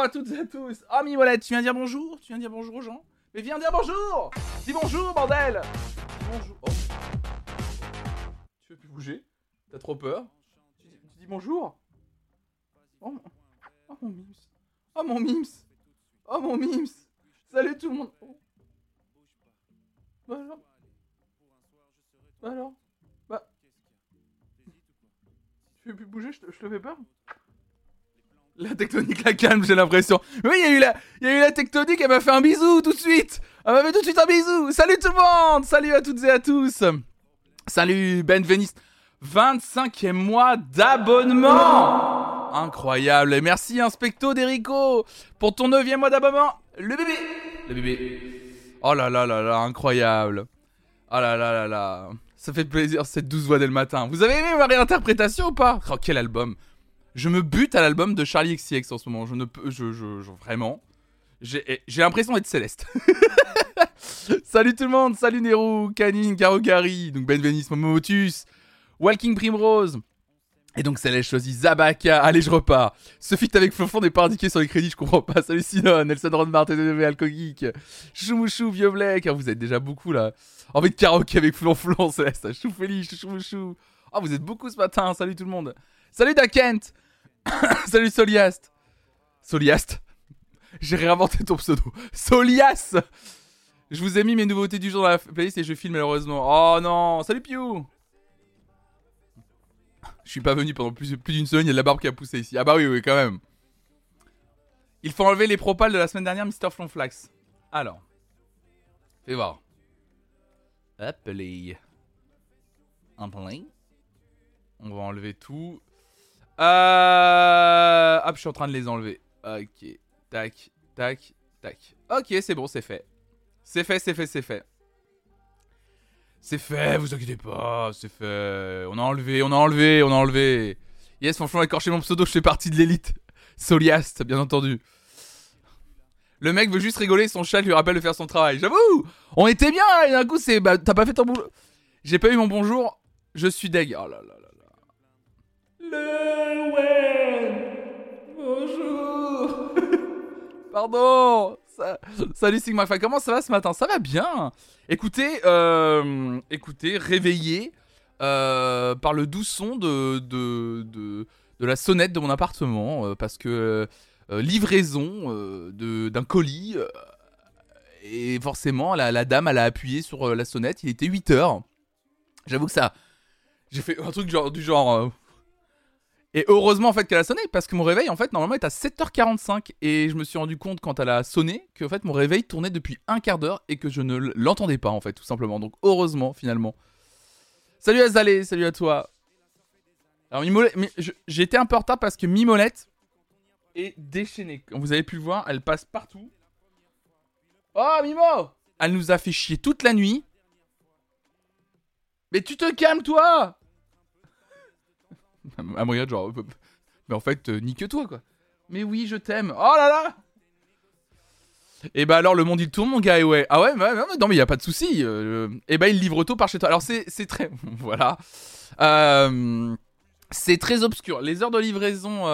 à toutes et à tous. Ah, Mimolette, tu viens dire bonjour? Tu viens dire bonjour aux gens? Mais viens dire bonjour! Dis bonjour, bordel! Bonjour. Oh. Tu veux plus bouger? T'as trop peur? Tu dis bonjour? Oh, oh mon mims. Oh mon mims. Oh mon mims. Salut tout le monde. Oh. Bah alors? Bah alors? Bah... Tu veux plus bouger? Je te fais peur? La tectonique la calme, j'ai l'impression. Oui, il y a eu la tectonique, elle m'a fait un bisou tout de suite. Elle m'a fait tout de suite un bisou. Salut tout le monde. Salut à toutes et à tous. Salut Ben Venice. 25e mois d'abonnement. Incroyable. Et merci Inspecto d'Erico pour ton 9e mois d'abonnement. Le bébé. Le bébé. Oh là là là là, incroyable. Oh là là là là. Ça fait plaisir cette douce voix dès le matin. Vous avez aimé ma réinterprétation ou pas? Oh, quel album. Je me bute à l'album de Charli XCX en ce moment. Je ne peux... vraiment... J'ai l'impression d'être Céleste. Salut tout le monde. Salut Nero, Canine, Garogari, donc Ben Venice, Momotus, Walking Primrose. Et donc Céleste choisit Zabaka. Allez, je repars. Ce feat avec Flonflon n'est pas indiqué sur les crédits, je comprends pas. Salut Sinon, Nelson Ronmart, TDV, Alcogeek, Choumouchou, Violet, car vous êtes déjà beaucoup là. Envie de karaoké avec Flonflon, Céleste. Chouféli, Choumouchou. Oh, vous êtes beaucoup ce matin. Salut tout le monde. Salut Dakent. Salut Soliast. Soliast. J'ai réinventé ton pseudo. Solias. Je vous ai mis mes nouveautés du jour dans la playlist et je filme malheureusement. Oh non. Salut Piou. Je suis pas venu pendant plus d'une semaine, il y a de la barbe qui a poussé ici. Ah bah oui, quand même. Il faut enlever les propals de la semaine dernière, Mr. Flonflax. Alors. Fais voir. Hop les. On va enlever tout. Hop, je suis en train de les enlever. Ok. Tac, tac, tac. Ok, c'est bon, c'est fait. C'est fait. C'est fait, vous inquiétez pas, c'est fait. On a enlevé. Yes, franchement, écorché mon pseudo, je fais partie de l'élite. Soliast, bien entendu. Le mec veut juste rigoler, son chat lui rappelle de faire son travail. J'avoue, on était bien, là, et d'un coup, c'est... Bah, t'as pas fait ton boulot. J'ai pas eu mon bonjour, je suis deg. Oh là là là là. Le ouais. Bonjour. Pardon. Salut Sigma Phi, comment ça va ce matin? Ça va bien. Écoutez, réveillé par le doux son de la sonnette de mon appartement parce que livraison d'un colis et forcément la dame elle a appuyé sur la sonnette, il était 8h. J'avoue que ça... J'ai fait un truc du genre... Et heureusement en fait qu'elle a sonné parce que mon réveil en fait normalement est à 7h45 et je me suis rendu compte quand elle a sonné que en fait mon réveil tournait depuis un quart d'heure et que je ne l'entendais pas en fait tout simplement, donc heureusement finalement. Salut Azalé, salut à toi. Alors Mimolette, j'ai été un peu en retard parce que Mimolette est déchaînée, comme vous avez pu le voir, elle passe partout. Oh Mimo, elle nous a fait chier toute la nuit. Mais tu te calmes toi. À moyen de genre... Mais en fait, nique-toi, quoi. Mais oui, je t'aime. Oh là là. Et bah alors, le monde, il tourne, mon gars, et ouais. Ah ouais, non, mais y a pas de souci. Et bah, il livre tôt par chez toi. Alors, c'est très... Voilà. C'est très obscur. Les heures de livraison...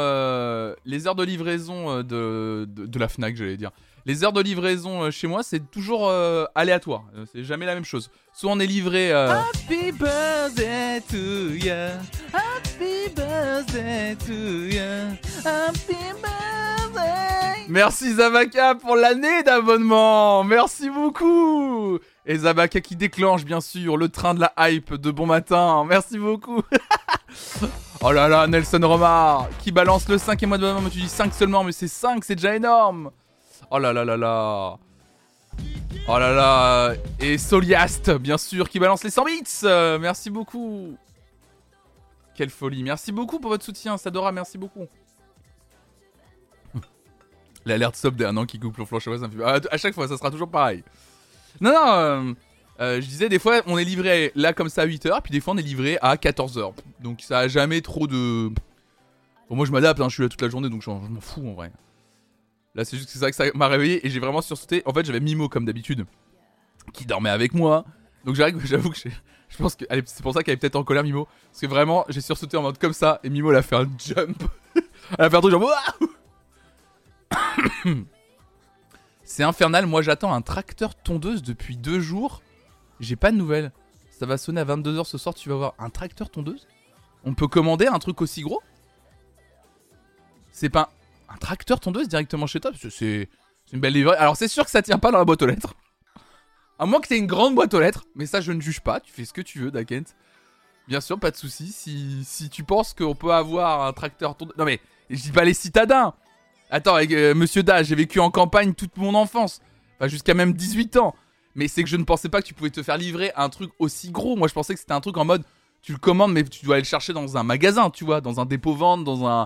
de la Fnac, j'allais dire. Les heures de livraison chez moi, c'est toujours aléatoire. C'est jamais la même chose. Soit on est livré... Happy birthday to ya. Happy birthday to ya. Happy birthday. Merci Zabaka pour l'année d'abonnement. Merci beaucoup. Et Zabaka qui déclenche, bien sûr, le train de la hype de bon matin. Merci beaucoup. Oh là là, Nelson Romar qui balance le 5e mois d'abonnement. Mais tu dis 5 seulement, mais c'est 5, c'est déjà énorme. Oh là là là là. Oh là là. Et Soliast, bien sûr, qui balance les 100 bits. Merci beaucoup. Quelle folie. Merci beaucoup pour votre soutien, Sadora, merci beaucoup. L'alerte stop d'un an qui coupe le flanche, ça me fait... À chaque fois, ça sera toujours pareil. Non, je disais, des fois, on est livré là comme ça à 8h, puis des fois, on est livré à 14h. Donc, ça a jamais trop de... Bon, moi, je m'adapte, hein, je suis là toute la journée, donc je m'en fous, en vrai. Là, c'est juste que c'est ça que ça m'a réveillé et j'ai vraiment sursauté. En fait, j'avais Mimo, comme d'habitude, qui dormait avec moi. Donc, j'avoue que je pense que c'est pour ça qu'elle est peut-être en colère, Mimo. Parce que vraiment, j'ai sursauté en mode comme ça, et Mimo, elle a fait un jump. Elle a fait un truc genre... C'est infernal, moi j'attends un tracteur tondeuse depuis 2 jours. J'ai pas de nouvelles. Ça va sonner à 22h ce soir, tu vas voir. Un tracteur tondeuse? On peut commander un truc aussi gros? C'est pas un tracteur tondeuse directement chez toi? Parce que c'est une belle livrée. Alors c'est sûr que ça tient pas dans la boîte aux lettres. À moins que t'aies une grande boîte aux lettres. Mais ça je ne juge pas, tu fais ce que tu veux, Dakent. Bien sûr, pas de soucis. Si tu penses qu'on peut avoir un tracteur tondeuse... Non mais, je dis pas les citadins. Attends, avec, monsieur Da, j'ai vécu en campagne toute mon enfance. Enfin, jusqu'à même 18 ans. Mais c'est que je ne pensais pas que tu pouvais te faire livrer un truc aussi gros. Moi, je pensais que c'était un truc en mode... Tu le commandes, mais tu dois aller le chercher dans un magasin, tu vois. Dans un dépôt-vente, dans un...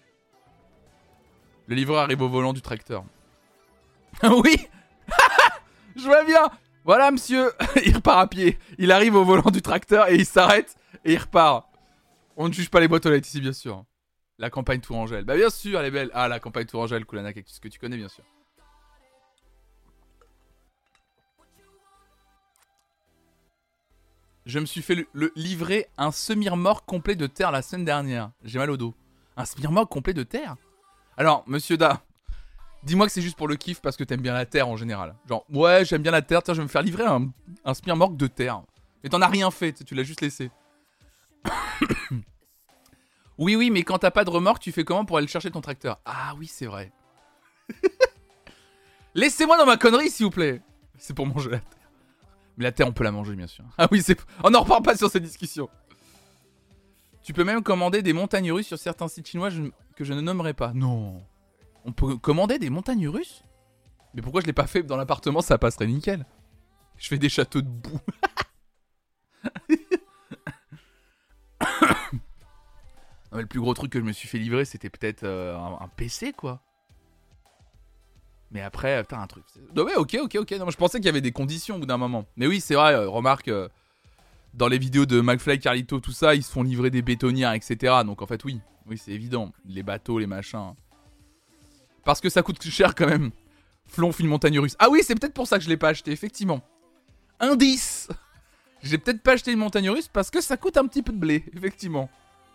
Le livreur arrive au volant du tracteur. Oui. Je vois bien. Voilà, monsieur. Il repart à pied. Il arrive au volant du tracteur et il s'arrête. Et il repart. On ne juge pas les boîtes aux lettres ici, bien sûr. La campagne Tourangelle. Bah bien sûr, elle est belle. Ah, la campagne Tourangelle, Kulana Cactus, que tu connais, bien sûr. Je me suis fait livrer un semi-remorque complet de terre la semaine dernière. J'ai mal au dos. Un semi-remorque complet de terre? Alors, monsieur Da, dis-moi que c'est juste pour le kiff parce que t'aimes bien la terre en général. Genre, ouais, j'aime bien la terre, tiens, je vais me faire livrer un semi-remorque de terre. Et t'en as rien fait, tu l'as juste laissé. Oui, mais quand t'as pas de remorque, tu fais comment pour aller chercher ton tracteur? Ah oui, c'est vrai. Laissez-moi dans ma connerie, s'il vous plaît. C'est pour manger la terre. Mais la terre, on peut la manger, bien sûr. Ah oui, c'est... On n'en reparle pas sur cette discussion. Tu peux même commander des montagnes russes sur certains sites chinois que je ne nommerai pas. Non. On peut commander des montagnes russes? Mais pourquoi je l'ai pas fait dans l'appartement? Ça passerait nickel. Je fais des châteaux de boue. Non, mais le plus gros truc que je me suis fait livrer, c'était peut-être un PC, quoi. Mais après, putain, un truc... Non, ouais, ok. Non, je pensais qu'il y avait des conditions au bout d'un moment. Mais oui, c'est vrai, remarque... dans les vidéos de McFly, Carlito, tout ça, ils se font livrer des bétonnières, etc. Donc en fait, oui, c'est évident. Les bateaux, les machins. Parce que ça coûte cher quand même. Flonf, une montagne russe. Ah oui, c'est peut-être pour ça que je l'ai pas acheté, effectivement. Indice. J'ai peut-être pas acheté une montagne russe parce que ça coûte un petit peu de blé, effectivement.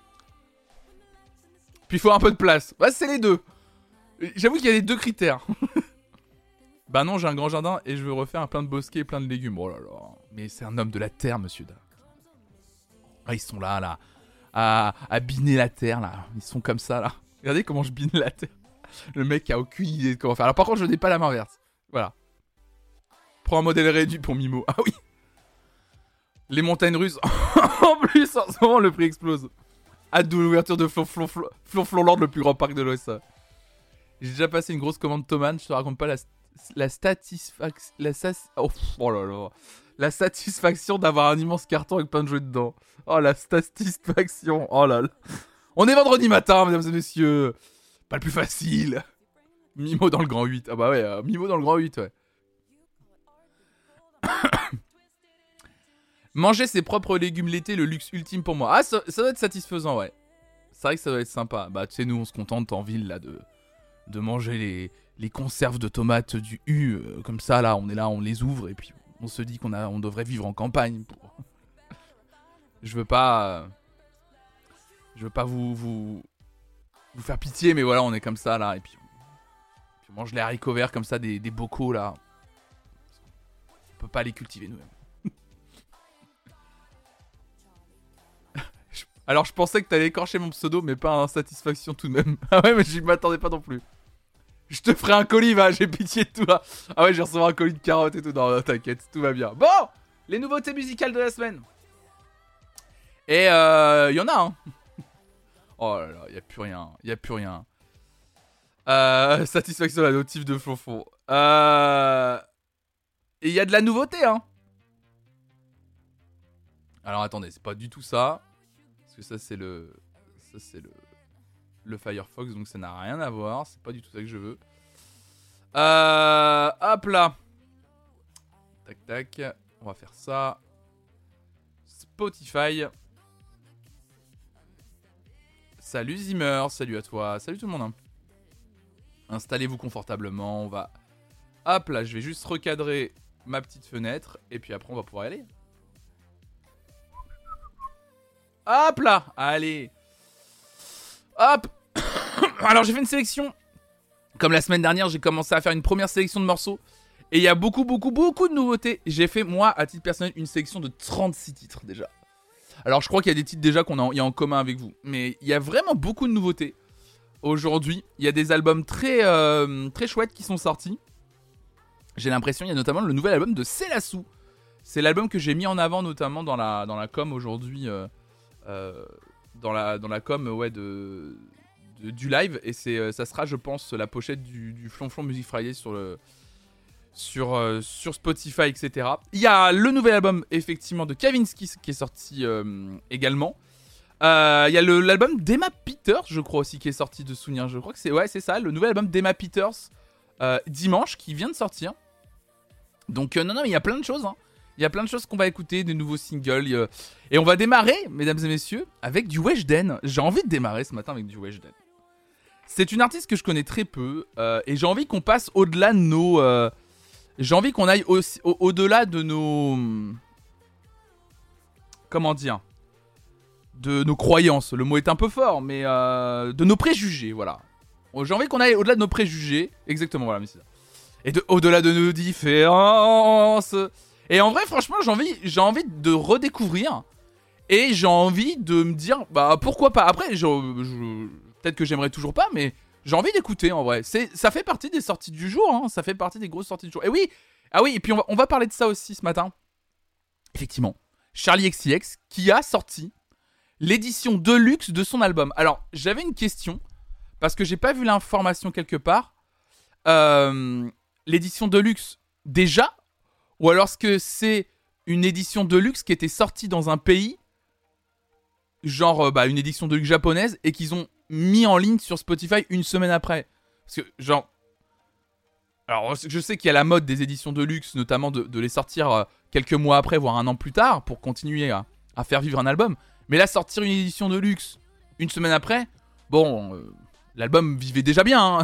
Puis il faut un peu de place. Bah, c'est les deux. J'avoue qu'il y a les deux critères. Bah non, j'ai un grand jardin et je veux refaire un plein de bosquets et plein de légumes. Oh là là. Mais c'est un homme de la terre, monsieur Da. Ah, ils sont là, à biner la terre, là. Ils sont comme ça, là. Regardez comment je bine la terre. Le mec a aucune idée de comment faire. Alors par contre, je n'ai pas la main verte. Voilà. Prends un modèle réduit pour Mimo. Ah oui. Les montagnes russes. En plus, en ce moment, le prix explose. Hâte de l'ouverture de Flonflonland, le plus grand parc de l'Ouest. J'ai déjà passé une grosse commande tomate. Je te raconte pas la satisfaction... Oh là là. La satisfaction d'avoir un immense carton avec plein de jouets dedans. Oh, la satisfaction. Oh là là. On est vendredi matin, mesdames et messieurs. Pas le plus facile. Mimo dans le grand 8. Ah bah ouais, Mimo dans le grand 8, ouais. Manger ses propres légumes l'été, le luxe ultime pour moi. Ah, ça doit être satisfaisant, ouais. C'est vrai que ça doit être sympa. Bah, tu sais, nous, on se contente en ville, là, de manger les conserves de tomates du U. Comme ça, là, on est là, on les ouvre, et puis on se dit on devrait vivre en campagne. Je veux pas vous faire pitié, mais voilà, on est comme ça, là, et puis on mange les haricots verts comme ça, des bocaux, là. On peut pas les cultiver nous-mêmes. Alors je pensais que t'allais écorcher mon pseudo, mais pas en satisfaction tout de même. Ah ouais, mais je m'attendais pas non plus. Je te ferai un colis, va, j'ai pitié de toi. Ah ouais, j'ai recevoir un colis de carottes et tout. Non, t'inquiète, tout va bien. Bon, les nouveautés musicales de la semaine. Et y en a, hein. Oh là là, y a plus rien. Satisfaction la notif de Flonflon. Et y a de la nouveauté, hein. Alors attendez, c'est pas du tout ça. Parce que ça c'est le Firefox, donc ça n'a rien à voir. C'est pas du tout ça que je veux. Hop là. Tac tac. On va faire ça. Spotify. Salut Zimmer, salut à toi. Salut tout le monde, hein. Installez-vous confortablement. On va... Hop là, je vais juste recadrer ma petite fenêtre. Et puis après on va pouvoir y aller. Hop là. Allez. Hop. Alors j'ai fait une sélection Comme la semaine dernière, j'ai commencé à faire une première sélection de morceaux. Et il y a beaucoup de nouveautés. J'ai fait, moi, à titre personnel, une sélection de 36 titres déjà. Alors, je crois qu'il y a des titres déjà qu'on a en commun avec vous. Mais il y a vraiment beaucoup de nouveautés. Aujourd'hui, il y a des albums très chouettes qui sont sortis. J'ai l'impression, il y a notamment le nouvel album de Selassou. C'est l'album que j'ai mis en avant, notamment dans la com aujourd'hui. Dans la com, ouais, du live. Et ça sera, je pense, la pochette du Flonflon Music Friday sur Spotify, etc. Il y a le nouvel album, effectivement, de Kavinsky qui est sorti également. Il y a l'album d'Emma Peters, je crois aussi, qui est sorti de souvenir. Je crois que c'est ça, le nouvel album d'Emma Peters, dimanche, qui vient de sortir. Donc, non, mais il y a plein de choses. Hein. Il y a plein de choses qu'on va écouter, des nouveaux singles. Et on va démarrer, mesdames et messieurs, avec du Weshden. J'ai envie de démarrer ce matin avec du Weshden. C'est une artiste que je connais très peu. Et j'ai envie qu'on passe au-delà de nos... j'ai envie qu'on aille au-delà de nos... Comment dire ? De nos croyances. Le mot est un peu fort, mais de nos préjugés, voilà. J'ai envie qu'on aille au-delà de nos préjugés. Exactement, voilà, mais c'est ça. Et au-delà de nos différences. Et en vrai, franchement, j'ai envie de redécouvrir. Et j'ai envie de me dire, bah pourquoi pas. Après, peut-être que j'aimerais toujours pas, mais j'ai envie d'écouter en vrai. Ça fait partie des sorties du jour, hein. Ça fait partie des grosses sorties du jour. Et oui, et puis on va parler de ça aussi ce matin. Effectivement, Charli XCX qui a sorti l'édition deluxe de son album. Alors, j'avais une question, parce que j'ai pas vu l'information quelque part. L'édition deluxe déjà, ou alors est-ce que c'est une édition deluxe qui était sortie dans un pays, genre une édition deluxe japonaise, et qu'ils ont mis en ligne sur Spotify une semaine après. Parce que, genre... Alors, je sais qu'il y a la mode des éditions deluxe, notamment de les sortir quelques mois après, voire un an plus tard, pour continuer à faire vivre un album. Mais là, sortir une édition de luxe une semaine après, bon, l'album vivait déjà bien. Hein.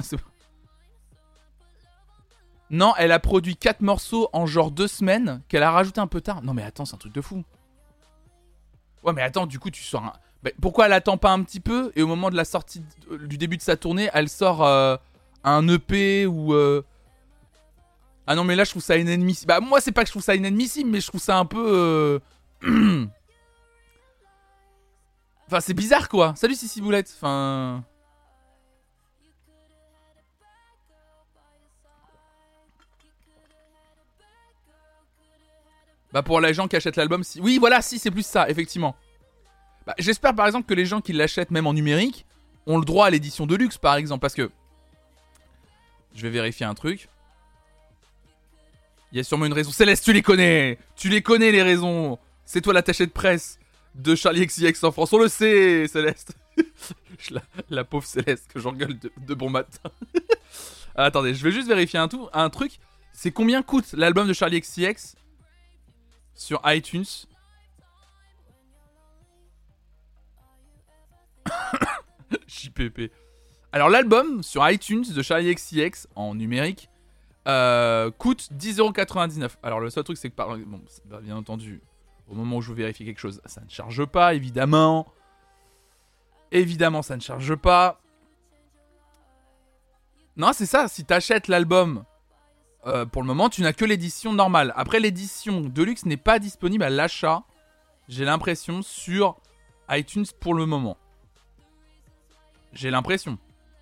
Non, elle a produit 4 morceaux en genre 2 semaines, qu'elle a rajouté un peu tard. Non mais attends, c'est un truc de fou. Ouais mais attends, du coup tu sors un... Bah, pourquoi elle attend pas un petit peu et au moment de la sortie du début de sa tournée, elle sort un EP ou... Ah non mais là je trouve ça inadmissible. Bah moi c'est pas que je trouve ça inadmissible, mais je trouve ça un peu... Enfin, c'est bizarre, quoi. Salut, Sissi Boulette. Enfin... Bah, pour les gens qui achètent l'album, si... Oui, voilà, si, c'est plus ça, effectivement. Bah, j'espère, par exemple, que les gens qui l'achètent, même en numérique, ont le droit à l'édition de luxe, par exemple. Parce que... Je vais vérifier un truc. Il y a sûrement une raison. Céleste, tu les connais. Tu les connais, les raisons. C'est toi l'attaché de presse de Charli XCX en France, on le sait, Céleste. la pauvre Céleste que j'engueule de bon matin. Attendez, je vais juste vérifier un truc. C'est combien coûte l'album de Charli XCX sur iTunes. JPP. Alors l'album sur iTunes de Charli XCX en numérique coûte 10,99€. Alors le seul truc c'est que bon, bien entendu, au moment où je veux vérifier quelque chose, ça ne charge pas, évidemment. Évidemment, ça ne charge pas. Non, c'est ça, si t'achètes l'album, pour le moment, tu n'as que l'édition normale. Après, l'édition Deluxe n'est pas disponible à l'achat, j'ai l'impression, sur iTunes pour le moment. J'ai l'impression.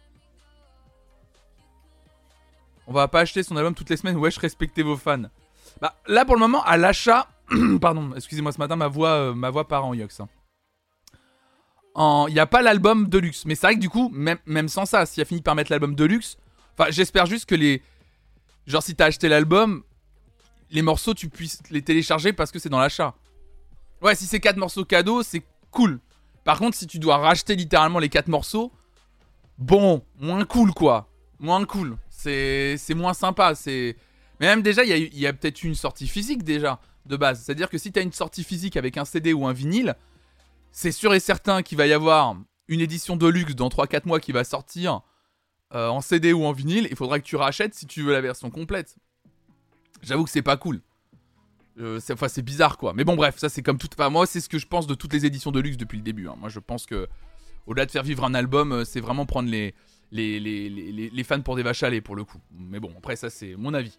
On va pas acheter son album toutes les semaines. Wesh, respectez vos fans. Bah, là, pour le moment, à l'achat... Pardon, excusez-moi ce matin, ma voix part en yox. Il n'y a pas l'album Deluxe. Mais c'est vrai que du coup, même sans ça, s'il a fini par mettre l'album Deluxe... Enfin, j'espère juste que les... Genre, si t'as acheté l'album, les morceaux, tu puisses les télécharger parce que c'est dans l'achat. Ouais, si c'est 4 morceaux cadeaux, c'est cool. Par contre, si tu dois racheter littéralement les 4 morceaux... Bon, moins cool, quoi. Moins cool. C'est moins sympa. Mais même déjà, il y a peut-être une sortie physique déjà, de base. C'est-à-dire que si t'as une sortie physique avec un CD ou un vinyle, c'est sûr et certain qu'il va y avoir une édition de luxe dans 3-4 mois qui va sortir en CD ou en vinyle. Il faudra que tu rachètes si tu veux la version complète. J'avoue que c'est pas cool. C'est bizarre, quoi. Mais bon, bref, ça c'est comme tout... Enfin, moi, c'est ce que je pense de toutes les éditions de luxe depuis le début. Hein. Moi, je pense que, au-delà de faire vivre un album, c'est vraiment prendre les les fans pour des vaches à lait pour le coup. Mais bon, après ça c'est mon avis.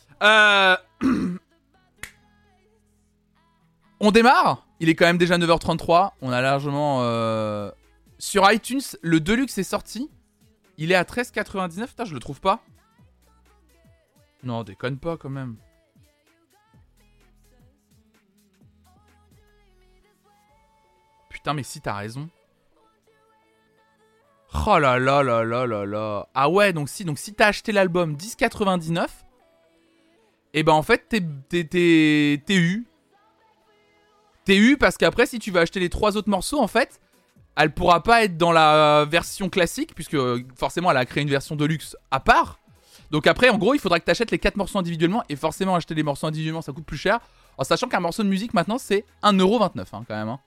On démarre. Il est quand même déjà 9h33. On a largement... Sur iTunes, le Deluxe est sorti. Il est à 13,99. Putain, je le trouve pas. Non, déconne pas quand même. Putain, mais si, t'as raison. Oh là là là là là là. Ah ouais, donc si t'as acheté l'album 10,99, et ben en fait, t'es eu. T'es eu parce qu'après, si tu vas acheter les 3 autres morceaux, en fait, elle pourra pas être dans la version classique, puisque forcément, elle a créé une version de luxe à part. Donc après, en gros, il faudra que t'achètes les 4 morceaux individuellement, et forcément, acheter les morceaux individuellement, ça coûte plus cher. En sachant qu'un morceau de musique, maintenant, c'est 1,29€ hein, quand même. Hein.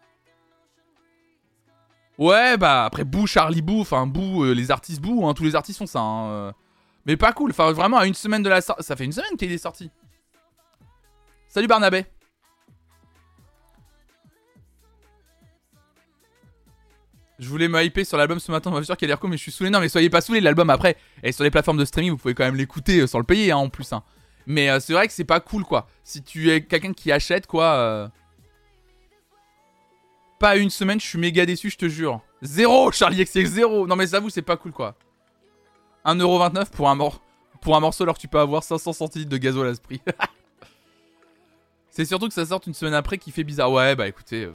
Ouais, bah après Boo, Charlie Boo, enfin Boo, les artistes Boo, hein, tous les artistes font ça. Hein, Mais pas cool, enfin vraiment à une semaine de la sortie. Ça fait une semaine qu'il est sorti. Salut Barnabé. Je voulais me hyper sur l'album ce matin, on va sûr qu'il a l'air cool, mais je suis saoulé. Non, mais soyez pas saoulés, l'album après. Et sur les plateformes de streaming, vous pouvez quand même l'écouter sans le payer hein, en plus. Hein. Mais c'est vrai que c'est pas cool quoi. Si tu es quelqu'un qui achète quoi. Pas une semaine, je suis méga déçu, je te jure. 0, Charlie XCX, 0. Non mais j'avoue, c'est pas cool quoi. 1,29€ pour un morceau alors que tu peux avoir 500 centilitres de gasoil à ce prix. C'est surtout que ça sort une semaine après qui fait bizarre. Ouais, bah écoutez...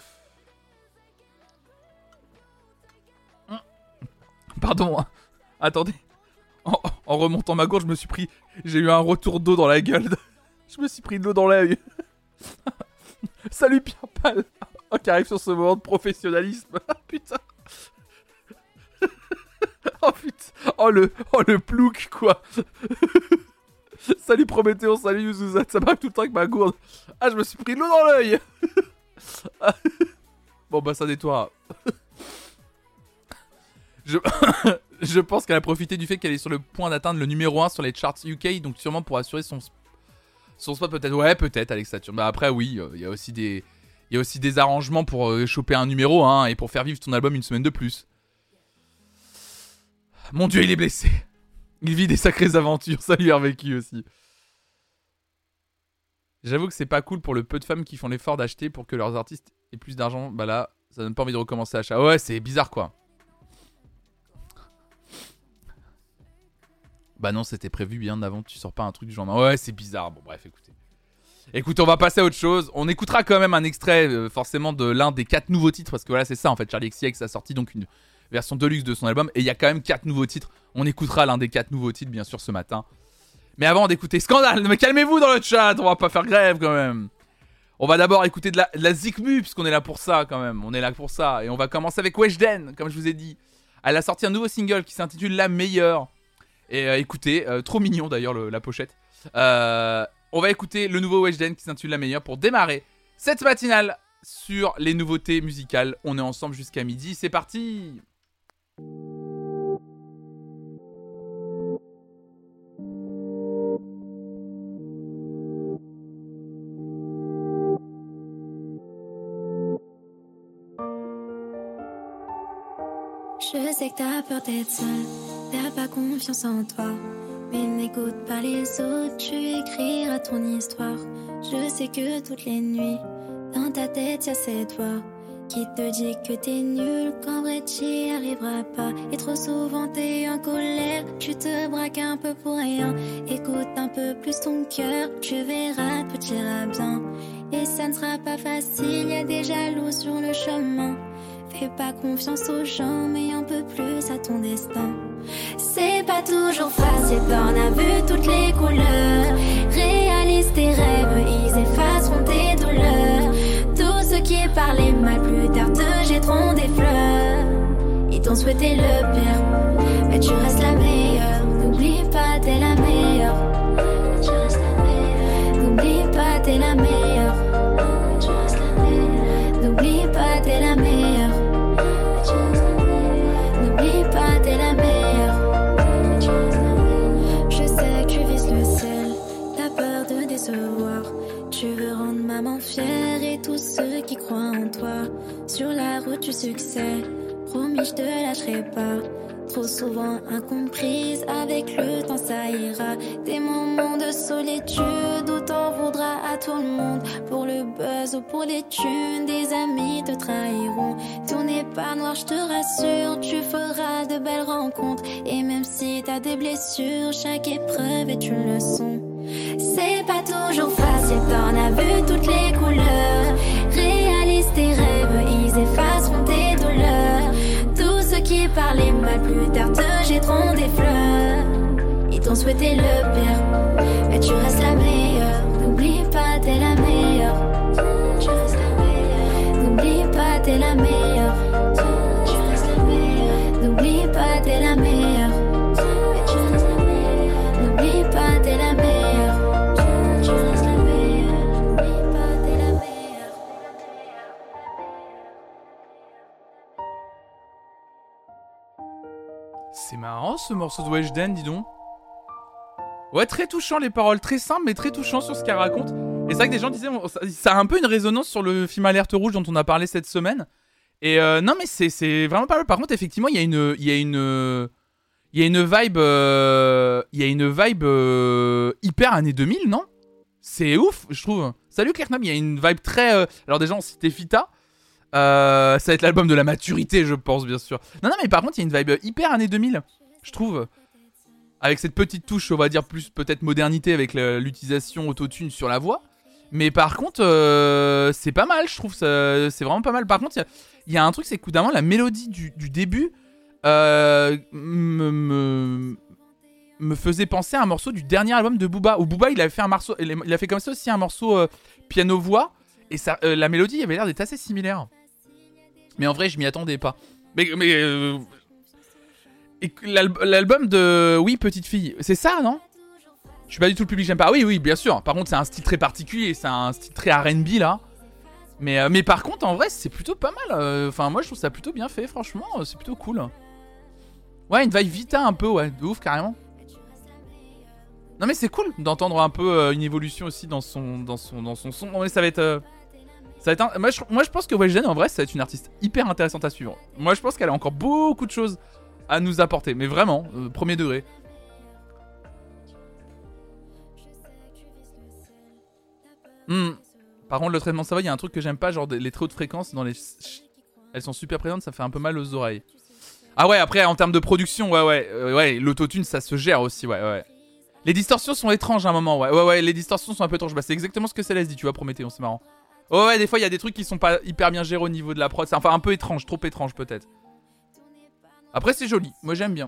Pardon, hein. Attendez. En remontant ma gorge, je me suis pris... J'ai eu un retour d'eau dans la gueule. Je me suis pris de l'eau dans l'œil. Salut Pierre Pal. Oh, qui arrive sur ce moment de professionnalisme. Putain. Oh putain. Oh le plouc quoi. Salut Prométhéon, salut Yuzuzat. Ça m'arrive tout le temps avec ma gourde. Ah, je me suis pris de l'eau dans l'œil. Bon bah ça nettoie. Je pense qu'elle a profité du fait qu'elle est sur le point d'atteindre le numéro 1 sur les charts UK. Donc sûrement pour assurer son spot peut-être. Ouais, peut-être Alex Saturne. Bah après oui, il y a aussi des arrangements pour choper un numéro 1 et pour faire vivre ton album une semaine de plus. Mon dieu, il est blessé. Il vit des sacrées aventures. Salut RVQ aussi. J'avoue que c'est pas cool pour le peu de femmes qui font l'effort d'acheter pour que leurs artistes aient plus d'argent. Bah là, ça donne pas envie de recommencer l'achat. Ouais, c'est bizarre quoi. Bah non, c'était prévu bien avant. Tu sors pas un truc du genre. Ouais, c'est bizarre. Bon, bref, écoutez. Écoute, on va passer à autre chose. On écoutera quand même un extrait forcément de l'un des 4 nouveaux titres. Parce que voilà, c'est ça en fait. Charlie XCX a sorti donc une version deluxe de son album. Et il y a quand même 4 nouveaux titres. On écoutera l'un des 4 nouveaux titres, bien sûr, ce matin. Mais avant d'écouter Scandale, mais calmez-vous dans le chat. On va pas faire grève quand même. On va d'abord écouter de la Zikmu, puisqu'on est là pour ça quand même. On est là pour ça. Et on va commencer avec Weshden, comme je vous ai dit. Elle a sorti un nouveau single qui s'intitule La Meilleure. Et écoutez, trop mignon d'ailleurs la pochette. On va écouter le nouveau Weshden qui s'intitule La Meilleure pour démarrer cette matinale sur les nouveautés musicales. On est ensemble jusqu'à midi, c'est parti. Je sais que t'as peur d'être seule, t'as pas confiance en toi. Mais n'écoute pas les autres, tu écriras ton histoire. Je sais que toutes les nuits, dans ta tête y'a cette voix qui te dit que t'es nul, qu'en vrai t'y arriveras pas. Et trop souvent t'es en colère, tu te braques un peu pour rien. Écoute un peu plus ton cœur, tu verras, tout ira bien. Et ça ne sera pas facile, y'a des jaloux sur le chemin. Fais pas confiance aux gens, mais un peu plus à ton destin. C'est pas toujours facile, t'en as vu toutes les couleurs. Réalise tes rêves, ils effaceront tes douleurs. Tous ceux qui parlaient mal plus tard te jetteront des fleurs. Ils t'ont souhaité le pire, mais tu restes la meilleure. N'oublie pas, t'es la meilleure. Tu restes la meilleure. N'oublie pas, t'es la meilleure. Tu restes la meilleure. N'oublie pas, t'es la meilleure. N'oublie pas, t'es la meilleure. Je sais que tu vises le ciel, t'as peur de décevoir. Tu veux rendre maman fière et tous ceux qui croient en toi. Sur la route du succès, promis je te lâcherai pas. Trop souvent incomprise, avec le temps ça ira. Des moments de solitude où t'en voudras à tout le monde. Pour le buzz ou pour les thunes, des amis te trahiront. Tout n'est pas noir, je te rassure, tu feras de belles rencontres. Et même si t'as des blessures, chaque épreuve est une leçon. C'est pas toujours facile, t'en as vu toutes les couleurs. Réalise tes rêves, ils effaceront tes douleurs. Tous ceux qui parlaient mal plus tard te jetteront des fleurs. Ils t'ont souhaité le pire, mais tu restes la meilleure. N'oublie pas, t'es la meilleure. Tu restes la meilleure. N'oublie pas, t'es la meilleure. Tu restes la meilleure. N'oublie pas, t'es la meilleure. Tu restes la meilleure. N'oublie pas, t'es la meilleure. Tu restes la meilleure. N'oublie pas, t'es la meilleure. C'est marrant ce morceau de Weshden, dis donc. Ouais, très touchant, les paroles très simples mais très touchant sur ce qu'elle raconte. Et c'est vrai que des gens disaient, ça a un peu une résonance sur le film Alerte Rouge dont on a parlé cette semaine. Et non mais c'est vraiment pas mal. Par contre, effectivement, il y a une vibe hyper années 2000, non? C'est ouf, je trouve. Salut Claire Knob, il y a une vibe très... Alors déjà, on citait Fita. Ça va être l'album de la maturité, je pense, bien sûr. Non, mais par contre, il y a une vibe hyper années 2000, je trouve. Avec cette petite touche, on va dire, plus peut-être modernité avec l'utilisation autotune sur la voix. Mais par contre, c'est pas mal, je trouve. C'est vraiment pas mal. Par contre, il y a un truc, c'est qu'évidemment, la mélodie du début me faisait penser à un morceau du dernier album de Booba. Où Booba, il a fait comme ça aussi un morceau piano-voix. Et ça, la mélodie avait l'air d'être assez similaire. Mais en vrai, je m'y attendais pas. Et l'album de Oui, Petite Fille, c'est ça, non? Je suis pas du tout le public, j'aime pas. Oui, bien sûr. Par contre, c'est un style très particulier, c'est un style très R&B là. Mais par contre, en vrai, c'est plutôt pas mal. Enfin, moi, je trouve ça plutôt bien fait, franchement, c'est plutôt cool. Ouais, une vibe Vita un peu, ouais, de ouf, carrément. Non, mais c'est cool d'entendre un peu une évolution aussi dans son son. Ouais, ça va être moi, je pense que Weshden, en vrai, ça va être une artiste hyper intéressante à suivre. Moi, je pense qu'elle a encore beaucoup de choses à nous apporter, mais vraiment, premier degré. Par contre, le traitement ça va, il y a un truc que j'aime pas, genre les très hautes fréquences elles sont super présentes, ça fait un peu mal aux oreilles. Ah ouais, après en termes de production, ouais, l'autotune ça se gère aussi, ouais. Les distorsions sont étranges à un moment, ouais, les distorsions sont un peu étranges. Bah, c'est exactement ce que Céleste dit, tu vois, Prométhéon, c'est marrant. Ouais, des fois il y a des trucs qui sont pas hyper bien gérés au niveau de la prod, c'est enfin un peu étrange, trop étrange peut-être. Après c'est joli, moi j'aime bien.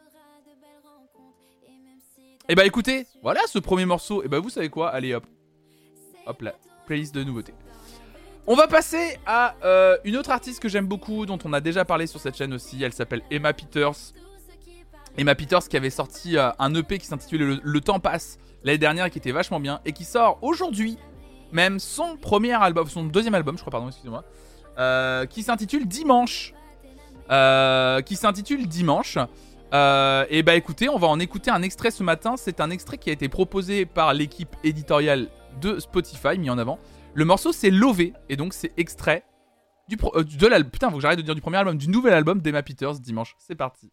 Et bah écoutez, voilà ce premier morceau, et bah vous savez quoi, allez hop là, playlist de nouveautés. On va passer à une autre artiste que j'aime beaucoup, dont on a déjà parlé sur cette chaîne aussi, elle s'appelle Emma Peters. Emma Peters qui avait sorti un EP qui s'intitulait Le Temps Passe l'année dernière, qui était vachement bien, et qui sort aujourd'hui même son deuxième album, je crois, pardon, excusez-moi, qui s'intitule Dimanche. Et bah écoutez, on va en écouter un extrait ce matin. C'est un extrait qui a été proposé par l'équipe éditoriale de Spotify, mis en avant. Le morceau c'est Lové, et donc c'est extrait de l'album. Putain, faut que j'arrête de dire du premier album, du nouvel album d'Emma Peters, Dimanche. C'est parti.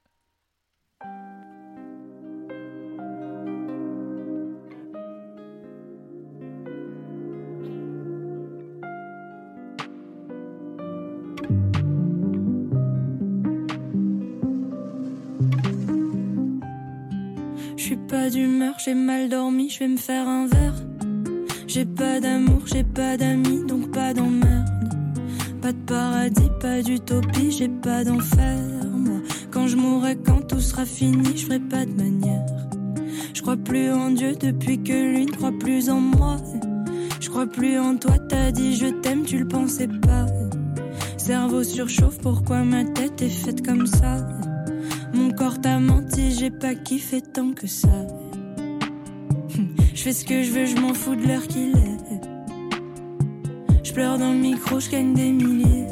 Je suis pas d'humeur, j'ai mal dormi, je vais me faire un verre. J'ai pas d'amour, j'ai pas d'amis, donc pas d'emmerde. Pas de paradis, pas d'utopie, j'ai pas d'enfer. Moi, quand je mourrai, quand tout sera fini, je ferai pas de manière. Je crois plus en Dieu depuis que lui ne croit plus en moi. Je crois plus en toi, t'as dit je t'aime, tu le pensais pas. Cerveau surchauffe, pourquoi ma tête est faite comme ça? Mon corps t'a menti, j'ai pas kiffé tant que ça. Je fais ce que je veux, je m'en fous de l'heure qu'il est. Je pleure dans le micro, je gagne des milliers.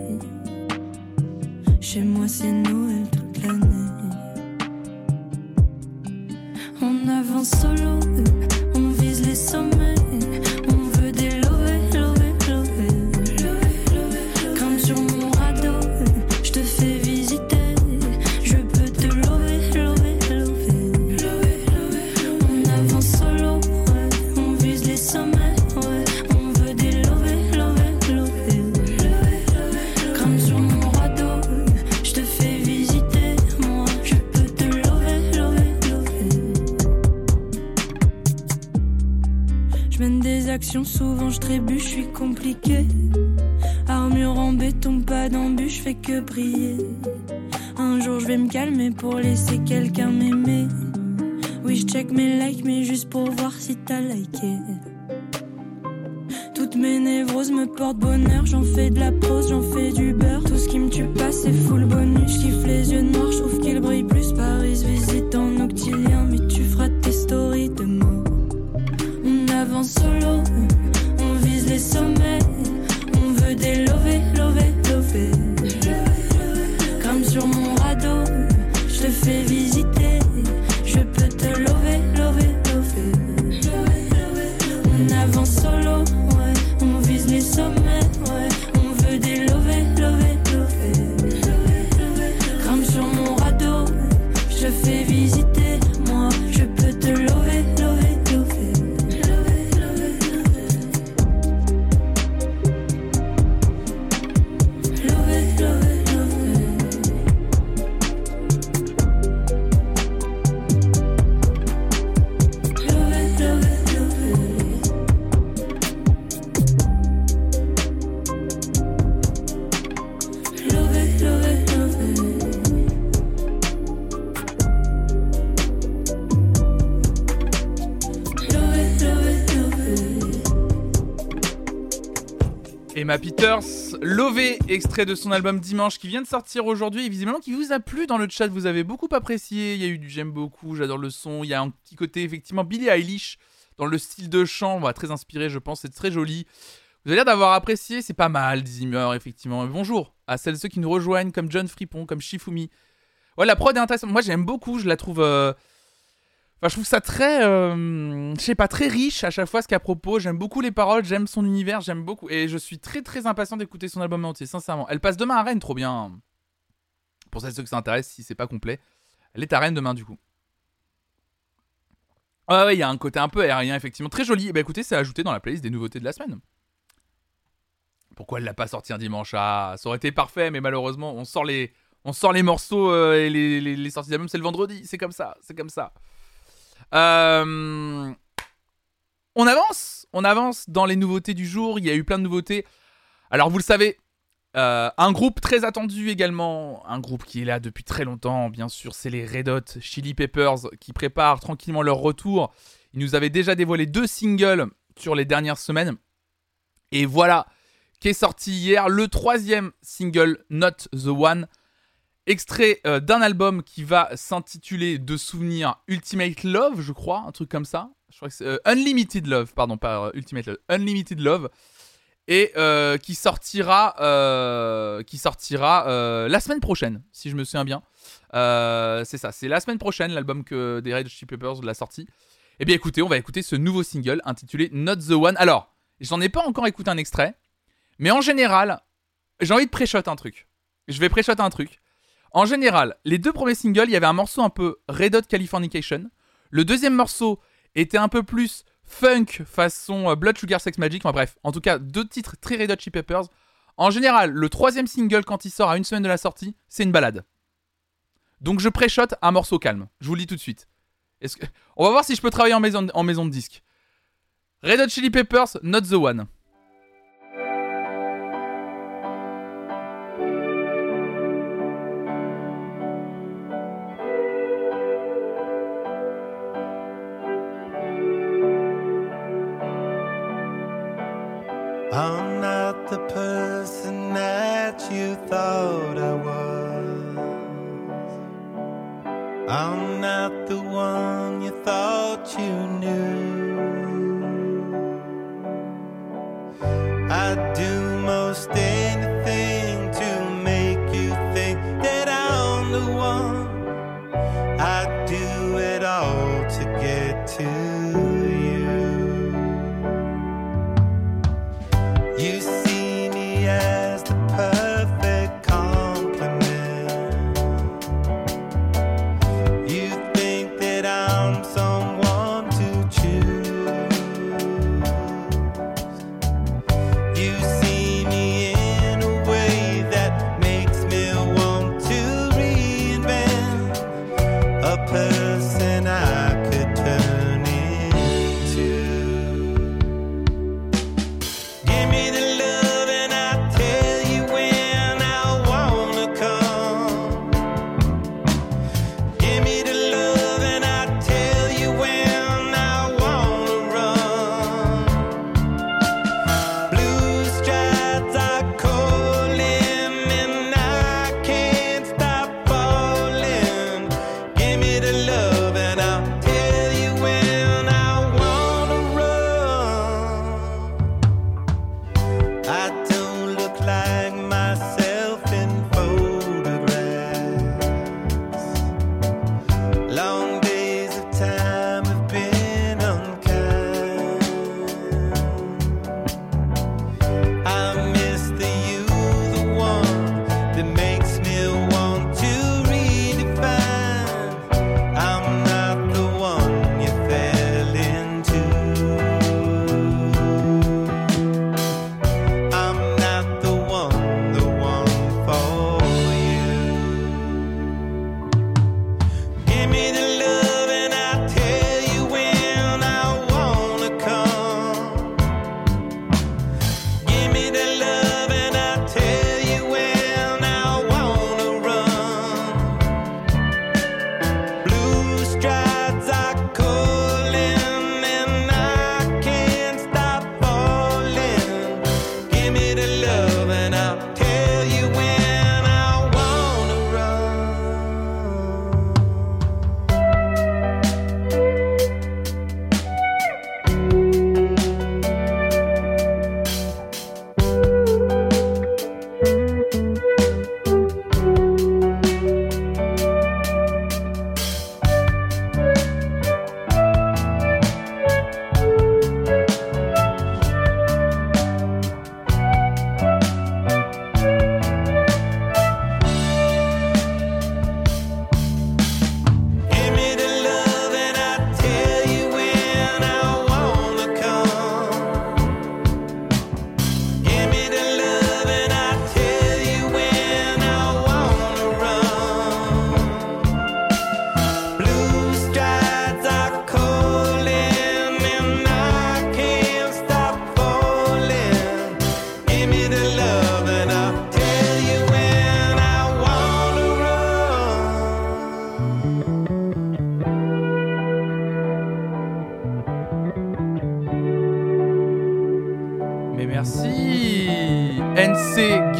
Chez moi c'est Noël toute l'année. On avance solo, on vise les sommets. On veut des lovés. Grimpe sur mon radeau, je te fais visiter. Je peux te lover. direction, souvent je trébuche, je suis compliqué. Armure en béton, pas d'embûche, fais que briller. Un jour je vais me calmer pour laisser quelqu'un m'aimer. Oui, je check mes likes, mais juste pour voir si t'as liké. Toutes mes névroses me portent bonheur, j'en fais de la prose, j'en fais du beurre. Tout ce qui me tue pas, c'est full bonus. J'kiffe les yeux noirs, j'trouve qu'ils brillent plus. Paris visite en octilien, mais tu feras tes stories demain. On avance solo, on vise les sommets. On veut des lovés, lovés, lovés. Comme sur mon radeau, je te fais visiter. Je peux te lover, lover, lover. On avance solo, ouais. On vise les sommets, ouais. On veut des lovés, lovés, lovés. Comme sur mon radeau, je te fais visiter. Moi, je peux te lover, lover, lover. Emma Peters, Lové, extrait de son album Dimanche qui vient de sortir aujourd'hui et visiblement qui vous a plu dans le chat, vous avez beaucoup apprécié, il y a eu du j'aime beaucoup, j'adore le son, il y a un petit côté effectivement Billie Eilish dans le style de chant, très inspiré je pense, c'est très joli. Vous avez l'air d'avoir apprécié, c'est pas mal Zimmer effectivement. Bonjour à celles et ceux qui nous rejoignent comme John Fripon, comme Shifumi. Ouais, la prod est intéressante, moi j'aime beaucoup, je la trouve... Enfin, je trouve ça très, très riche à chaque fois ce qu'elle propose. J'aime beaucoup les paroles, j'aime son univers, j'aime beaucoup. Et je suis très très impatient d'écouter son album entier, sincèrement. Elle passe demain à Rennes, trop bien. Pour celles et ceux que ça intéresse, si c'est pas complet. Elle est à Rennes demain, du coup. Ah ouais, il y a un côté un peu aérien, effectivement. Très joli. Et bah écoutez, c'est ajouté dans la playlist des nouveautés de la semaine. Pourquoi elle l'a pas sorti un dimanche ? Ah, ça aurait été parfait, mais malheureusement, on sort les morceaux et les sorties d'album, c'est le vendredi. C'est comme ça, c'est comme ça. On avance dans les nouveautés du jour. Il y a eu plein de nouveautés. Alors vous le savez, un groupe très attendu également, un groupe qui est là depuis très longtemps, bien sûr, c'est les Red Hot Chili Peppers qui préparent tranquillement leur retour. Ils nous avaient déjà dévoilé 2 singles sur les dernières semaines. Et voilà, qu'est sorti hier le 3e single, Not the One. Extrait d'un album qui va s'intituler de souvenir Ultimate Love, je crois, un truc comme ça. Je crois que c'est Unlimited Love, pardon, pas Ultimate Love, Unlimited Love. Et qui sortira la semaine prochaine, si je me souviens bien. C'est ça, c'est la semaine prochaine l'album des Red Hot Chili Peppers l'a sorti. Eh bien écoutez, on va écouter ce nouveau single intitulé Not the One. Alors, j'en ai pas encore écouté un extrait, mais en général, j'ai envie de pré-shot un truc. Je vais pré-shot un truc. En général, les 2 premiers singles, il y avait un morceau un peu Red Hot Californication. Le deuxième morceau était un peu plus funk façon Blood Sugar Sex Magic. Enfin bref, en tout cas, 2 titres très Red Hot Chili Peppers. En général, le 3e single, quand il sort à 1 semaine de la sortie, c'est une balade. Donc je pré-shot un morceau calme. Je vous le dis tout de suite. On va voir si je peux travailler en maison de disque. Red Hot Chili Peppers, Not the One. I'm not the person that you thought I was. I'm not the one you thought you knew. I'd do most anything to make you think that I'm the one. I'd do it all to get to you. You see me as the perfect compliment. You think that I'm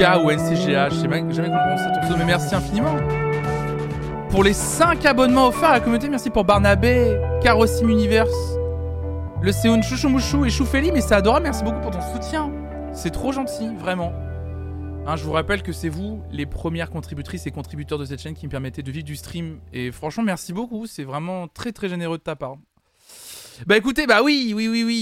NCGA ou NCGA, je sais jamais comment on prononce ton pseudo, mais merci infiniment. Pour les 5 abonnements offerts à la communauté, merci pour Barnabé, Carosim Universe, le Seoun Chouchoumouchou et Choufeli, mais c'est adorable, merci beaucoup pour ton soutien. C'est trop gentil, vraiment. Hein, je vous rappelle que c'est vous, les premières contributrices et contributeurs de cette chaîne qui me permettaient de vivre du stream. Et franchement, merci beaucoup, c'est vraiment très très généreux de ta part. Bah écoutez, bah oui.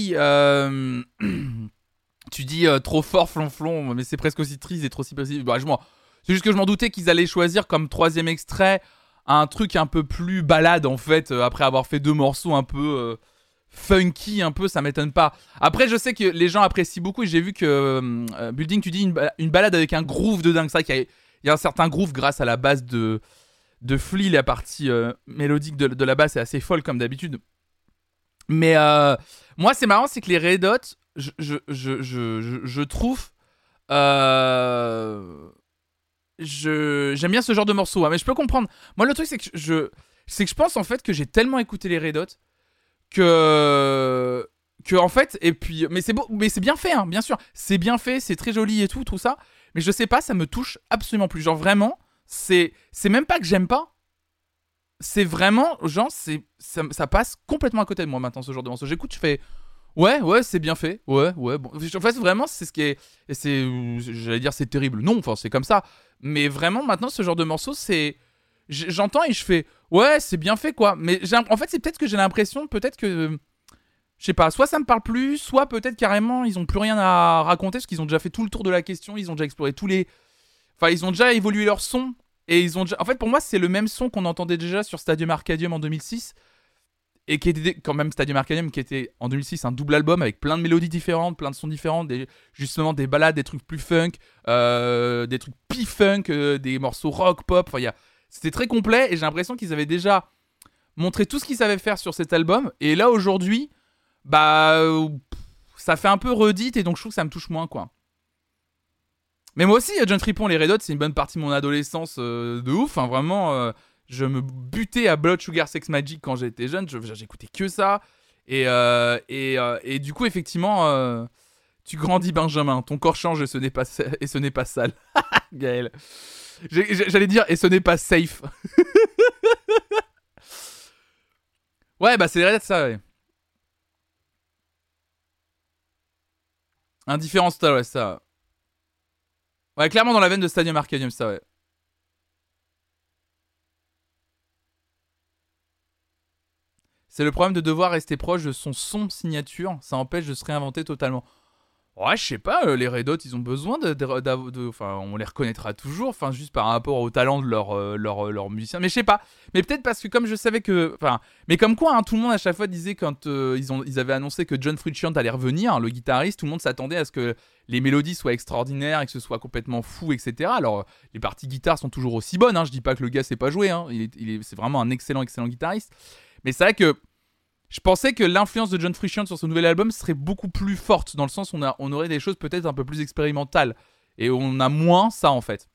Tu dis trop fort flonflon, mais c'est presque aussi triste et trop si possible. Bah, c'est juste que je m'en doutais qu'ils allaient choisir comme 3e extrait un truc un peu plus balade en fait, après avoir fait 2 morceaux un peu funky, un peu, ça m'étonne pas. Après, je sais que les gens apprécient beaucoup et j'ai vu que Building, tu dis une balade avec un groove de dingue. C'est vrai qu'il y a un certain groove grâce à la basse de Flea, la partie mélodique de la basse est assez folle comme d'habitude. Mais moi, c'est marrant, c'est que les Red Hot, je trouve, j'aime bien ce genre de morceaux, hein, mais je peux comprendre. Moi, le truc, c'est que je pense en fait que j'ai tellement écouté les Red Hot que en fait, et puis, mais c'est beau, mais c'est bien fait, hein, bien sûr, c'est bien fait, c'est très joli et tout ça, mais je sais pas, ça me touche absolument plus. Genre vraiment, c'est même pas que j'aime pas. C'est vraiment, genre, ça passe complètement à côté de moi maintenant, ce genre de morceau. J'écoute, je fais, ouais, c'est bien fait, ouais, bon. En fait, vraiment, c'est ce qui est, et j'allais dire, c'est terrible. Non, enfin, c'est comme ça. Mais vraiment, maintenant, ce genre de morceau, j'entends et je fais, ouais, c'est bien fait, quoi. Mais en fait, c'est peut-être que j'ai l'impression, peut-être que, je sais pas, soit ça me parle plus, soit peut-être carrément, ils ont plus rien à raconter, parce qu'ils ont déjà fait tout le tour de la question, ils ont déjà exploré enfin, ils ont déjà évolué leur son. Et ils ont déjà... En fait, pour moi, c'est le même son qu'on entendait déjà sur Stadium Arcadium en 2006. Et qui était quand même Stadium Arcadium, qui était en 2006 un double album avec plein de mélodies différentes, plein de sons différents, justement des ballades, des trucs plus funk, des trucs p-funk, des morceaux rock, pop. Enfin, c'était très complet et j'ai l'impression qu'ils avaient déjà montré tout ce qu'ils savaient faire sur cet album. Et là, aujourd'hui, bah, ça fait un peu redite et donc je trouve que ça me touche moins, quoi. Mais moi aussi, John Fripon, les Red Hot, c'est une bonne partie de mon adolescence de ouf. Hein, vraiment, je me butais à Blood Sugar Sex Magic quand j'étais jeune. J'écoutais que ça. Et du coup, effectivement, tu grandis, Benjamin. Ton corps change et ce n'est pas sale. Gaël. J'allais dire, et ce n'est pas safe. Ouais, bah c'est les Red Hot, ça, ouais. Indifférent style, ouais, ça. Ouais, clairement dans la veine de Stadium Arcadium, ça, ouais. C'est le problème de devoir rester proche de son signature. Ça empêche de se réinventer totalement. Ouais, je sais pas, les Red Hot, ils ont besoin enfin, on les reconnaîtra toujours, enfin, juste par rapport au talent de leurs musiciens. Mais je sais pas. Mais peut-être parce que comme je savais que... Enfin, mais comme quoi, hein, tout le monde à chaque fois disait quand ils avaient annoncé que John Frusciante allait revenir, hein, le guitariste, tout le monde s'attendait à ce que les mélodies soient extraordinaires et que ce soit complètement fou, etc. Alors, les parties guitare sont toujours aussi bonnes, hein, je dis pas que le gars sait pas jouer, hein, c'est vraiment un excellent guitariste. Mais c'est vrai que je pensais que l'influence de John Frusciante sur ce nouvel album serait beaucoup plus forte, dans le sens où on aurait des choses peut-être un peu plus expérimentales. Et on a moins ça, en fait.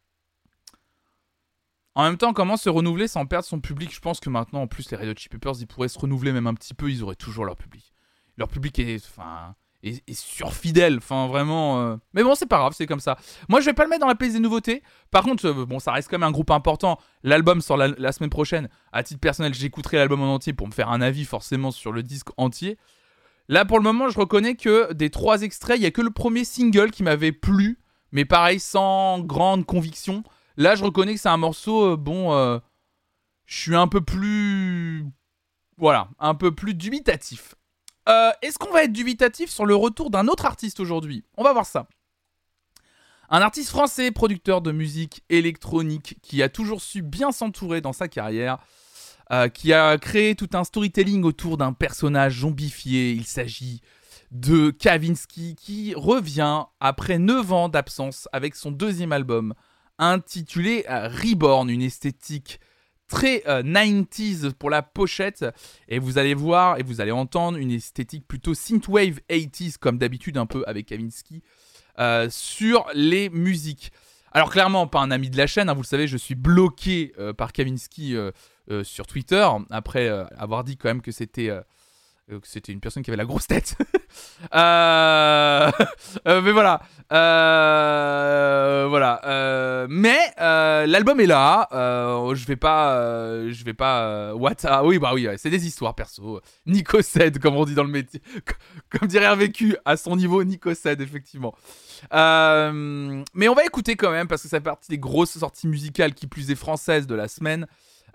En même temps, comment se renouveler sans perdre son public? Je pense que maintenant, en plus, les Red Hot Chili Peppers, ils pourraient se renouveler même un petit peu, ils auraient toujours leur public. Leur public est surfidèle, enfin vraiment... Mais bon, c'est pas grave, c'est comme ça. Moi, je vais pas le mettre dans la playlist des nouveautés. Par contre, bon, ça reste quand même un groupe important. L'album sort la semaine prochaine. À titre personnel, j'écouterai l'album en entier pour me faire un avis forcément sur le disque entier. Là, pour le moment, je reconnais que des 3 extraits, il y a que le premier single qui m'avait plu, mais pareil, sans grande conviction. Là, je reconnais que c'est un morceau, je suis un peu plus... Voilà, un peu plus dubitatif. Est-ce qu'on va être dubitatif sur le retour d'un autre artiste aujourd'hui? On va voir ça. Un artiste français, producteur de musique électronique, qui a toujours su bien s'entourer dans sa carrière, qui a créé tout un storytelling autour d'un personnage zombifié. Il s'agit de Kavinsky, qui revient après 9 ans d'absence avec son 2e album, intitulé Reborn, une esthétique très 90s pour la pochette, et vous allez voir et vous allez entendre une esthétique plutôt synthwave 80s comme d'habitude un peu avec Kavinsky sur les musiques. Alors clairement pas un ami de la chaîne, hein, vous le savez, je suis bloqué par Kavinsky sur Twitter après avoir dit quand même que c'était C'était une personne qui avait la grosse tête. Mais voilà. Mais l'album est là. Je vais pas. Oui, bah oui, ouais, c'est des histoires perso. Nico cède, comme on dit dans le métier. Comme dirait un vécu à son niveau, Nico cède, effectivement. Mais on va écouter quand même, parce que ça fait partie des grosses sorties musicales, qui plus est françaises, de la semaine.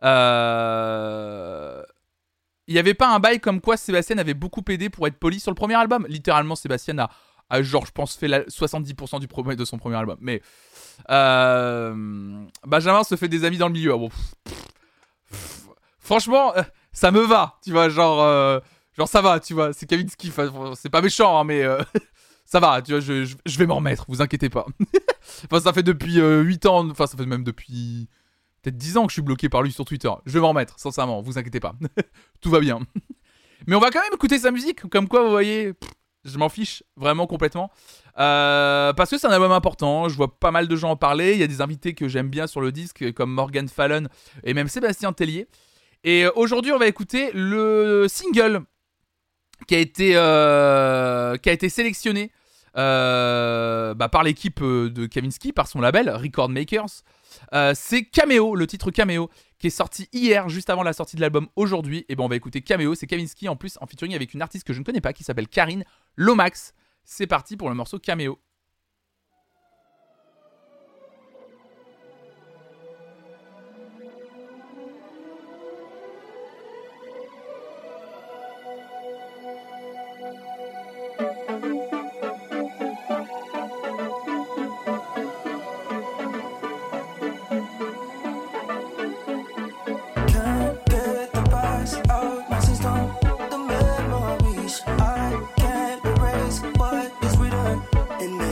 Il n'y avait pas un bail comme quoi Sébastien avait beaucoup aidé pour être poli sur le premier album. Littéralement, Sébastien a genre, je pense, fait 70% de son premier album. Mais Benjamin se fait des amis dans le milieu. Bon, franchement, ça me va, tu vois, genre ça va, tu vois. C'est Kavinsky, c'est pas méchant, hein, mais ça va, tu vois, je vais m'en remettre, vous inquiétez pas. Enfin, ça fait depuis 8 ans, enfin, ça fait même depuis... peut-être 10 ans que je suis bloqué par lui sur Twitter. Je vais m'en remettre, sincèrement, vous inquiétez pas. Tout va bien. Mais on va quand même écouter sa musique. Comme quoi, vous voyez, je m'en fiche vraiment complètement. Parce que c'est un album important. Je vois pas mal de gens en parler. Il y a des invités que j'aime bien sur le disque, comme Morgan Fallon et même Sébastien Tellier. Et aujourd'hui, on va écouter le single qui a été sélectionné par l'équipe de Kavinsky, par son label, Record Makers. C'est Cameo, le titre Cameo, qui est sorti hier, juste avant la sortie de l'album aujourd'hui. Et ben on va écouter Cameo, c'est Kavinsky en plus en featuring avec une artiste que je ne connais pas qui s'appelle Karine Lomax. C'est parti pour le morceau Cameo. And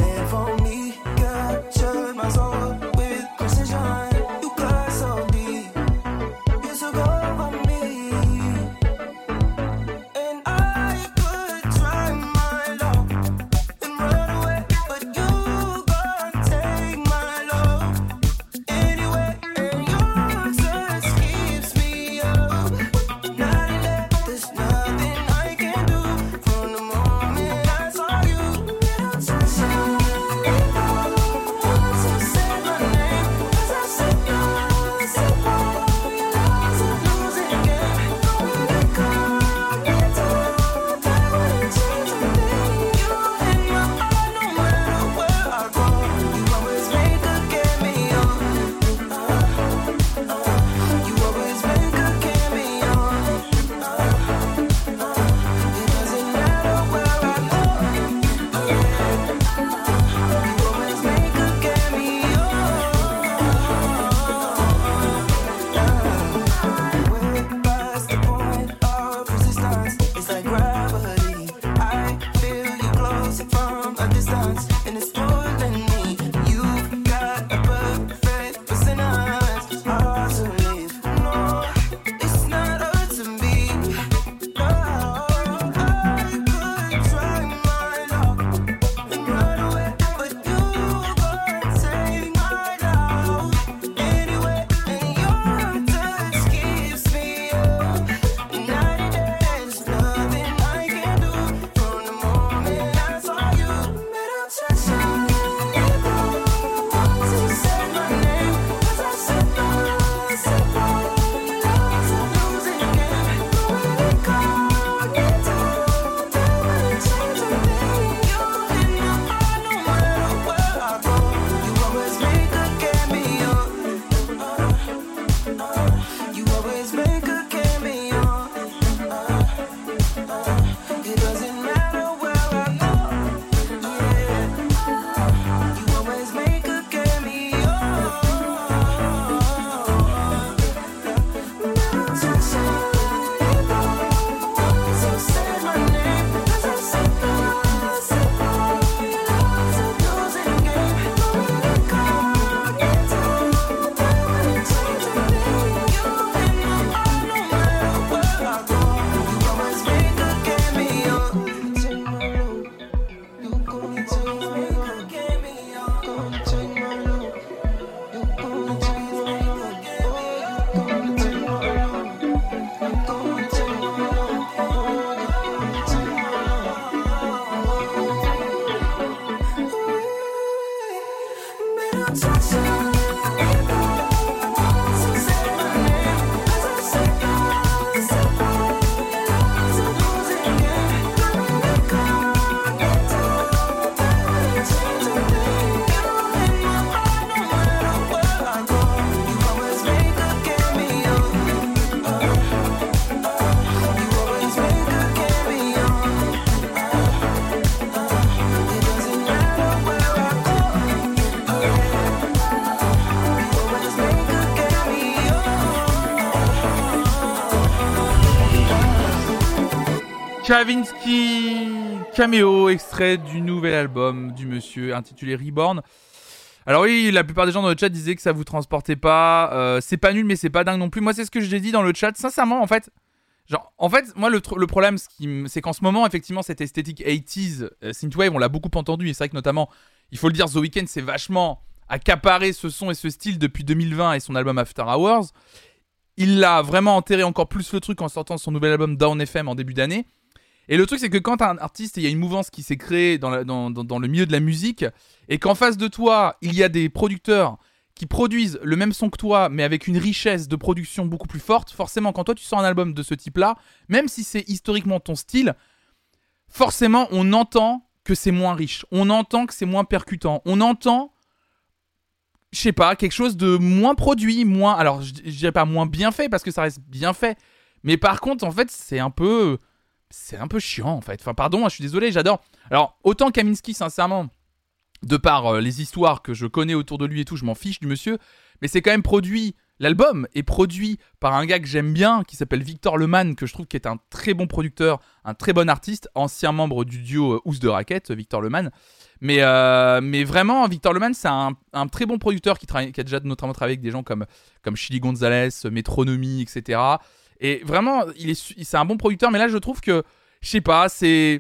Kavinsky, caméo, extrait du nouvel album du monsieur intitulé Reborn. Alors oui, la plupart des gens dans le chat disaient que ça vous transportait pas. C'est pas nul, mais c'est pas dingue non plus. Moi, c'est ce que j'ai dit dans le chat. Sincèrement, en fait, moi, le problème, c'est qu'en ce moment, effectivement, cette esthétique 80s synthwave, on l'a beaucoup entendu. Et c'est vrai que notamment, il faut le dire, The Weeknd s'est vachement accaparé ce son et ce style depuis 2020 et son album After Hours. Il a vraiment enterré encore plus le truc en sortant son nouvel album Down FM en début d'année. Et le truc, c'est que quand t'as un artiste, il y a une mouvance qui s'est créée dans le milieu de la musique, et qu'en face de toi, il y a des producteurs qui produisent le même son que toi, mais avec une richesse de production beaucoup plus forte, forcément, quand toi tu sors un album de ce type-là, même si c'est historiquement ton style, forcément, on entend que c'est moins riche, on entend que c'est moins percutant, on entend, je sais pas, quelque chose de moins produit, moins... Alors, je dirais pas moins bien fait, parce que ça reste bien fait, mais par contre, en fait, c'est un peu chiant, en fait. Enfin, pardon, je suis désolé, j'adore. Alors, autant Kavinsky, sincèrement, de par les histoires que je connais autour de lui et tout, je m'en fiche du monsieur, mais c'est quand même produit... L'album est produit par un gars que j'aime bien, qui s'appelle Victor Lemann, que je trouve qui est un très bon producteur, un très bon artiste, ancien membre du duo Housse de Raquette, Victor Lemann. Mais vraiment, Victor Lemann, c'est un très bon producteur qui a déjà notamment travaillé avec des gens comme Chili Gonzalez, Metronomy, etc. Et vraiment, c'est un bon producteur, mais là, je trouve que, je sais pas, c'est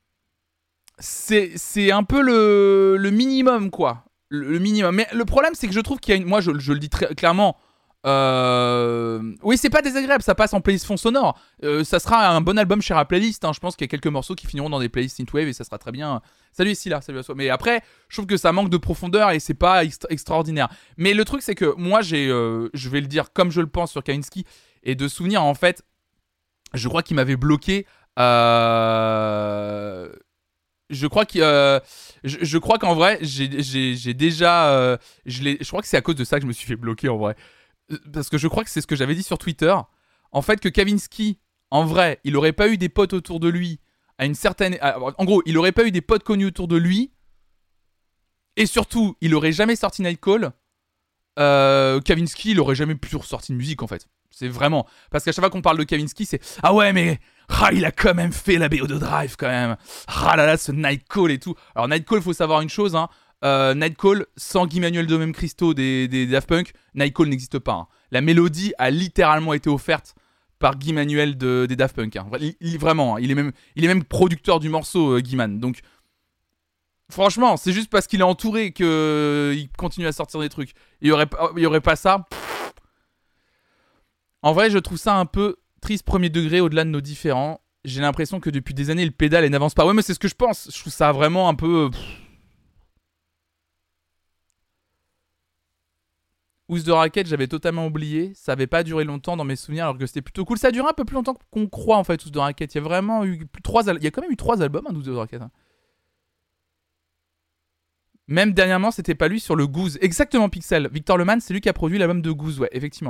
un peu le minimum, quoi. Le minimum. Mais le problème, c'est que je trouve qu'il y a moi, je le dis très clairement, oui, c'est pas désagréable, ça passe en playlist fond sonore. Ça sera un bon album chez la playlist, hein. Je pense qu'il y a quelques morceaux qui finiront dans des playlists synthwave et ça sera très bien. Salut ici là, salut à toi. Mais après, je trouve que ça manque de profondeur et c'est pas extraordinaire. Mais le truc, c'est que moi, je vais le dire comme je le pense sur Kavinsky, et de souvenir, en fait, je crois qu'il m'avait bloqué. Je crois qu'en vrai, j'ai déjà. Je crois que c'est à cause de ça que je me suis fait bloquer en vrai. Parce que je crois que c'est ce que j'avais dit sur Twitter. En fait, que Kavinsky, en vrai, il aurait pas eu des potes autour de lui à une certaine. En gros, il aurait pas eu des potes connus autour de lui. Et surtout, il aurait jamais sorti Nightcall. Kavinsky, il aurait jamais pu ressortir de musique en fait. C'est vraiment. Parce qu'à chaque fois qu'on parle de Kavinsky, c'est ah ouais, mais il a quand même fait la BO de Drive quand même. Ah là là, ce Nightcall et tout. Alors, Nightcall, faut savoir une chose, hein. Nightcall, sans Guy Manuel de Même Christo des Daft Punk, Nightcall n'existe pas. Hein. La mélodie a littéralement été offerte par Guy Manuel des Daft Punk. Hein. Vraiment, hein. Il est même producteur du morceau, Guy Man. Donc, franchement, c'est juste parce qu'il est entouré qu'il continue à sortir des trucs. Il y aurait pas ça. En vrai, je trouve ça un peu triste premier degré au-delà de nos différends. J'ai l'impression que depuis des années, le pédale et n'avance pas. Ouais, mais c'est ce que je pense. Je trouve ça vraiment un peu... Housse de Raquette, j'avais totalement oublié. Ça avait pas duré longtemps dans mes souvenirs, alors que c'était plutôt cool. Ça a duré un peu plus longtemps qu'on croit, en fait, Housse de Raquette. Il y a vraiment eu il y a quand même eu 3 albums, hein, Housse de Raquette. Hein. Même dernièrement, c'était pas lui sur le Goose. Exactement, Pixel. Victor Lemann, c'est lui qui a produit l'album de Goose, ouais, effectivement.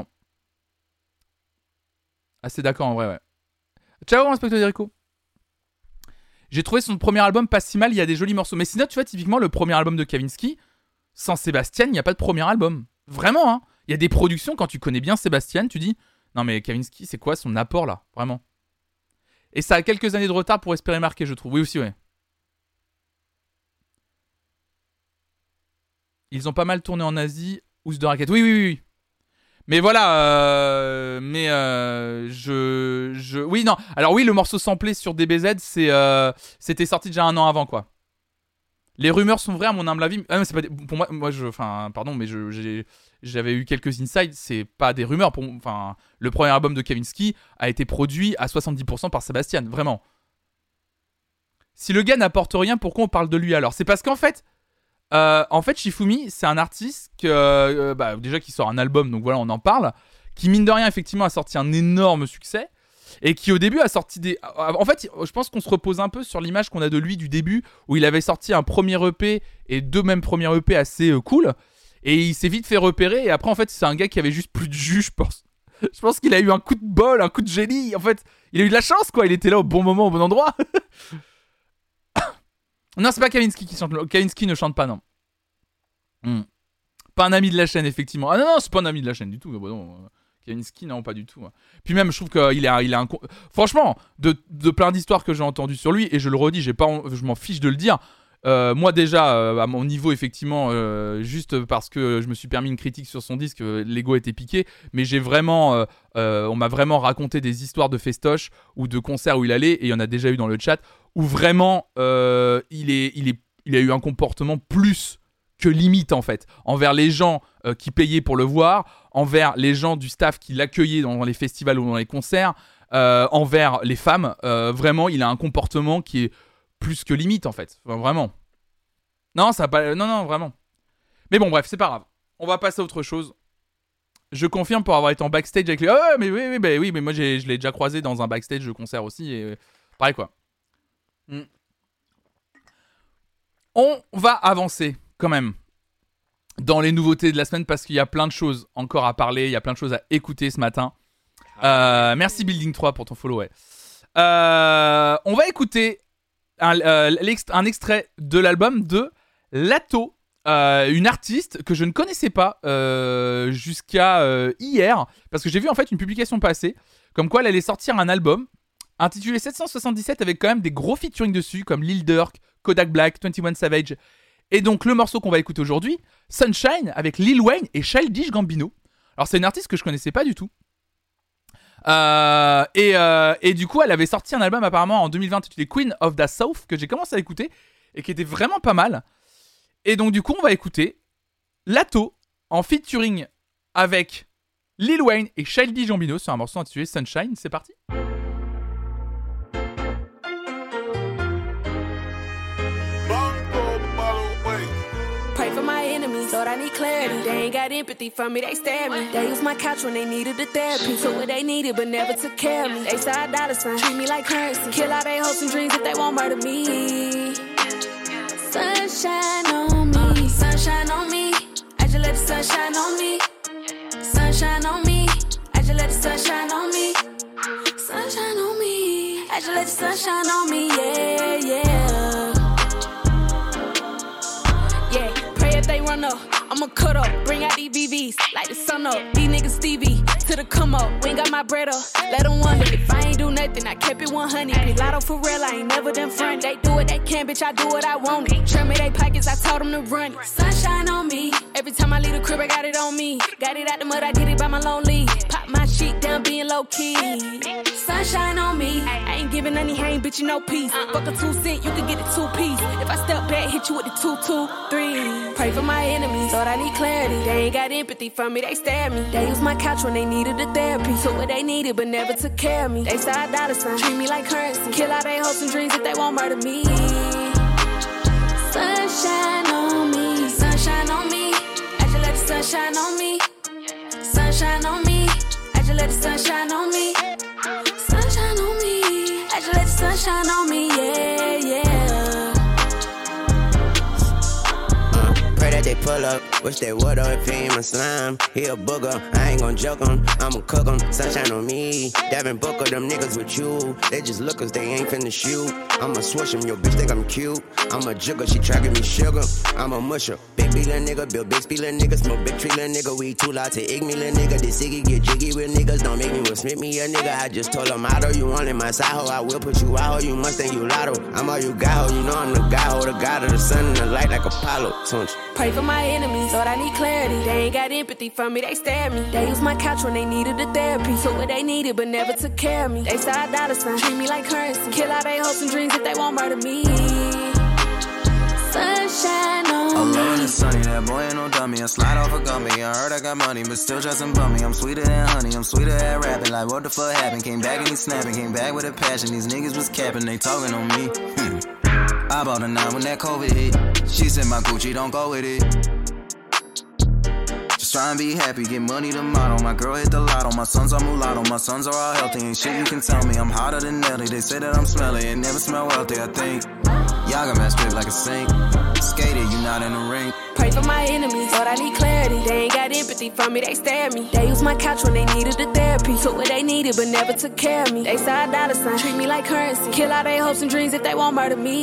Assez d'accord, en vrai, ouais. Ciao, inspecteur Derico. J'ai trouvé son premier album pas si mal, il y a des jolis morceaux. Mais sinon, tu vois, typiquement, le premier album de Kavinsky, sans Sébastien, il n'y a pas de premier album. Vraiment, hein. Il y a des productions, quand tu connais bien Sébastien, tu dis non, mais Kavinsky, c'est quoi son apport là? Vraiment. Et ça a quelques années de retard pour espérer marquer, je trouve. Oui, aussi, ouais. Ils ont pas mal tourné en Asie. Housse de Raquette. Oui, oui, oui, oui. Mais voilà, oui, non. Alors oui, le morceau samplé sur DBZ, c'était sorti déjà 1 an avant, quoi. Les rumeurs sont vraies, à mon humble avis. Ah non, c'est pas pour moi, pardon, mais j'avais eu quelques insights. C'est pas des rumeurs. Le premier album de Kavinsky a été produit à 70% par Sébastien, vraiment. Si le gars n'apporte rien, pourquoi on parle de lui alors? C'est parce qu'en fait, Shifumi, c'est un artiste déjà qui sort un album, donc voilà, on en parle, qui mine de rien, effectivement, a sorti un énorme succès, et qui au début a sorti des... En fait, je pense qu'on se repose un peu sur l'image qu'on a de lui du début, où il avait sorti un premier EP, et 2 mêmes premiers EP assez cool, et il s'est vite fait repérer, et après, en fait, c'est un gars qui avait juste plus de jus, je pense. Je pense qu'il a eu un coup de bol, un coup de génie, en fait, il a eu de la chance, quoi, il était là au bon moment, au bon endroit. Non, c'est pas Kavinsky qui chante. Kavinsky ne chante pas, non. Pas un ami de la chaîne, effectivement. Ah non, c'est pas un ami de la chaîne du tout. Bah non. Kavinsky, non, pas du tout. Puis même, je trouve qu'il a un... Franchement, de plein d'histoires que j'ai entendues sur lui, et je le redis, je m'en fiche de le dire. Moi déjà, à mon niveau, effectivement, juste parce que je me suis permis une critique sur son disque, l'ego était piqué, mais j'ai vraiment... on m'a vraiment raconté des histoires de festoche ou de concerts où il allait, et il y en a déjà eu dans le chat, où vraiment, il a eu un comportement plus que limite, en fait, envers les gens qui payaient pour le voir, envers les gens du staff qui l'accueillaient dans les festivals ou dans les concerts, envers les femmes. Vraiment, il a un comportement qui est plus que limite, en fait. Enfin, vraiment. Non, ça a pas... Non, vraiment. Mais bon, bref, c'est pas grave. On va passer à autre chose. Je confirme pour avoir été en backstage avec lui. Ah ouais, mais mais moi, je l'ai déjà croisé dans un backstage de concert aussi. Et pareil, quoi. On va avancer, quand même, dans les nouveautés de la semaine, parce qu'il y a plein de choses encore à parler. Il y a plein de choses à écouter ce matin. Merci Building 3 pour ton follow, ouais. On va écouter... un extrait de l'album de Latto, une artiste que je ne connaissais pas jusqu'à hier, parce que j'ai vu en fait une publication passer comme quoi elle allait sortir un album intitulé 777 avec quand même des gros featuring dessus comme Lil Durk, Kodak Black, 21 Savage, et donc le morceau qu'on va écouter aujourd'hui, Sunshine, avec Lil Wayne et Childish Gambino. Alors c'est une artiste que je connaissais pas du tout. Et du coup elle avait sorti un album apparemment en 2020 intitulé Queen of the South, que j'ai commencé à écouter et qui était vraiment pas mal. Et donc du coup on va écouter Latto en featuring avec Lil Wayne et Childish Gambino sur un morceau intitulé Sunshine. C'est parti. Lord, I need clarity. They ain't got empathy for me, they stare at me. They use my couch when they needed the therapy. Took what they needed, but never took care of me. They side dollar sign, treat me like currency. Kill all they hopes and dreams if they won't murder me. Sunshine on me, sunshine on me. I just let the sunshine on me. Sunshine on me, I just let the sunshine on me. Sunshine on me, I just let the sunshine on me, yeah, yeah. Yeah, pray if they run up, I'ma cut up, bring out these BBs, like the sun up. These niggas Stevie, to the come up, we ain't got my bread up. Let them wonder if I ain't do nothing, I kept it 100. Pilato for real, I ain't never done front. They do what they can, bitch, I do what I want. Trim me they pockets, I told them to run. Sunshine on me, every time I leave the crib, I got it on me. Got it out the mud, I did it by my lonely. Pop my shit down, being low key. Sunshine on me, I ain't giving any hang, bitch, you no peace. Fuck a 2 cent, you can get a 2 piece. If I step back, hit you with the 2, 2, 3. Pray for my enemies, Lord, I need clarity. They ain't got empathy for me, they stare at me. They use my couch when they needed the therapy. Took what they needed, but never took care of me. They side dollar sign, treat me like currency. Kill all they hopes and dreams if they won't murder me. Sunshine on me, sunshine on me. I just let the sunshine on me. Sunshine on me, I just let the sunshine on me. Sunshine on me, I just let the sunshine on me, yeah, yeah. Pray that they pull up, wish they would up if he ain't my slime. He a booger, I ain't gon' joke him, I'ma cook him. Sunshine on me, Devin Booker, them niggas with you. They just lookers, they ain't finna shoot. I'ma swish him, your bitch think I'm cute. I'm a jigger, she tracking me sugar. I'm a musher, big B little nigga, build big speed little nigga, smoke big tree little nigga. We too loud to ig me little nigga. This Iggy get jiggy with niggas, don't make me will smith me a nigga. I just told him, motto, you want in my side hoe, I will put you out, ho, you must think you lotto. I'm all you got, ho, you know I'm the guy, ho, the god of the sun and the light like Apollo. Pray for my enemies, Lord, I need clarity. They ain't got empathy for me, they stare at me. They use my couch when they needed the therapy. Took what they needed, but never took care of me. They side dollar sign, treat me like currency. Kill all they hopes and dreams if they won't murder me. Sunshine on me. Although it's sunny, that boy ain't no dummy. I slide off a gummy. I heard I got money, but still just bummy. I'm sweeter than honey, I'm sweeter at rapping. Like what the fuck happened? Came back and he snapping, came back with a passion. These niggas was capping, they talking on me. I bought a 9 when that COVID hit. She said my Gucci don't go with it. Just try and be happy, get money to model. My girl hit the lotto, my sons are mulatto. My sons are all healthy, ain't shit you can tell me. I'm hotter than Nelly, they say that I'm smelly. It never smell wealthy, I think. Y'all got my strip like a saint. Skated, you not in the ring. Pray for my enemies, Lord, I need clarity. They ain't got empathy for me, they stare at me. They use my couch when they needed the therapy. Took what they needed, but never took care of me. They side dollar sign, treat me like currency. Kill all they hopes and dreams if they won't murder me.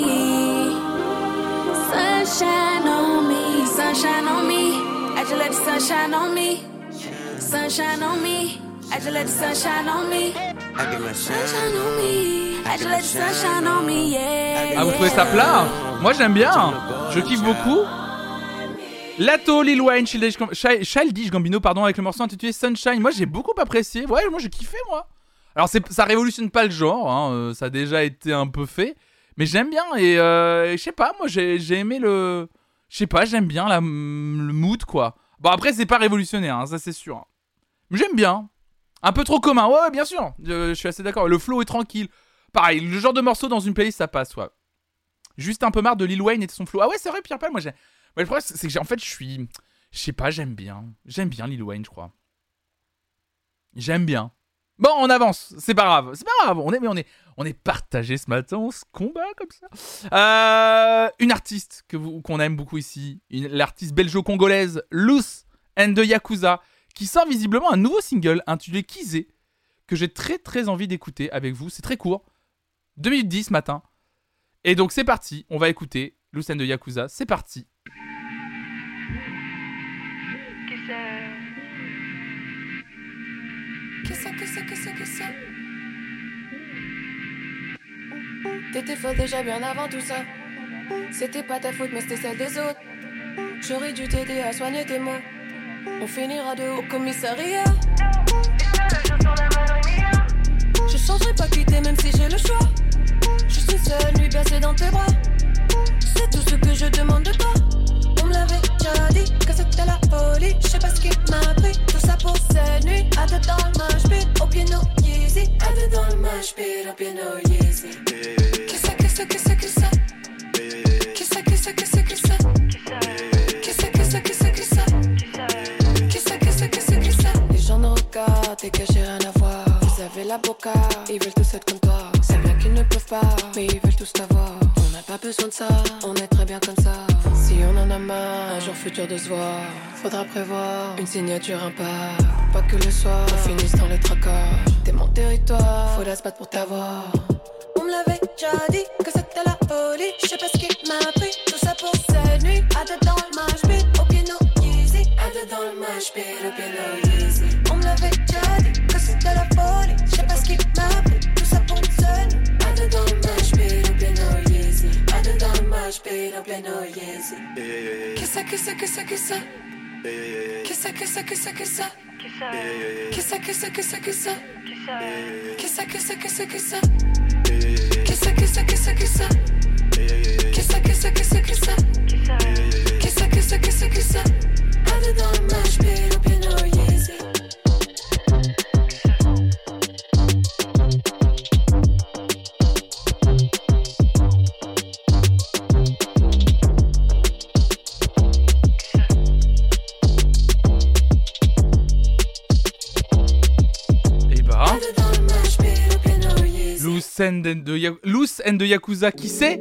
Sunshine on me, I just let the sunshine on me. Sunshine on me, I just let the sunshine on me. I get my Sunshine on me. I just let the sunshine on me, yeah. Ah, vous trouvez ça plat? Moi j'aime bien, je kiffe beaucoup. Lato, Lil Wayne, Childish Gambino, pardon, avec le morceau intitulé Sunshine. Moi j'ai beaucoup apprécié, ouais, moi j'ai kiffé moi. Alors ça révolutionne pas le genre, hein, ça a déjà été un peu fait, mais j'aime bien et je sais pas, moi j'ai aimé le... Je sais pas, j'aime bien le mood quoi. Bon après c'est pas révolutionnaire, hein, ça c'est sûr. Hein. Mais j'aime bien. Un peu trop commun, ouais bien sûr, je suis assez d'accord. Le flow est tranquille. Pareil, le genre de morceau dans une playlist ça passe, ouais. Juste un peu marre de Lil Wayne et de son flow. Ah ouais c'est vrai Pierre Paul, moi j'ai... Ouais, le problème c'est que en fait je suis... Je sais pas, j'aime bien Lil Wayne je crois. J'aime bien. Bon, on avance, c'est pas grave, on est partagé ce matin, on se combat comme ça. Une artiste qu'on aime beaucoup ici, l'artiste belgeo-congolaise Loose and the Yakuza, qui sort visiblement un nouveau single intitulé Kizé, que j'ai très très envie d'écouter avec vous, c'est très court, 2 minutes 10 ce matin. Et donc c'est parti, on va écouter Loose and the Yakuza, c'est parti. Que ça T'étais folle déjà bien avant tout ça. C'était pas ta faute mais c'était celle des autres. J'aurais dû t'aider à soigner tes mots. On finira de haut au commissariat. Je changerai pas quitter même si j'ai le choix. Juste une seule nuit bercée dans tes bras. C'est tout ce que je demande de toi. On me l'avait déjà dit que c'était la folie. Je sais pas ce qui m'a pris. Tout ça pour cette nuit. À deux dans le mosh pit, au piano Yeezy. À deux dans le mosh pit, au piano Yeezy. Qu'est-ce que ça? Qu'est-ce que ça? Les gens nous regardent et que j'ai rien à voir. Vous avez la boca, ils veulent tous être comme toi. C'est bien qu'ils ne peuvent pas, mais ils veulent tous t'avoir. On n'a pas besoin de ça, on est très bien comme ça. Si on en a marre, un jour futur de se voir, faudra prévoir une signature, un pas que le soir, on finisse dans le tracas. T'es mon territoire, faudra se battre pour t'avoir. On me l'avait déjà dit que c'était la folie. Je sais pas ce qui m'a pris, tout ça pour cette nuit. À deux dans le mosh pit, au piano Yeezy. À deux dans le mosh pit, au piano Yeezy. On me l'avait déjà dit que c'était la folie. Je sais pas ce qui m'a pris, tout ça pour cette nuit. À deux dans le mosh pit, au piano Yeezy. À deux dans le mosh pit, au piano Yeezy. Qu'est-ce ça? Qu'est-ce que ça? Qu'est-ce ça? Loose and the Yakuza, qui c'est?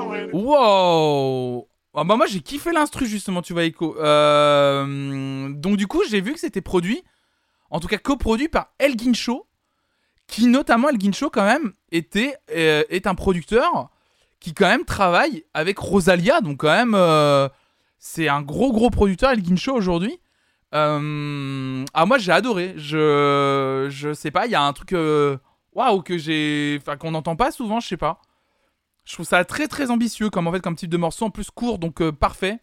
Wow. Ah bah moi j'ai kiffé l'instru justement, tu vois Echo. Donc du coup j'ai vu que c'était produit, en tout cas coproduit par El Guincho, qui notamment El Guincho quand même est un producteur qui quand même travaille avec Rosalia, donc quand même c'est un gros producteur El Guincho aujourd'hui. Ah moi j'ai adoré, je sais pas, il y a un truc waouh qu'on n'entend pas souvent, je sais pas. Je trouve ça très très ambitieux comme type de morceau, en plus court, donc parfait.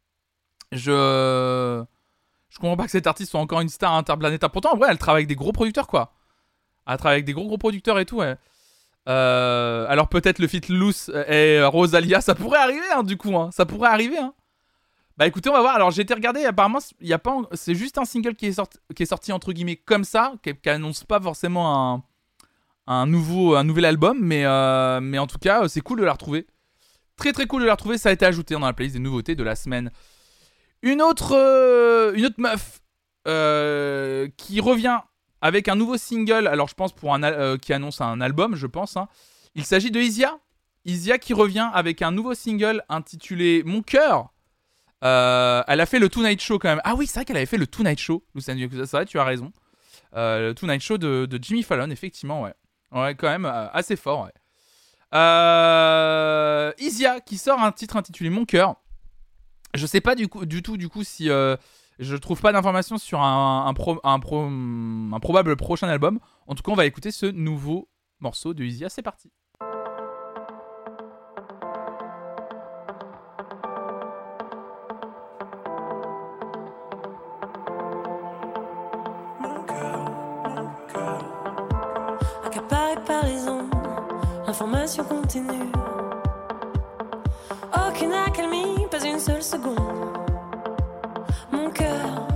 Je comprends pas que cette artiste soit encore une star interplanétaire. Pourtant en vrai elle travaille avec des gros producteurs quoi. Elle travaille avec des gros producteurs et tout ouais. Alors peut-être le feat Loose et Rosalia, ça pourrait arriver hein, du coup hein. Ça pourrait arriver hein. Bah écoutez on va voir. Alors j'ai été regarder, apparemment il y a pas, c'est juste un single qui est sorti entre guillemets comme ça, qui annonce pas forcément un nouvel album, mais en tout cas c'est cool de la retrouver, très très cool de la retrouver. Ça a été ajouté dans la playlist des nouveautés de la semaine. Une autre meuf qui revient avec un nouveau single, alors je pense qui annonce un album je pense hein. Il s'agit de Isia qui revient avec un nouveau single intitulé Mon Cœur. Elle a fait le Tonight Show quand même. Ah oui c'est vrai qu'elle avait fait le Tonight Show, c'est vrai, tu as raison. Le Tonight Show de Jimmy Fallon, effectivement ouais. Ouais, quand même, assez fort, ouais. Isia qui sort un titre intitulé Mon Cœur. Je sais pas du tout si Je trouve pas d'informations sur un probable prochain album. En tout cas, on va écouter ce nouveau morceau de Isia. C'est parti. Accaparé par les ondes, l'information continue. Aucune accalmie, pas une seule seconde. Mon cœur,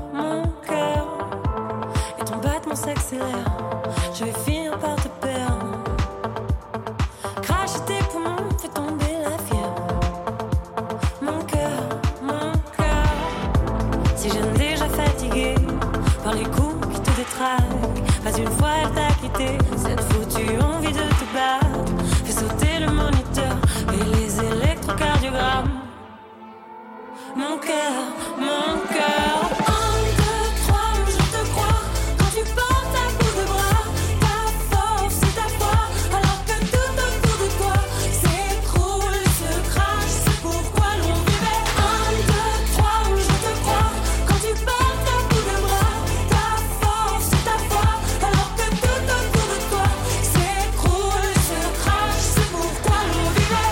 et ton battement s'accélère. Je vais finir par te perdre. Cracher tes poumons, fait tomber la fièvre. Mon cœur, si je n'ai déjà fatigué par les coups qui te détraquent. Pas une fois elle t'a quitté, cette foutue envie de te battre. Fais sauter le moniteur et les électrocardiogrammes. Mon cœur, 1, 2, 3, je te crois. Quand tu portes à bout de bras, ta force et ta foi, alors que tout autour de toi s'écroule, se crache, c'est pourquoi l'on vivait. 1, 2, 3, je te crois. Quand tu portes à bout de bras, ta force et ta foi, alors que tout autour de toi s'écroule, se crache, c'est pourquoi l'on vivait.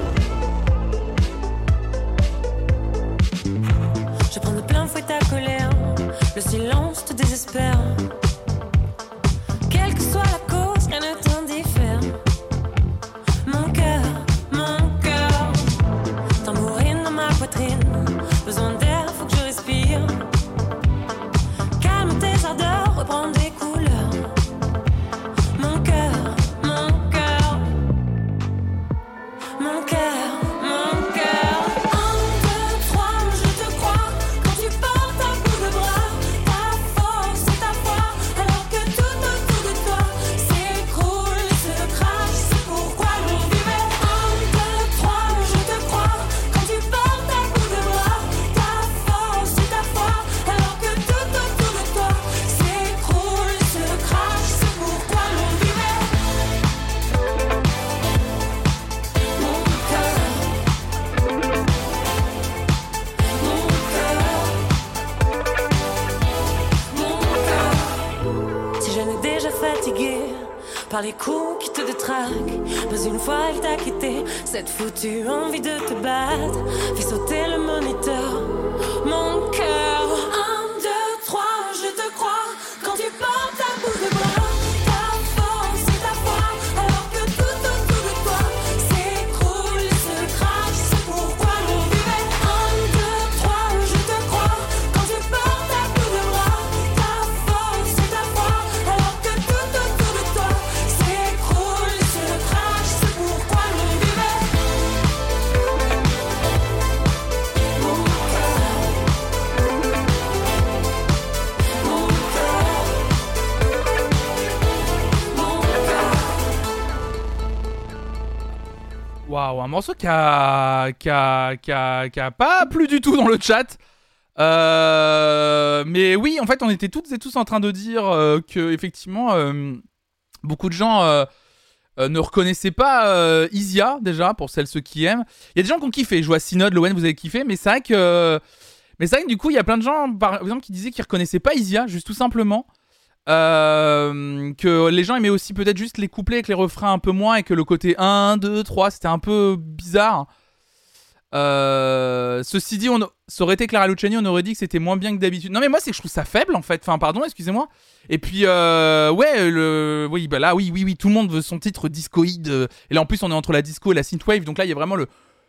Je prends de plein fouet ta colère, le silence te désespère. Quelle que soit la cause, rien ne t'indiffère. Mon cœur, tambourine dans ma poitrine. Besoin d'air, faut que je respire. Calme tes ardeurs, reprends des couleurs. Mon cœur, 1, 2, 3, je te crois. Quand tu portes à bout de bras, ta force et ta foi, alors que tout autour de toi s'écroule, se crache, c'est pourquoi l'on vivait. 1, 2, 3, je te crois. Quand tu portes à bout de bras, ta force et ta foi, alors que tout autour de toi s'écroule, se crache, c'est pourquoi l'on vivait. Mon cœur, si je n'ai déjà fatigué par les coups qui te détraquent, pas une fois elle t'a quitté, cette foutue envie de te battre, fais sauter le moniteur. Mon cœur, 1, 2, 3, je te crois. Quand tu portes à bout de bras, ta force et ta foi, alors que tout autour de toi s'écroule, se crache, c'est pourquoi l'on vivait. 1, 2, 3, je te crois. Quand tu portes à bout de bras, ta force et ta foi, alors que tout autour de toi s'écroule, se crache, c'est pourquoi l'on vivait. Mon cœur, Waouh, un morceau qui a pas plu du tout dans le chat. Mais oui, en fait, on était toutes et tous en train de dire que effectivement, beaucoup de gens ne reconnaissaient pas Isia déjà, pour ceux qui aiment. Il y a des gens qui ont kiffé. Je vois Synod, Lowen, vous avez kiffé, mais c'est vrai que du coup, il y a plein de gens, par exemple, qui disaient qu'ils reconnaissaient pas Isia, juste tout simplement. Que les gens aimaient aussi peut-être juste les couplets avec les refrains un peu moins, et que le côté 1, 2, 3 c'était un peu bizarre. Ceci dit, ça aurait été Clara Luciani, on aurait dit que c'était moins bien que d'habitude. Non mais moi c'est que je trouve ça faible en fait, enfin pardon, excusez-moi. Et puis oui bah là oui tout le monde veut son titre discoïde, et là en plus on est entre la disco et la synthwave, donc là il y a vraiment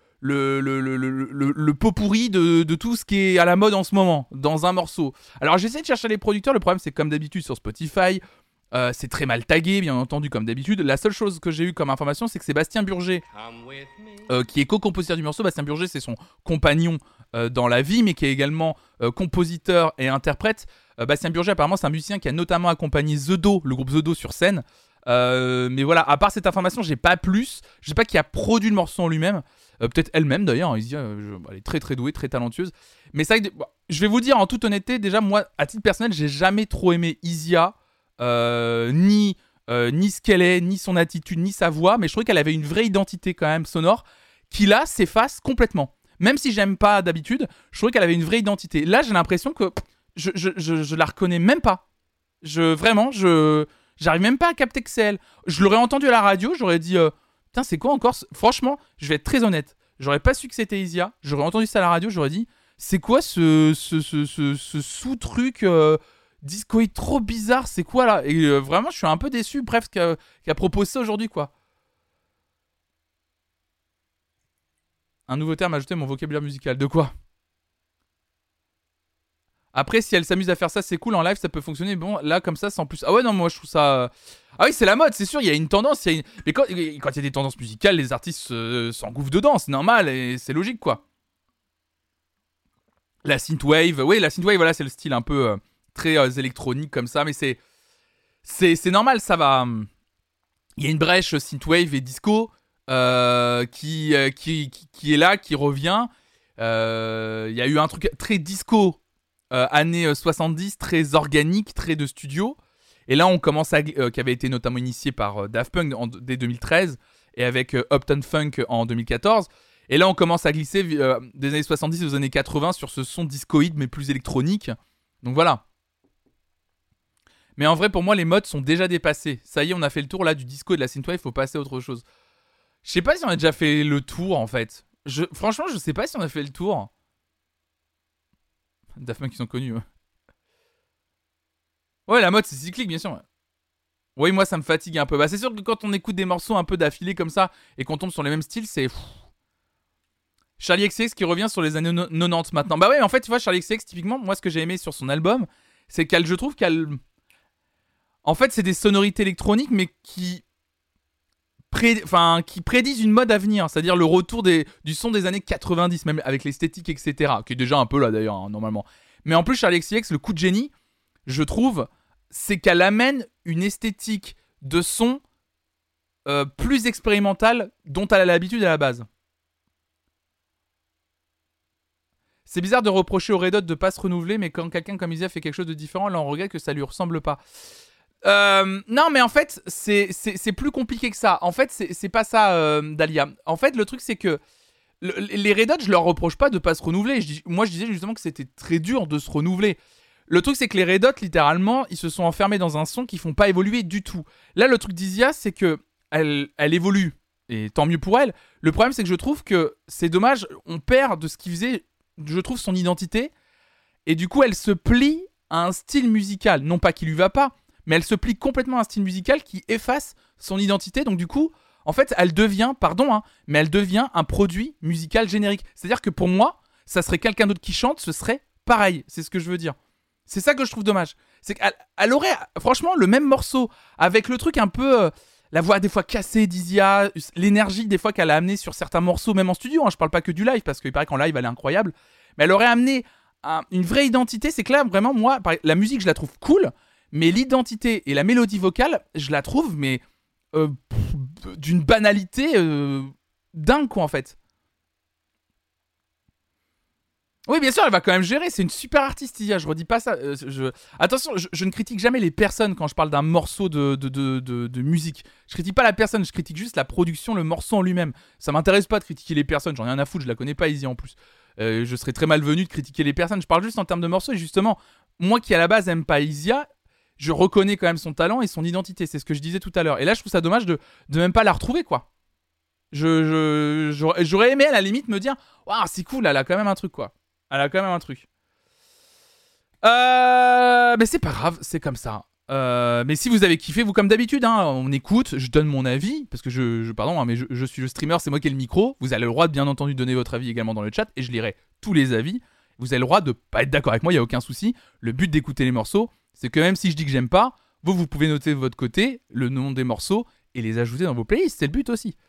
le pot pourri de tout ce qui est à la mode en ce moment dans un morceau. Alors j'essaie de chercher les producteurs, le problème c'est que comme d'habitude sur Spotify c'est très mal tagué bien entendu comme d'habitude. La seule chose que j'ai eu comme information c'est que c'est Bastien Burger qui est co-compositeur du morceau. Bastien Burger c'est son compagnon dans la vie mais qui est également compositeur et interprète. Bastien Burger apparemment c'est un musicien qui a notamment accompagné The Do, le groupe The Do sur scène. Mais voilà, à part cette information j'ai pas plus. Je sais pas qui a produit le morceau en lui-même. Peut-être elle-même d'ailleurs, elle est très très douée, très talentueuse. Mais c'est vrai que je vais vous dire en toute honnêteté, déjà moi, à titre personnel, j'ai jamais trop aimé Isia, ni ce qu'elle est, ni son attitude, ni sa voix. Mais je trouvais qu'elle avait une vraie identité quand même sonore, qui là s'efface complètement. Même si j'aime pas d'habitude, je trouvais qu'elle avait une vraie identité. Là, j'ai l'impression que je la reconnais même pas. J'arrive même pas à capter que c'est elle. Je l'aurais entendu à la radio, j'aurais dit putain, c'est quoi encore Franchement, je vais être très honnête. J'aurais pas su que c'était Isia. J'aurais entendu ça à la radio, j'aurais dit c'est quoi ce sous-truc discoïde trop bizarre, c'est quoi là? Et vraiment, je suis un peu déçu, bref, qu'elle propose ça aujourd'hui, quoi. Un nouveau terme ajouté à mon vocabulaire musical. De quoi? Après, si elle s'amuse à faire ça, c'est cool. En live, ça peut fonctionner. Bon, là, comme ça, sans plus. Ah ouais, non, moi, je trouve ça... Ah oui, c'est la mode, c'est sûr. Il y a une tendance. Mais quand il y a des tendances musicales, les artistes s'engouffrent dedans. C'est normal et c'est logique, quoi. La synthwave. Oui, la synthwave, voilà, c'est le style un peu très électronique comme ça. Mais c'est normal, ça va... Il y a une brèche synthwave et disco qui est là, qui revient. Il y a eu un truc très disco années 70, très organique, très de studio. Et là, on commence qui avait été notamment initié par Daft Punk dès 2013 et avec Uptown Funk en 2014. Et là, on commence à glisser des années 70 aux années 80 sur ce son discoïde, mais plus électronique. Donc voilà. Mais en vrai, pour moi, les modes sont déjà dépassés. Ça y est, on a fait le tour là du disco et de la synthwave, il faut passer à autre chose. Je sais pas si on a déjà fait le tour, en fait. Franchement, je sais pas si on a fait le tour. Daft Punk, ils sont connus. Ouais, la mode, c'est cyclique, bien sûr. Oui, moi, ça me fatigue un peu. Bah, c'est sûr que quand on écoute des morceaux un peu d'affilée comme ça et qu'on tombe sur les mêmes styles, c'est... Charli XCX qui revient sur les années 90 maintenant. Bah ouais, en fait, tu vois, Charli XCX, typiquement, moi, ce que j'ai aimé sur son album, c'est je trouve qu'elle... En fait, c'est des sonorités électroniques, mais qui prédisent une mode à venir, c'est-à-dire le retour du son des années 90, même avec l'esthétique, etc., qui est déjà un peu là d'ailleurs, hein, normalement. Mais en plus, Charli XCX, le coup de génie, je trouve, c'est qu'elle amène une esthétique de son plus expérimentale dont elle a l'habitude à la base. C'est bizarre de reprocher au Red Hot de pas se renouveler, mais quand quelqu'un comme Isia fait quelque chose de différent, là on regrette que ça lui ressemble pas. Non, mais en fait, c'est plus compliqué que ça. En fait, c'est pas ça, Dahlia. En fait, le truc, c'est que les Red Hot, je leur reproche pas de pas se renouveler. Moi, je disais justement que c'était très dur de se renouveler. Le truc, c'est que les Red Hot, littéralement, ils se sont enfermés dans un son qu'ils font pas évoluer du tout. Là, le truc d'Isia, c'est que elle évolue, et tant mieux pour elle. Le problème, c'est que je trouve que c'est dommage, on perd de ce qu'il faisait, je trouve, son identité, et du coup, elle se plie à un style musical. Non pas qu'il lui va pas, mais elle se plie complètement à un style musical qui efface son identité. Donc du coup, en fait, elle devient, mais elle devient un produit musical générique. C'est-à-dire que pour moi, ça serait quelqu'un d'autre qui chante, ce serait pareil. C'est ce que je veux dire. C'est ça que je trouve dommage. C'est qu'elle aurait, franchement, le même morceau, avec le truc un peu... la voix des fois cassée d'Isia, l'énergie des fois qu'elle a amené sur certains morceaux, même en studio. Hein, je parle pas que du live, parce qu'il paraît qu'en live, elle est incroyable. Mais elle aurait amené une vraie identité. C'est que là, vraiment, moi, la musique, je la trouve cool. Mais l'identité et la mélodie vocale, je la trouve, mais d'une banalité dingue, quoi, en fait. Oui, bien sûr, elle va quand même gérer. C'est une super artiste, Isia. Je redis pas ça. Attention, je ne critique jamais les personnes quand je parle d'un morceau de musique. Je critique pas la personne, je critique juste la production, le morceau en lui-même. Ça m'intéresse pas de critiquer les personnes. J'en ai rien à foutre, je la connais pas, Isia, en plus. Je serais très malvenu de critiquer les personnes. Je parle juste en termes de morceaux. Et justement, moi qui à la base aime pas Isia, je reconnais quand même son talent et son identité. C'est ce que je disais tout à l'heure. Et là, je trouve ça dommage de même pas la retrouver, quoi. J'aurais aimé, à la limite, me dire « Waouh, c'est cool, elle a quand même un truc, quoi. » Elle a quand même un truc. Mais c'est pas grave, c'est comme ça. Mais si vous avez kiffé, vous comme d'habitude, hein, on écoute, je donne mon avis, parce que pardon, hein, mais je suis le streamer, c'est moi qui ai le micro. Vous avez le droit de bien entendu donner votre avis également dans le chat, et je lirai tous les avis. Vous avez le droit de pas être d'accord avec moi, il n'y a aucun souci. Le but d'écouter les morceaux, c'est que même si je dis que j'aime pas, vous pouvez noter de votre côté le nom des morceaux et les ajouter dans vos playlists, c'est le but aussi.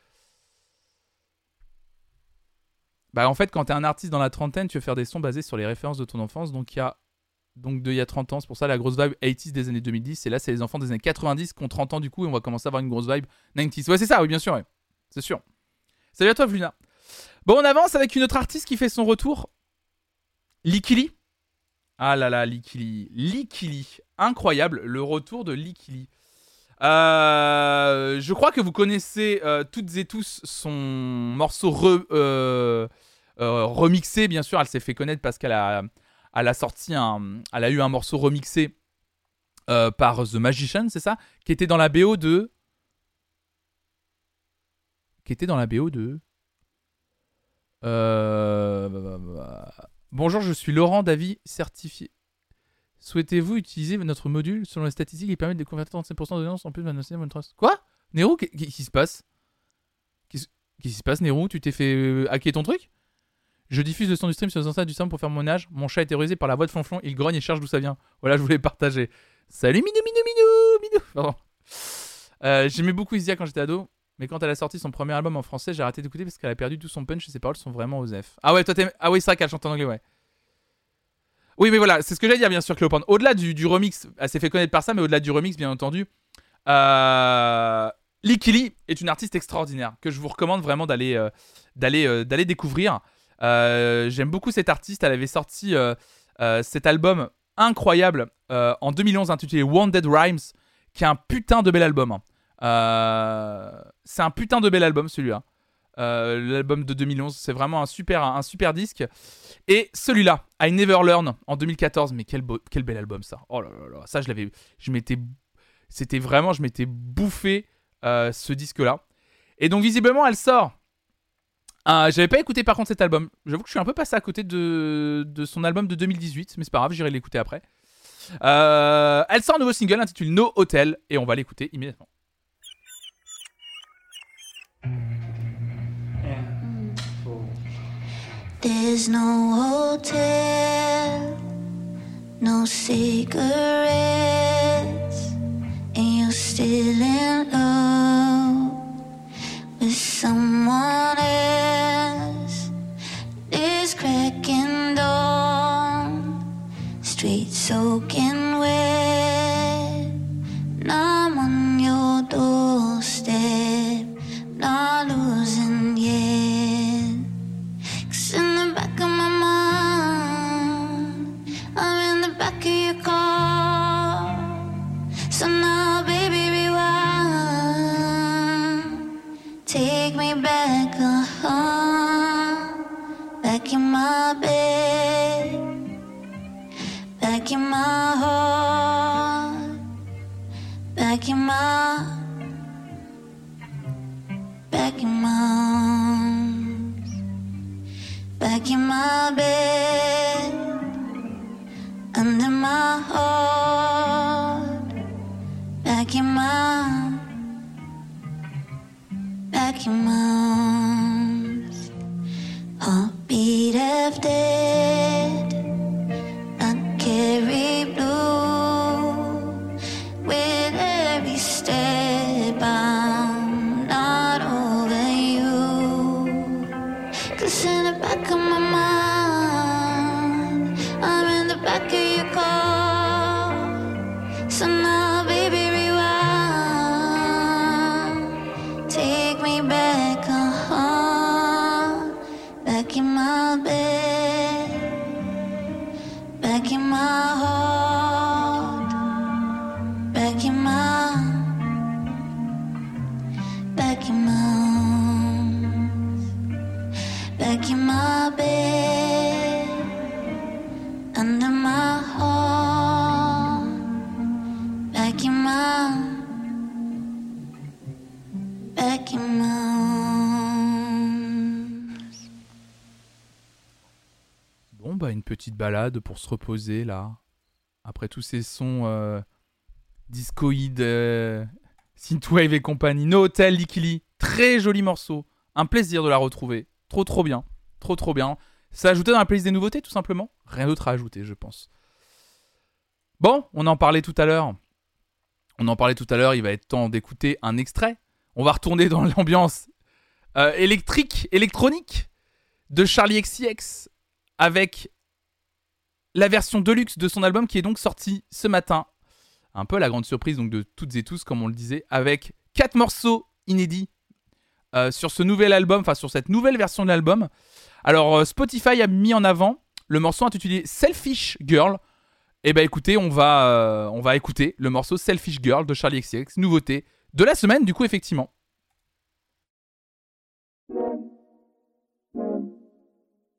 Bah en fait, quand t'es un artiste dans la trentaine, tu veux faire des sons basés sur les références de ton enfance, donc il y a 30 ans, c'est pour ça la grosse vibe 80s des années 2010, et là c'est les enfants des années 90 qui ont 30 ans du coup, et on va commencer à avoir une grosse vibe 90s. Ouais, c'est ça, oui, bien sûr, ouais. C'est sûr. Salut à toi, Luna. Bon, on avance avec une autre artiste qui fait son retour. Likili. Ah là là, Likili. Incroyable, le retour de Likili. Je crois que vous connaissez toutes et tous son morceau remixé, bien sûr. Elle s'est fait connaître parce qu'elle a sorti elle a eu un morceau remixé par The Magician, c'est ça, qui était dans la BO de Bonjour, je suis Laurent Davy, certifié. Souhaitez-vous utiliser notre module selon les statistiques qui permettent de convertir 37% d'audience en plus de la trust? Quoi? Nero, qu'est-ce qui se passe? Qu'est-ce qui se passe, Nero? Tu t'es fait hacker ton truc? Je diffuse le son du stream sur les enceintes du Sound pour faire mon âge. Mon chat est terrorisé par la voix de Flonflon. Il grogne et cherche d'où ça vient. Voilà, je voulais partager. Salut Minou. Pardon. J'aimais beaucoup Isia quand j'étais ado. Mais quand elle a sorti son premier album en français, j'ai arrêté d'écouter parce qu'elle a perdu tout son punch et ses paroles sont vraiment osef. Ah ouais, toi t'aimes... Ah oui, c'est vrai qu'elle chante en anglais, ouais. Oui, mais voilà, c'est ce que j'allais dire, bien sûr, Cléopâtre. Au-delà du remix, elle s'est fait connaître par ça, mais au-delà du remix, bien entendu, Lickily est une artiste extraordinaire que je vous recommande vraiment d'aller découvrir. J'aime beaucoup cette artiste. Elle avait sorti cet album incroyable en 2011 intitulé Wounded Rhymes, qui est un putain de bel album. C'est un putain de bel album, celui-là. L'album de 2011, c'est vraiment un super disque. Et celui-là, I Never Learn, en 2014, mais quel bel album ça. Oh là là, ça je m'étais bouffé ce disque-là. Et donc visiblement elle sort. J'avais pas écouté par contre cet album. J'avoue que je suis un peu passé à côté de son album de 2018, mais c'est pas grave, j'irai l'écouter après. Elle sort un nouveau single intitulé No Hotel et on va l'écouter immédiatement. There's no hotel, no cigarettes, and you're still in love with someone else. This cracking dawn, streets soaking wet, and I'm on your doorstep, not losing yet. In the back of my mind, I'm in the back of your car. So now, baby, rewind. Take me back, back in my bed, back in my heart, back in my arms. Back in my bed, under my heart. Back in my arms. Heartbeat of dead, I carry blue. With every step I'm not over you. 'Cause in the back of my mind, I'm in the back of your car. So now, baby, rewind. Take me back, back in my bed, back in my heart, back in my arms. Back in my bed, under my heart, back in my arms. Bon, bah, une petite balade pour se reposer, là. Après tous ces sons discoïdes, synthwave et compagnie. No Hotel, Lickily. Très joli morceau. Un plaisir de la retrouver. Trop bien. Trop bien. Ça a ajouté dans la playlist des nouveautés, tout simplement. Rien d'autre à ajouter, je pense. Bon, on en parlait tout à l'heure. Il va être temps d'écouter un extrait. On va retourner dans l'ambiance électronique de Charli XCX avec la version deluxe de son album qui est donc sorti ce matin. Un peu la grande surprise donc de toutes et tous, comme on le disait, avec 4 morceaux inédits sur ce nouvel album, enfin sur cette nouvelle version de l'album. Alors Spotify a mis en avant le morceau intitulé Selfish Girl. Et bah écoutez, on va écouter le morceau Selfish Girl de Charli XCX, nouveauté de la semaine du coup effectivement.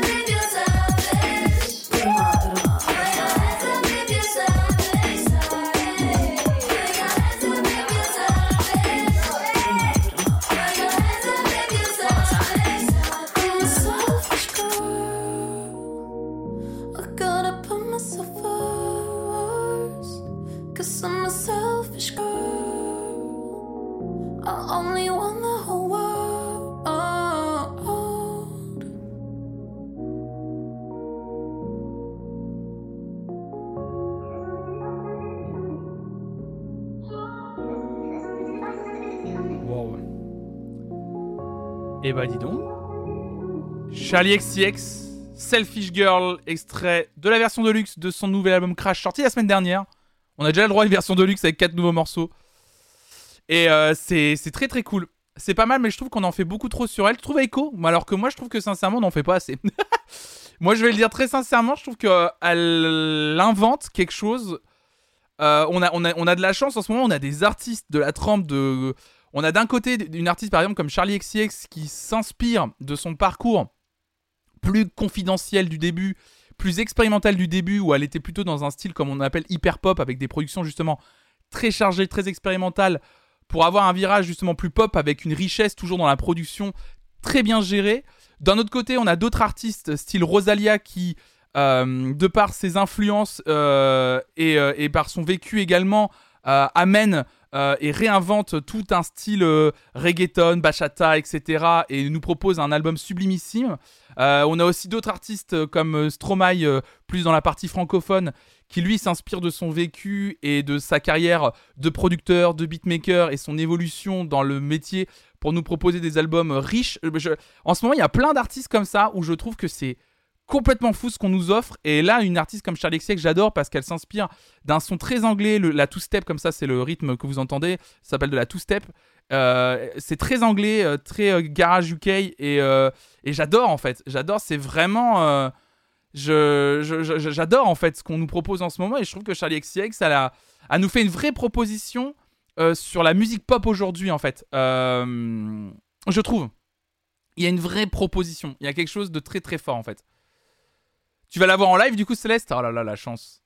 Et bah dis donc. Charli XCX, Selfish Girl, extrait de la version Deluxe de son nouvel album Crash, sorti la semaine dernière. On a déjà le droit à une version Deluxe avec 4 nouveaux morceaux. Et c'est très très cool. C'est pas mal, mais je trouve qu'on en fait beaucoup trop sur elle. Tu trouves Echo ? Alors que moi je trouve que sincèrement on n'en fait pas assez. Moi je vais le dire très sincèrement, je trouve qu'elle invente quelque chose. On a de la chance en ce moment, on a des artistes de la trempe de... On a d'un côté une artiste par exemple comme Charli XCX qui s'inspire de son parcours plus confidentiel du début, plus expérimental du début, où elle était plutôt dans un style comme on appelle hyper pop, avec des productions justement très chargées, très expérimentales, pour avoir un virage justement plus pop avec une richesse toujours dans la production très bien gérée. D'un autre côté, on a d'autres artistes style Rosalia qui, de par ses influences et par son vécu également, amène et réinvente tout un style reggaeton, bachata, etc. et nous propose un album sublimissime. On a aussi d'autres artistes comme Stromae, plus dans la partie francophone, qui lui s'inspire de son vécu et de sa carrière de producteur, de beatmaker et son évolution dans le métier pour nous proposer des albums riches. En ce moment, il y a plein d'artistes comme ça où je trouve que c'est complètement fou ce qu'on nous offre. Et là, une artiste comme Charli XCX, j'adore parce qu'elle s'inspire d'un son très anglais, la two-step, comme ça, c'est le rythme que vous entendez, ça s'appelle de la two-step. C'est très anglais, très garage UK et j'adore en fait. J'adore, c'est vraiment... j'adore en fait ce qu'on nous propose en ce moment et je trouve que Charli XCX, elle nous fait une vraie proposition sur la musique pop aujourd'hui en fait. Je trouve. Il y a une vraie proposition. Il y a quelque chose de très très fort en fait. Tu vas la voir en live du coup, Céleste ? Oh là là, la chance.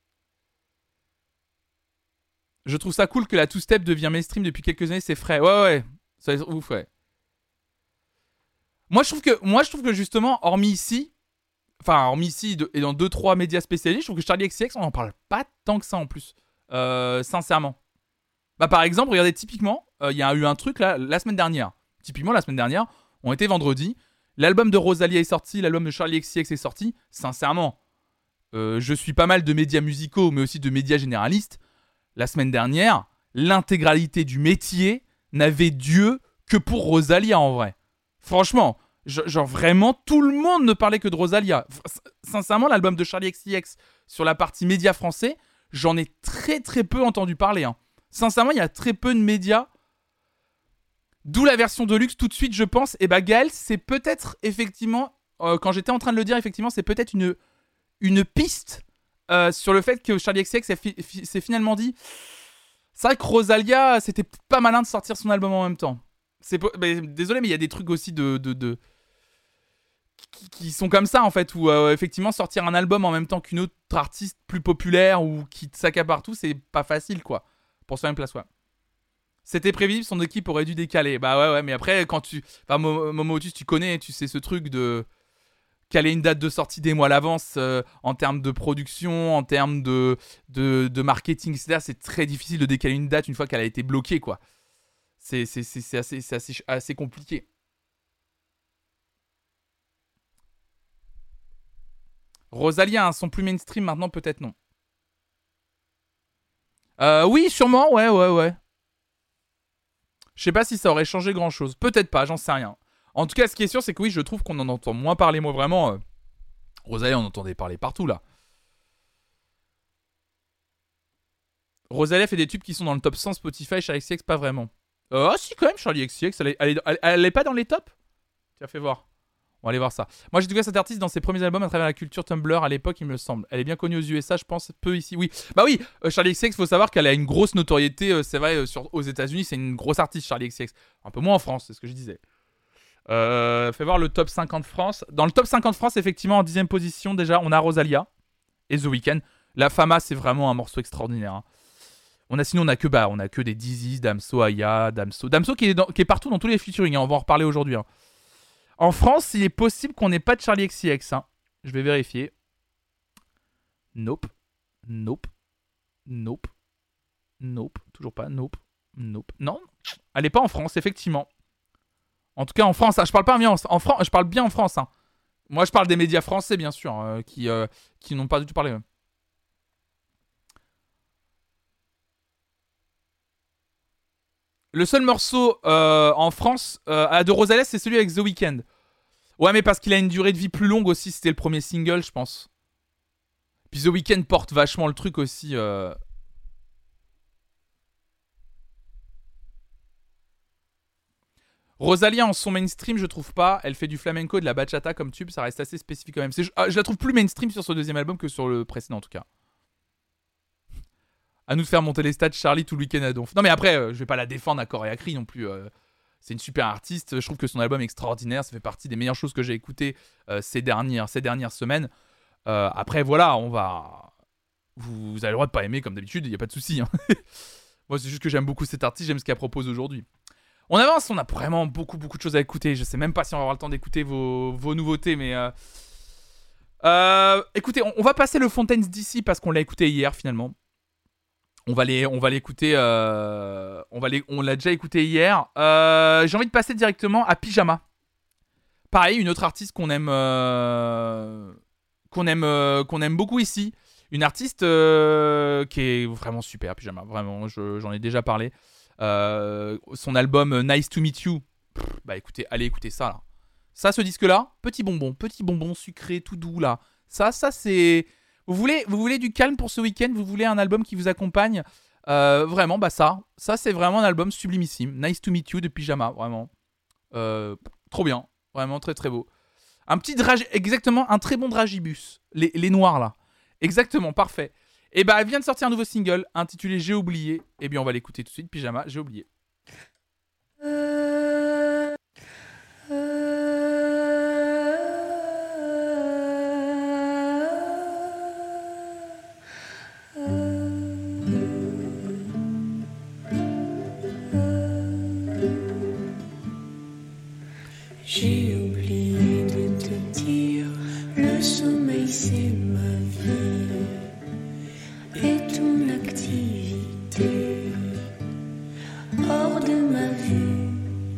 Je trouve ça cool que la two-step devient mainstream depuis quelques années, c'est frais. Ouais. Ça va être ouf, ouais. Moi, je trouve que justement, hormis ici et dans 2-3 médias spécialisés, je trouve que Charlie XCX, on en parle pas tant que ça en plus. Sincèrement. Bah, par exemple, regardez, typiquement, il y a eu un truc là, la semaine dernière. Typiquement, la semaine dernière, on était vendredi. L'album de Rosalia est sorti, l'album de Charlie XCX est sorti. Sincèrement, je suis pas mal de médias musicaux, mais aussi de médias généralistes. La semaine dernière, l'intégralité du métier n'avait Dieu que pour Rosalia en vrai. Franchement, genre vraiment, tout le monde ne parlait que de Rosalia. Sincèrement, l'album de Charlie XCX sur la partie médias français, j'en ai très très peu entendu parler. Hein. Sincèrement, il y a très peu de médias. D'où la version de luxe tout de suite, je pense. Et bah Gaël, c'est peut-être effectivement, quand j'étais en train de le dire, effectivement, c'est peut-être une piste sur le fait que Charlie XCX s'est finalement dit. C'est vrai que Rosalia, c'était pas malin de sortir son album en même temps. Désolé, mais il y a des trucs aussi qui sont comme ça en fait, où effectivement sortir un album en même temps qu'une autre artiste plus populaire ou qui s'accapare tout, c'est pas facile quoi. Pour se faire une place, ouais. C'était prévisible, son équipe aurait dû décaler. Bah ouais, mais après, quand tu. Enfin, Momotus, tu connais, tu sais ce truc de. Caler une date de sortie des mois à l'avance en termes de production, en termes de marketing, etc. C'est très difficile de décaler une date une fois qu'elle a été bloquée, quoi. C'est assez compliqué. Rosalia a un son plus mainstream maintenant, peut-être non. Oui, sûrement, ouais. Je sais pas si ça aurait changé grand-chose. Peut-être pas, j'en sais rien. En tout cas, ce qui est sûr, c'est que oui, je trouve qu'on en entend moins parler. Moi, vraiment, Rosalia, on entendait parler partout, là. Rosalia fait des tubes qui sont dans le top 100 Spotify. Charlie XCX, pas vraiment. Ah si, quand même, Charlie XCX, elle est pas dans les tops. Tiens, fais voir. On va aller voir ça. Moi, j'ai découvert cette artiste dans ses premiers albums à travers la culture Tumblr à l'époque, il me semble. Elle est bien connue aux USA, je pense, peu ici. Oui, bah oui, Charlie XCX, faut savoir qu'elle a une grosse notoriété, c'est vrai, aux États-Unis, c'est une grosse artiste, Charlie XCX. Un peu moins en France, c'est ce que je disais. Fais voir le top 50 France. Dans le top 50 France, effectivement, en 10ème position, déjà, on a Rosalia et The Weeknd. La Fama, c'est vraiment un morceau extraordinaire. Hein. Sinon, on a que des Dizzy, Damso, Aya, Damso qui est partout dans tous les featuring. Hein, on va en reparler aujourd'hui. Hein. En France, il est possible qu'on n'ait pas de Charlie XCX. Hein. Je vais vérifier. Nope. Toujours pas. Nope. Non, elle est pas en France, effectivement. En tout cas, en France, je parle pas bien je parle bien en France. Hein. Moi, je parle des médias français, bien sûr, qui n'ont pas du tout parlé. Le seul morceau en France de Rosalia, c'est celui avec The Weeknd. Ouais, mais parce qu'il a une durée de vie plus longue aussi, c'était le premier single, je pense. Puis The Weeknd porte vachement le truc aussi. Rosalia en son mainstream, je trouve pas. Elle fait du flamenco, de la bachata comme tube, ça reste assez spécifique quand même. Je la trouve plus mainstream sur ce deuxième album que sur le précédent en tout cas. À nous de faire monter les stats, Charlie tout le week-end à donf. Non mais après, je vais pas la défendre à corps et à cri non plus. C'est une super artiste. Je trouve que son album est extraordinaire. Ça fait partie des meilleures choses que j'ai écoutées ces dernières semaines. Après voilà, vous avez le droit de pas aimer comme d'habitude, il y a pas de souci. Hein. Moi c'est juste que j'aime beaucoup cette artiste, j'aime ce qu'elle propose aujourd'hui. On avance, on a vraiment beaucoup de choses à écouter. Je sais même pas si on va avoir le temps d'écouter vos nouveautés, mais écoutez, on va passer le Fontaines DC parce qu'on l'a écouté hier finalement. On va l'écouter. On l'a déjà écouté hier. J'ai envie de passer directement à Pyjama. Pareil, une autre artiste qu'on aime beaucoup ici. Une artiste qui est vraiment super, Pyjama. Vraiment, j'en ai déjà parlé. Son album Nice to Meet You. Bah écoutez, allez écouter ça là. Ça, ce disque-là, petit bonbon sucré, tout doux là. Ça c'est. Vous voulez du calme pour ce week-end. Vous voulez un album qui vous accompagne. Vraiment, bah ça c'est vraiment un album sublimissime. Nice to Meet You de Pyjama, vraiment. Trop bien, vraiment très très beau. Exactement, un très bon dragibus. Les noirs là. Exactement, parfait. Et bah, elle vient de sortir un nouveau single intitulé J'ai oublié. Et bien, on va l'écouter tout de suite. Pyjama, J'ai oublié. Le sommeil c'est ma vie et ton activité. Hors de ma vue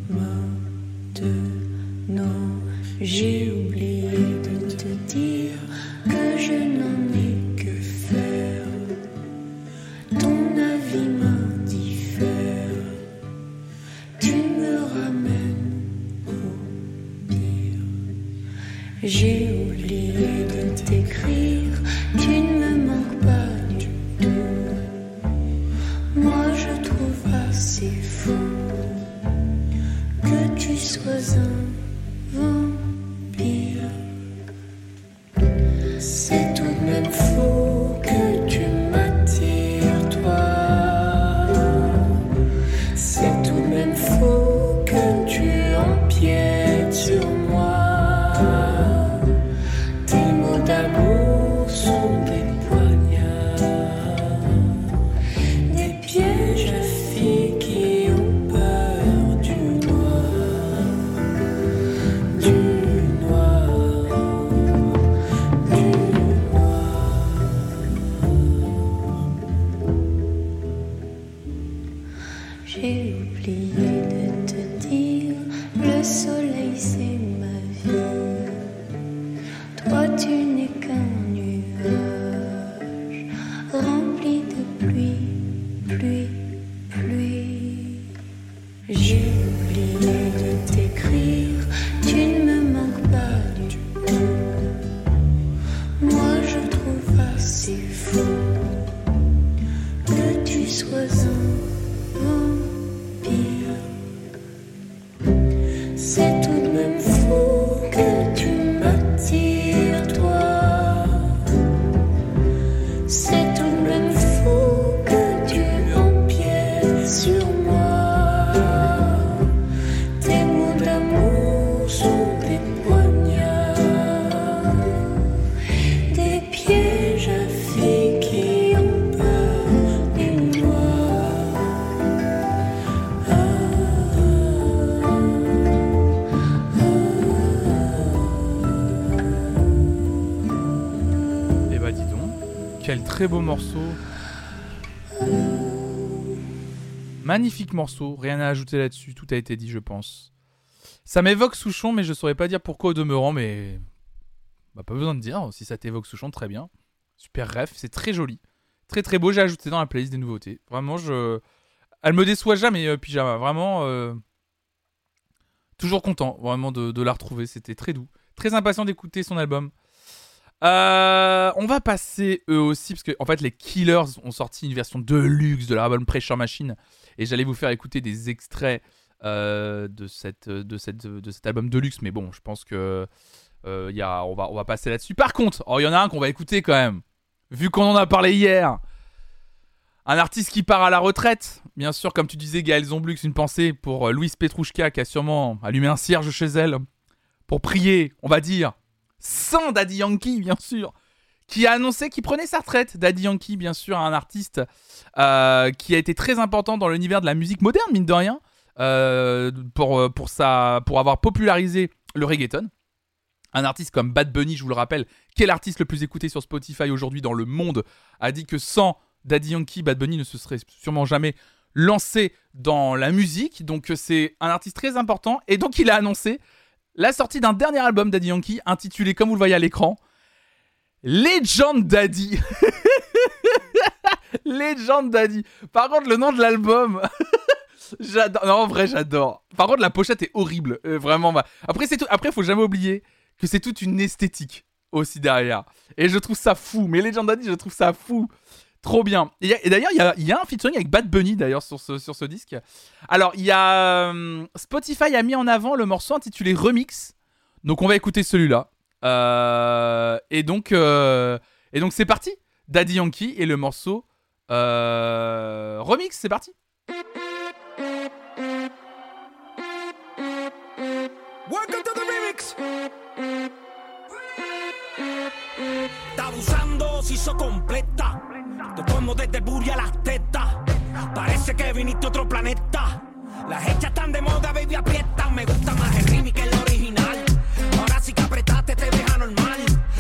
maintenant, j'ai oublié de te dire que je n'en ai que faire. Ton avis m'indiffère, tu me ramènes au pire. J'ai oublié de t'écrire, tu ne me manques pas du tout. Moi je trouve assez fou que tu sois un vampire. C'est tout de même faux que tu m'attires, toi. C'est tout de même faux que tu empiètes sur moi. Tes mots d'amour sont des poignards, des pièges à filles qui ont peur du noir, du noir, du noir. J'ai oublié de te dire, le soleil c'est ma vie. Toi tu n'es qu'un nuage rempli de pluie, pluie, pluie. J'ai oublié de t'écrire, tu ne me manques pas du tout. Moi je trouve assez fou que tu sois un vampire. C'est tout de même fou que tu m'attires, toi. C'est tout de même fou que tu empiètes sur moi. Tes mots d'amour sont des poignards, des pièges à filles qui ont peur du noir. Eh bah dis donc, quel très beau morceau. Magnifique morceau, rien à ajouter là-dessus, tout a été dit je pense. Ça m'évoque Souchon mais je saurais pas dire pourquoi au demeurant, mais bah, pas besoin de dire, si ça t'évoque Souchon très bien. Super ref, c'est très joli, très très beau, j'ai ajouté dans la playlist des nouveautés. Vraiment elle me déçoit jamais Pyjama, vraiment toujours content vraiment de la retrouver, c'était très doux. Très impatient d'écouter son album. On va passer eux aussi, parce que en fait les Killers ont sorti une version deluxe de leur album Pressure Machine, et j'allais vous faire écouter des extraits de cet album deluxe, mais bon, je pense que on va passer là-dessus. Par contre, il y en a un qu'on va écouter quand même, vu qu'on en a parlé hier. Un artiste qui part à la retraite, bien sûr, comme tu disais Gaël Zomblux, une pensée pour Louise Petrouchka qui a sûrement allumé un cierge chez elle pour prier, on va dire, sans Daddy Yankee, bien sûr, qui a annoncé qu'il prenait sa retraite. Daddy Yankee, bien sûr, un artiste qui a été très important dans l'univers de la musique moderne, mine de rien, pour avoir popularisé le reggaeton. Un artiste comme Bad Bunny, je vous le rappelle, qui est l'artiste le plus écouté sur Spotify aujourd'hui dans le monde, a dit que sans Daddy Yankee, Bad Bunny ne se serait sûrement jamais lancé dans la musique. Donc c'est un artiste très important, et donc il a annoncé la sortie d'un dernier album Daddy Yankee, intitulé, comme vous le voyez à l'écran, Legend Daddy. Legend Daddy. Par contre, le nom de l'album, j'adore. Non, en vrai, j'adore. Par contre, la pochette est horrible. Vraiment. Après, c'est tout. Après, faut jamais oublier que c'est toute une esthétique aussi derrière. Et je trouve ça fou. Mais Legend Daddy, je trouve ça fou. Trop bien. Et d'ailleurs, il y a un featuring avec Bad Bunny d'ailleurs sur ce disque. Alors, il y a Spotify a mis en avant le morceau intitulé Remix. Donc, on va écouter celui-là. Et donc c'est parti. Daddy Yankee et le morceau Remix. C'est parti. Welcome to the remix. Está abusando, se hizo completa. Te pongo desde el booty a las tetas. Parece que viniste a otro planeta. Las hechas están de moda, baby, aprieta. Me gusta más el remix que el original. Ahora sí que apretaste, te ves anormal.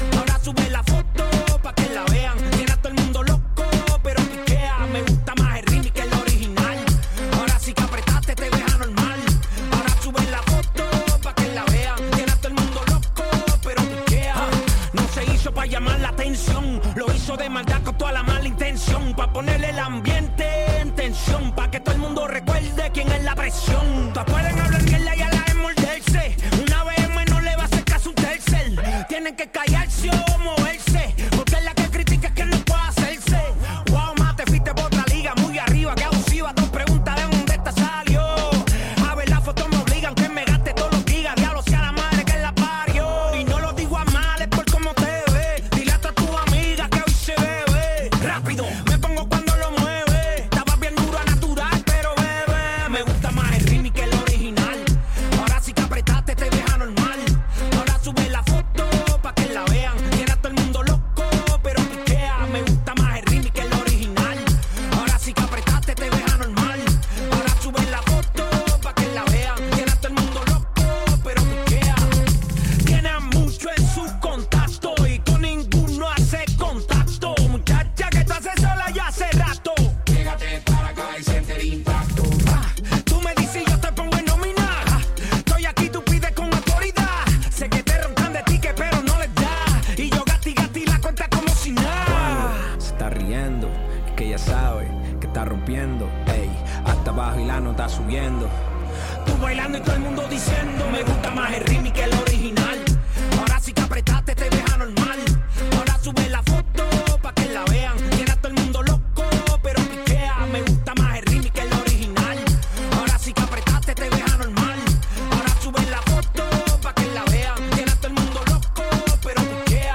hizo para llamar la atención. Lo hizo de maldad con toda la mala intención. Pa' ponerle el ambiente en tensión. Pa' que todo el mundo recuerde quién es la presión. Todas pueden hablar mierda y a la vez morderse. Una vez menos le va a hacer caso un tercer. Tienen que callarse o moverse. Porque la que critica es que no puede hacerse. Wow, ma, te fuiste por otra liga muy arriba. Que abusiva, dos preguntas de dónde esta salió. A ver la foto me obligan que me gaste todos los gigas. Diablo sea la madre que la parió. Y no lo digo a mal, es por cómo te ves. Dile a tu amiga que hoy se bebe. Rápido, me pongo cuando lo mueve. Estaba bien dura natural, pero bebé. Me gusta más el remix que el original. Ahora sí que apretaste te deja normal. Ahora sube la foto pa' que la vean. Tiene a todo el mundo loco, pero piquea. Me gusta más el remix que el original. Ahora sí que apretaste te deja normal. Ahora sube la foto pa' que la vean. Tiene a todo el mundo loco, pero piquea. Tiene a mucho en sus contactos y con ninguno hace contacto. Muchacha que tú haces sola ya hace rato. Pégate para acá y siente el impacto. Tú me dices y yo te pongo en nómina. Estoy aquí, tú pides con autoridad. Sé que te roncan de ticket pero no les da. Y yo gati la cuenta como si nada. Se está riendo, es que ella sabe que está rompiendo. Ey, hasta abajo y la nota subiendo. Tú bailando y todo el mundo diciendo me gusta más el remix que el original. Ahora sí que apretaste te deja normal. Ahora sube la foto pa' que la vean. Tiene a todo el mundo loco pero piquea. Me gusta más el remix que el original. Ahora sí que apretaste te deja normal. Ahora sube la foto pa' que la vean. Tiene a todo el mundo loco pero piquea.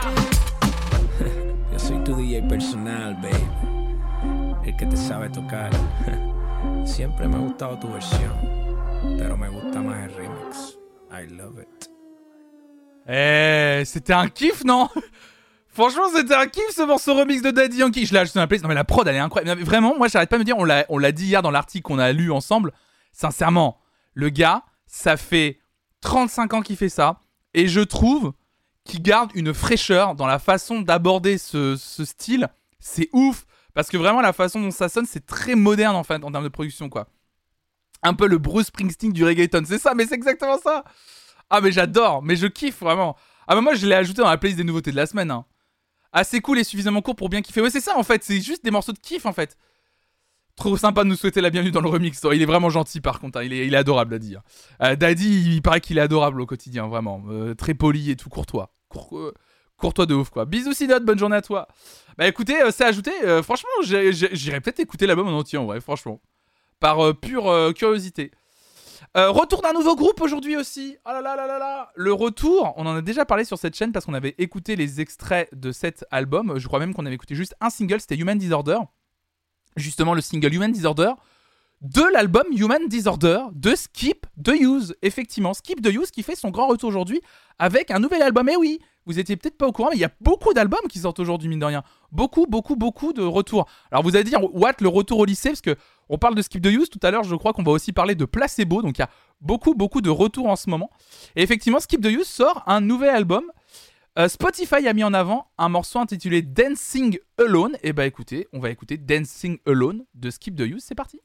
Yo soy tu DJ personal, baby. El que te sabe tocar. Siempre me ha gustado tu versión, pero me gusta más el remix. I love it. C'était un kiff, non? Franchement, c'était un kiff ce morceau remix de Daddy Yankee. Je l'ai ajouté dans la playlist. Non, mais la prod, elle est incroyable. Mais vraiment, moi, j'arrête pas de me dire, on l'a dit hier dans l'article qu'on a lu ensemble. Sincèrement, le gars, ça fait 35 ans qu'il fait ça. Et je trouve qu'il garde une fraîcheur dans la façon d'aborder ce style. C'est ouf. Parce que vraiment, la façon dont ça sonne, c'est très moderne en fait, en termes de production, quoi. Un peu le Bruce Springsteen du reggaeton. C'est ça, mais c'est exactement ça. Ah, mais j'adore. Mais je kiffe, vraiment. Ah, bah moi, je l'ai ajouté dans la playlist des nouveautés de la semaine. Hein. Assez cool et suffisamment court pour bien kiffer. Ouais, c'est ça, en fait. C'est juste des morceaux de kiff, en fait. Trop sympa de nous souhaiter la bienvenue dans le remix. Il est vraiment gentil, par contre. Hein. Il est adorable, Daddy. Daddy, il paraît qu'il est adorable au quotidien, vraiment. Très poli et tout, courtois. Courtois de ouf, quoi. Bisous, Sidote, bonne journée à toi. Bah écoutez, c'est ajouté. Franchement, j'irais peut-être écouter l'album en entier, en vrai, franchement. Par pure curiosité. Retour d'un nouveau groupe aujourd'hui aussi. Oh là là là là là. Le retour, on en a déjà parlé sur cette chaîne parce qu'on avait écouté les extraits de cet album. Je crois même qu'on avait écouté juste un single, c'était Human Disorder. Justement, le single Human Disorder de l'album Human Disorder de Skip the Use. Effectivement, Skip the Use qui fait son grand retour aujourd'hui avec un nouvel album. Et oui, vous étiez peut-être pas au courant, mais il y a beaucoup d'albums qui sortent aujourd'hui, mine de rien. Beaucoup de retours. Alors vous allez dire, what, le retour au lycée? Parce que on parle de Skip the Use tout à l'heure, je crois qu'on va aussi parler de Placebo. Donc il y a beaucoup de retours en ce moment. Et effectivement, Skip the Use sort un nouvel album. Spotify a mis en avant un morceau intitulé Dancing Alone. Et bah écoutez, on va écouter Dancing Alone de Skip the Use. C'est parti.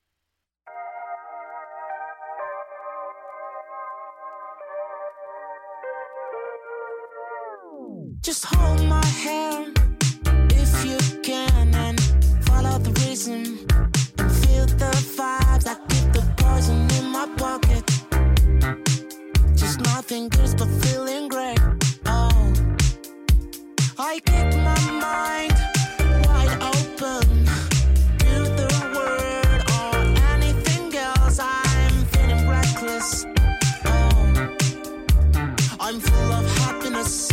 Just hold my hand if you can and follow the rhythm and feel the vibes. I keep the poison in my pocket. Just nothing good but feeling great. Oh, I keep my mind wide open to the word or anything else. I'm feeling reckless. Oh, I'm full of happiness.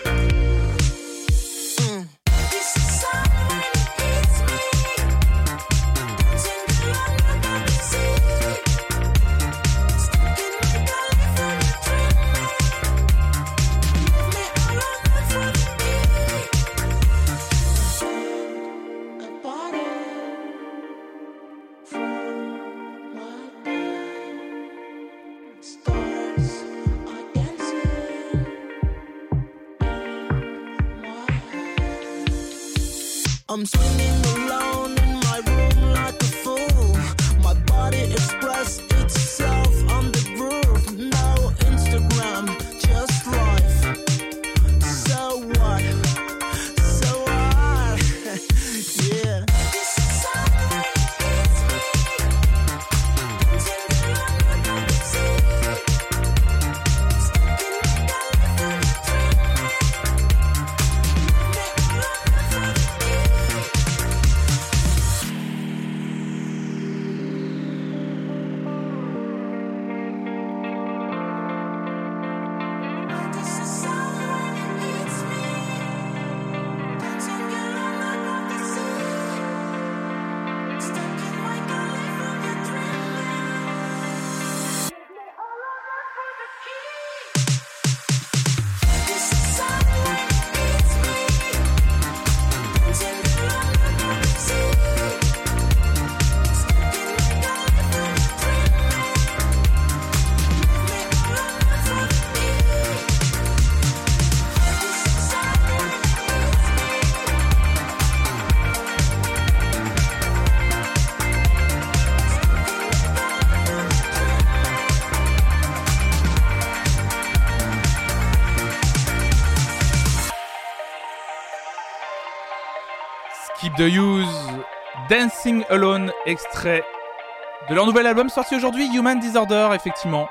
I'm swinging alone in my room like a fool. My body expressed itself on the groove. No Instagram, just life. So what? Skip the Use, Dancing Alone, extrait de leur nouvel album sorti aujourd'hui, Human Disorder, effectivement.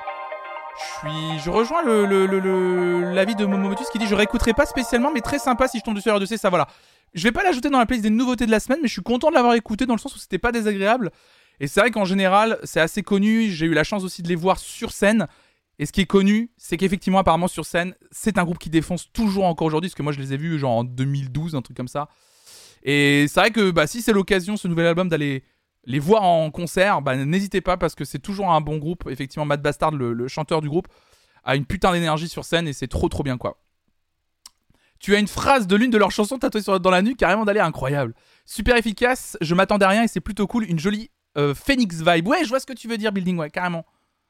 Je rejoins l'avis de Momomotus qui dit je réécouterai pas spécialement, mais très sympa si je tombe dessus à RDC, ça voilà. Je vais pas l'ajouter dans la playlist des nouveautés de la semaine, mais je suis content de l'avoir écouté dans le sens où c'était pas désagréable. Et c'est vrai qu'en général, c'est assez connu. J'ai eu la chance aussi de les voir sur scène. Et ce qui est connu, c'est qu'effectivement, apparemment, sur scène, c'est un groupe qui défonce toujours encore aujourd'hui. Parce que moi, je les ai vus genre en 2012, un truc comme ça. Et c'est vrai que si c'est l'occasion, ce nouvel album, d'aller les voir en concert, n'hésitez pas parce que c'est toujours un bon groupe. Effectivement, Matt Bastard, le chanteur du groupe, a une putain d'énergie sur scène et c'est trop trop bien quoi. Tu as une phrase de l'une de leurs chansons tatouée dans la nuque, carrément d'aller incroyable. Super efficace, je m'attendais à rien et c'est plutôt cool. Une jolie Phoenix vibe. Ouais, je vois ce que tu veux dire, Building, ouais, carrément.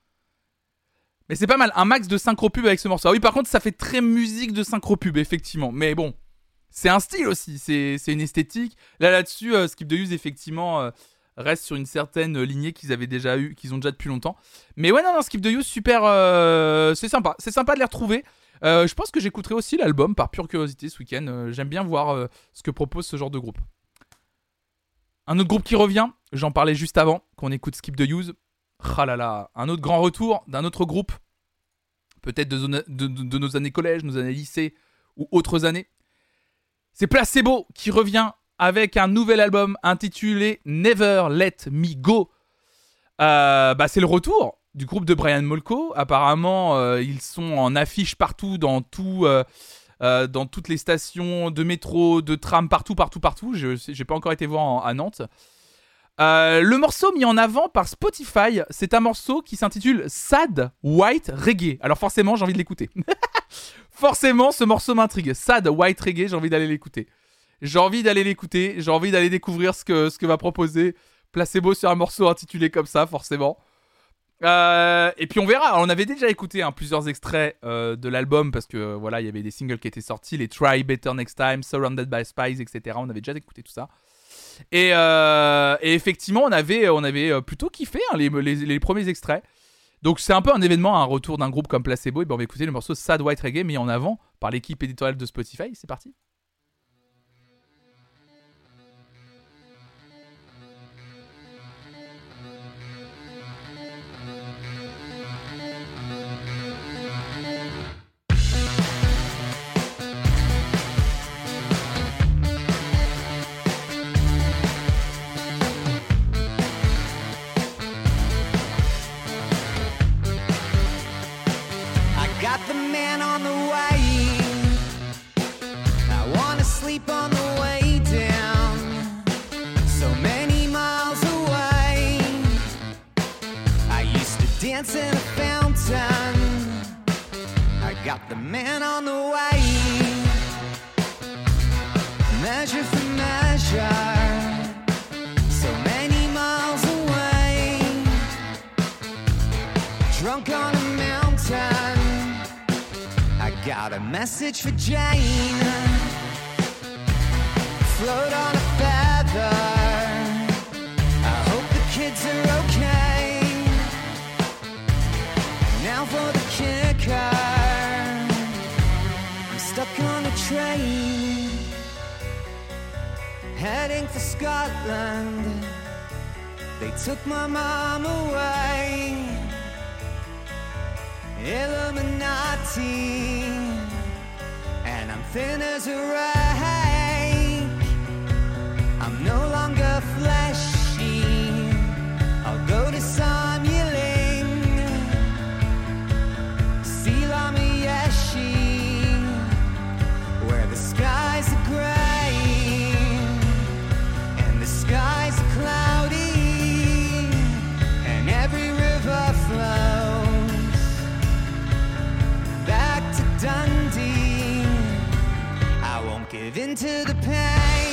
Mais c'est pas mal, un max de synchro-pub avec ce morceau. Ah oui, par contre, ça fait très musique de synchro-pub, effectivement. Mais bon, c'est un style aussi, c'est une esthétique. Là-dessus, Skip the Use, effectivement, reste sur une certaine lignée qu'ils ont déjà depuis longtemps. Mais ouais, non, Skip the Use, super, c'est sympa. C'est sympa de les retrouver. Je pense que j'écouterai aussi l'album par pure curiosité ce week-end. J'aime bien voir ce que propose ce genre de groupe. Un autre groupe qui revient, j'en parlais juste avant, qu'on écoute Skip the Use. Ah là là, un autre grand retour d'un autre groupe, peut-être de nos années collège, nos années lycée ou autres années. C'est Placebo qui revient avec un nouvel album intitulé Never Let Me Go. C'est le retour du groupe de Brian Molko. Apparemment, ils sont en affiche partout, dans toutes les stations de métro, de tram, partout. J'ai pas encore été voir à Nantes. Le morceau mis en avant par Spotify, c'est un morceau qui s'intitule Sad White Reggae. Alors forcément, j'ai envie de l'écouter. Forcément, ce morceau m'intrigue. Sad White Reggae, j'ai envie d'aller l'écouter. J'ai envie d'aller découvrir ce que va proposer Placebo sur un morceau intitulé comme ça, forcément. Et puis on verra. Alors, on avait déjà écouté plusieurs extraits de l'album parce que voilà, il y avait des singles qui étaient sortis, les Try Better Next Time, Surrounded by Spies, etc. On avait déjà écouté tout ça. Et effectivement, on avait plutôt kiffé les premiers extraits. Donc c'est un peu un événement, un retour d'un groupe comme Placebo. Et on va écouter le morceau Sad White Reggae mis en avant par l'équipe éditoriale de Spotify. C'est parti. On the way down, so many miles away. I used to dance in a fountain. I got the man on the way. Measure for measure, so many miles away. Drunk on a mountain. I got a message for Jane. Float on a feather. I hope the kids are okay. Now for the kicker. I'm stuck on a train, heading for Scotland. They took my mom away. Illuminati, and I'm thin as a rag. I'm no longer fleshy. I'll go to Sam Yiling, see Lama Yeshi, where the skies are gray and the skies are cloudy, and every river flows back to Dundee. I won't give in to the pain.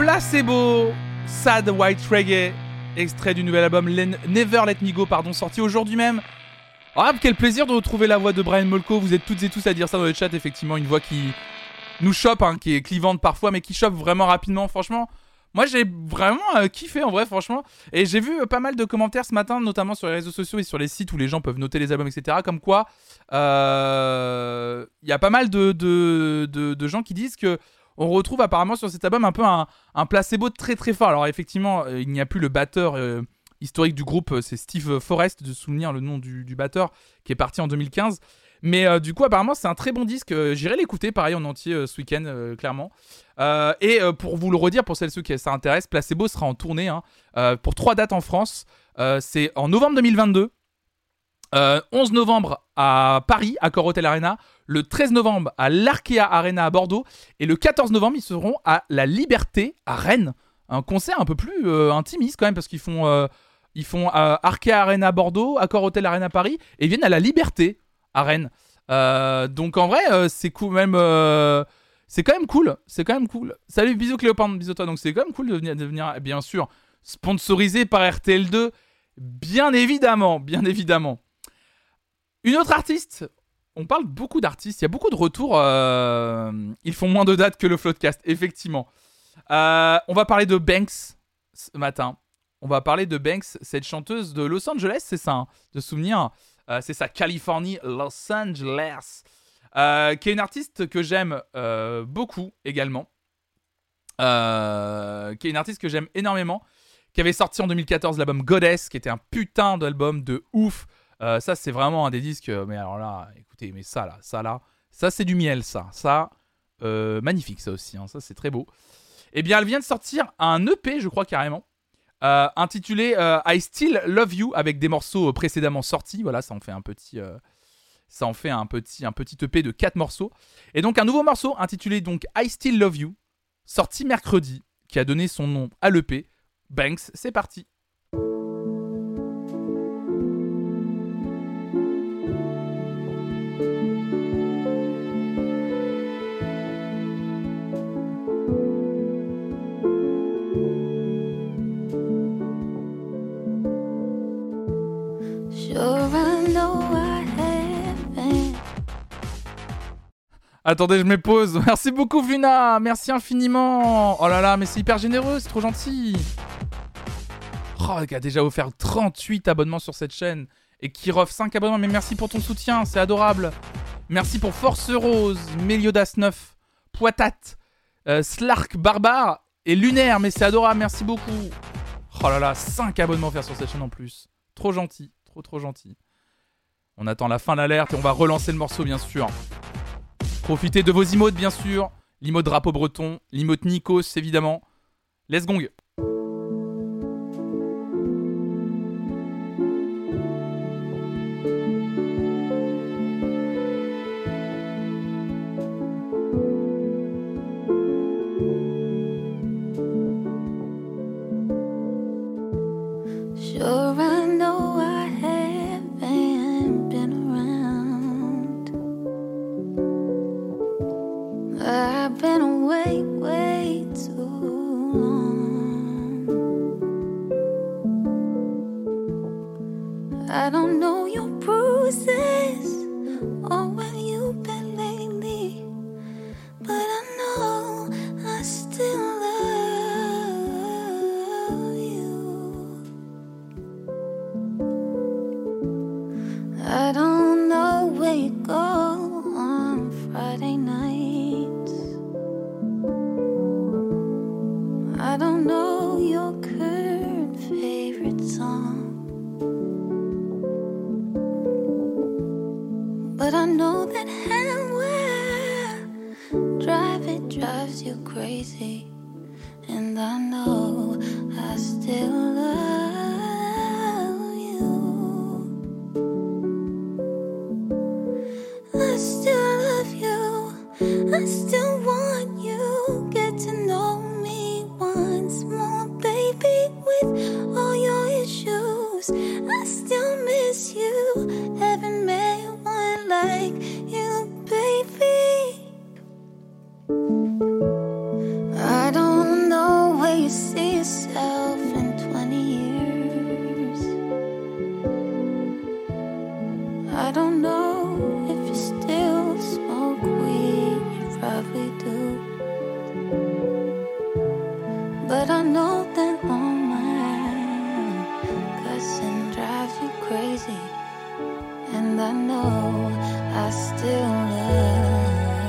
Placebo, Sad White Reggae, extrait du nouvel album Never Let Me Go, sorti aujourd'hui même. Ah, quel plaisir de retrouver la voix de Brian Molko. Vous êtes toutes et tous à dire ça dans le chat, effectivement, une voix qui nous chope, qui est clivante parfois, mais qui chope vraiment rapidement. Franchement, moi j'ai vraiment kiffé en vrai, franchement. Et j'ai vu pas mal de commentaires ce matin, notamment sur les réseaux sociaux et sur les sites où les gens peuvent noter les albums, etc. Comme quoi, il y a pas mal de gens qui disent que on retrouve apparemment sur cet album un peu un placebo très très fort. Alors effectivement, il n'y a plus le batteur historique du groupe, c'est Steve Forrest, de souvenir le nom du batteur, qui est parti en 2015. Mais du coup, apparemment, c'est un très bon disque. J'irai l'écouter, pareil, en entier ce week-end, clairement. Et pour vous le redire, pour celles et ceux qui ça intéresse, Placebo sera en tournée pour 3 dates en France. C'est en novembre 2022, 11 novembre à Paris, Accor Hotel Arena, le 13 novembre à l'Arkea Arena à Bordeaux, et le 14 novembre, ils seront à La Liberté à Rennes. Un concert un peu plus intimiste quand même, parce qu'ils font Arkea Arena Bordeaux, Accor Hotel Arena Paris, et ils viennent à La Liberté à Rennes. Donc en vrai, c'est cool, même. C'est quand même cool. Salut, bisous Cléopâtre, bisous toi. Donc c'est quand même cool de venir, bien sûr, sponsorisé par RTL2, bien évidemment. Une autre artiste. On parle beaucoup d'artistes. Il y a beaucoup de retours. Ils font moins de dates que le Floodcast, effectivement. On va parler de Banks ce matin. On va parler de Banks, cette chanteuse de Los Angeles, c'est ça, de souvenir. C'est ça, Californie, Los Angeles. Qui est une artiste que j'aime beaucoup également. Qui est une artiste que j'aime énormément. Qui avait sorti en 2014 l'album Goddess, qui était un putain d'album de ouf. Ça, c'est vraiment un des disques. Mais alors là, écoutez, mais ça c'est du miel, ça. Magnifique, ça aussi. Ça, c'est très beau. Eh bien, elle vient de sortir un EP, je crois carrément, intitulé I Still Love You, avec des morceaux précédemment sortis. Voilà, ça en fait un petit EP de 4 morceaux. Et donc un nouveau morceau intitulé donc I Still Love You, sorti mercredi, qui a donné son nom à l'EP. Banks, c'est parti. Attendez, je me pose. Merci beaucoup, Vuna. Merci infiniment. Oh là là, mais c'est hyper généreux, c'est trop gentil. Oh, le gars a déjà offert 38 abonnements sur cette chaîne. Et Kirov, 5 abonnements. Mais merci pour ton soutien, c'est adorable. Merci pour Force Rose, Meliodas 9, Poitat, Slark Barbare et Lunaire. Mais c'est adorable, merci beaucoup. Oh là là, 5 abonnements offerts sur cette chaîne en plus. Trop gentil, trop gentil. On attend la fin de l'alerte et on va relancer le morceau, bien sûr. Profitez de vos emotes, bien sûr. L'emote drapeau breton, l'emote Nikos, évidemment. Let's gong. Sure, I know I haven't been around. I've been away way too long. I don't know your bruises or where you've been lately, but I know I still love you. I don't know where you go on Friday nights. I don't know your current favorite song, but I know that handwear drives you crazy, and I know I still love you. I still love you. I still want you. Get to know me once more, baby, with all your issues. I still miss you. Haven't met one like you, baby. I don't know more than all mine. Cussing drives you crazy, and I know I still love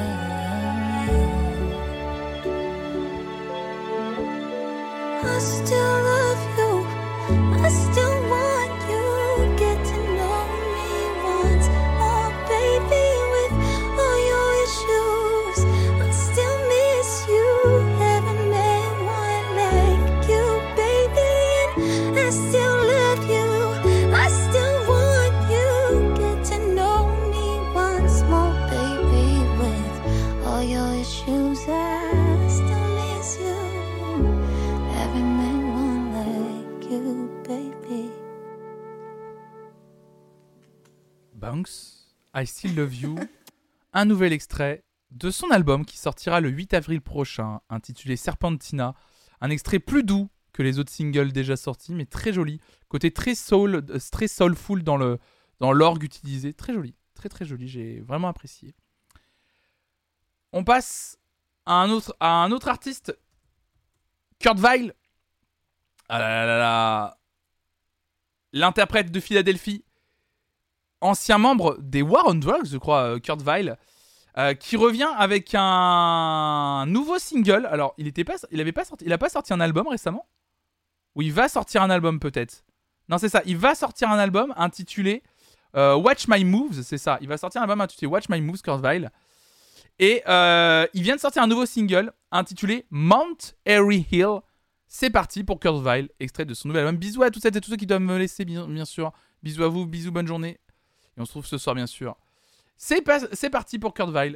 you. I still love you. I still want you. Get to know me once more, baby. With all your issues, I still miss you. Haven't met one like you, baby. And I still love you. I still want you. Get to know me once more, baby. With all your issues, I still miss you. Haven't met one like you, baby. Banks, I Still Love You, un nouvel extrait de son album qui sortira le 8 avril prochain, intitulé Serpentina. Un extrait plus doux que les autres singles déjà sortis, mais très joli. Côté très soulful dans l'orgue utilisé. Très joli, très très joli, j'ai vraiment apprécié. On passe à un autre artiste, Kurt Vile. Ah là là là. L'interprète de Philadelphie, ancien membre des War on Drugs, je crois, Kurt Vile, qui revient avec un nouveau single. Alors, il a pas sorti un album récemment, ou il va sortir un album peut-être. Non, c'est ça. Il va sortir un album intitulé Watch My Moves. C'est ça. Il va sortir un album intitulé Watch My Moves, Kurt Vile. Et il vient de sortir un nouveau single intitulé Mount Airy Hill. C'est parti pour Kurt Vile, extrait de son nouvel album. Bisous à toutes celles et tous ceux qui doivent me laisser, bien sûr. Bisous à vous, bisous, bonne journée. Et on se retrouve ce soir, bien sûr. C'est parti pour Kurt Vile.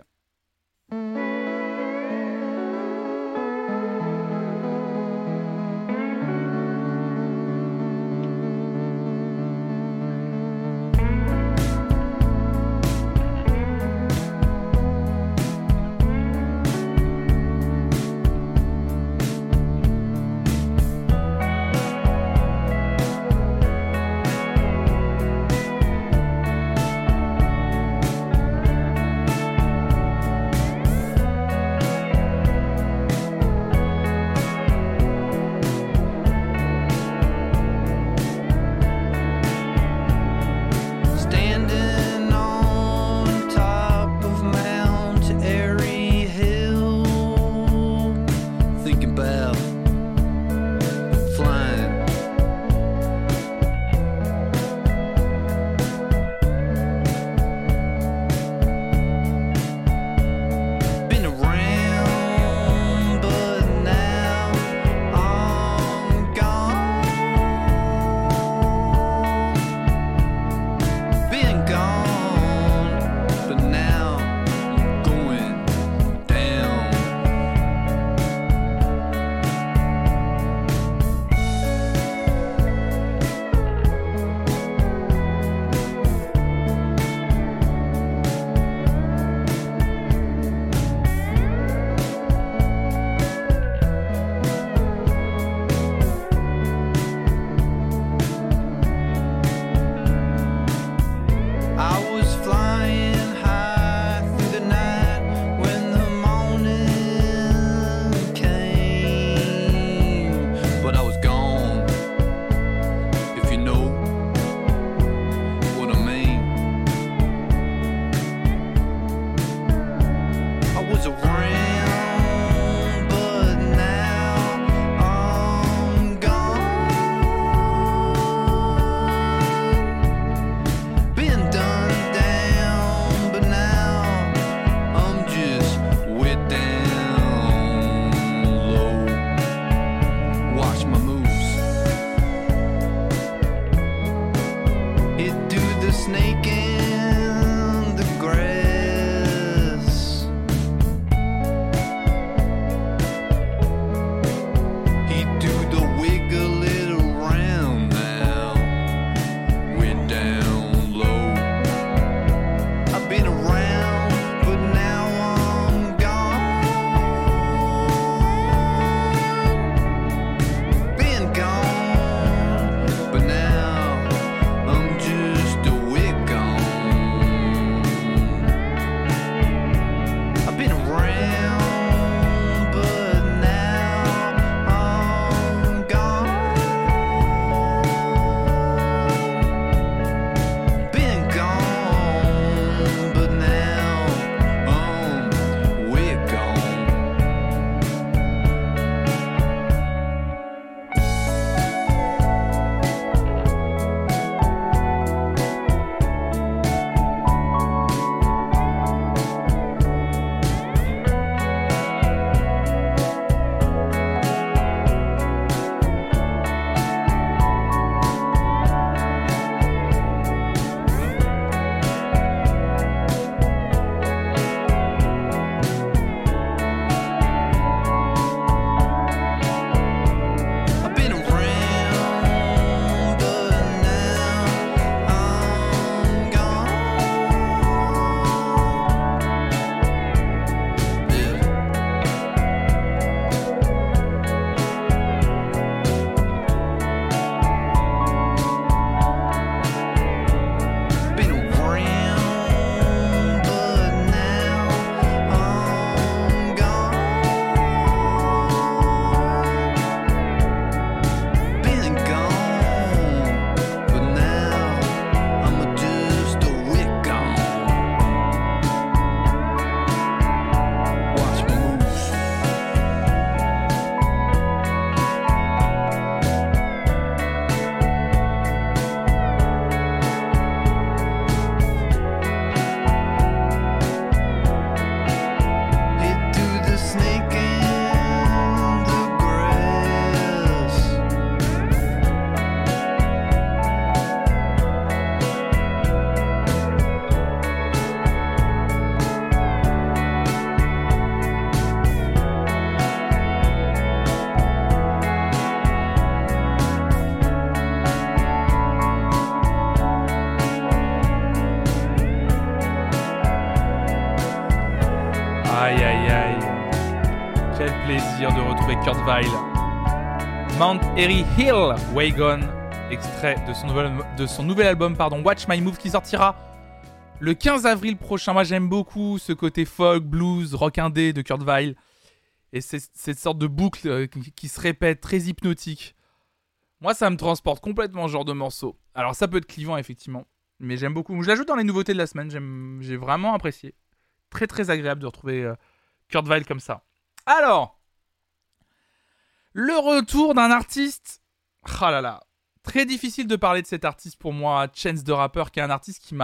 Kurt Vile. Mount Airy Hill, Wagon, extrait de son nouvel album, Watch My Move, qui sortira le 15 avril prochain. Moi, j'aime beaucoup ce côté folk, blues, rock indé de Kurt Vile. Et c'est cette sorte de boucle qui se répète, très hypnotique. Moi, ça me transporte complètement ce genre de morceau. Alors, ça peut être clivant, effectivement. Mais j'aime beaucoup. Je l'ajoute dans les nouveautés de la semaine. J'ai vraiment apprécié. Très, très agréable de retrouver Kurt Vile comme ça. Alors, le retour d'un artiste. Ah là là. Très difficile de parler de cet artiste pour moi. Chance the Rapper, qui est un artiste qui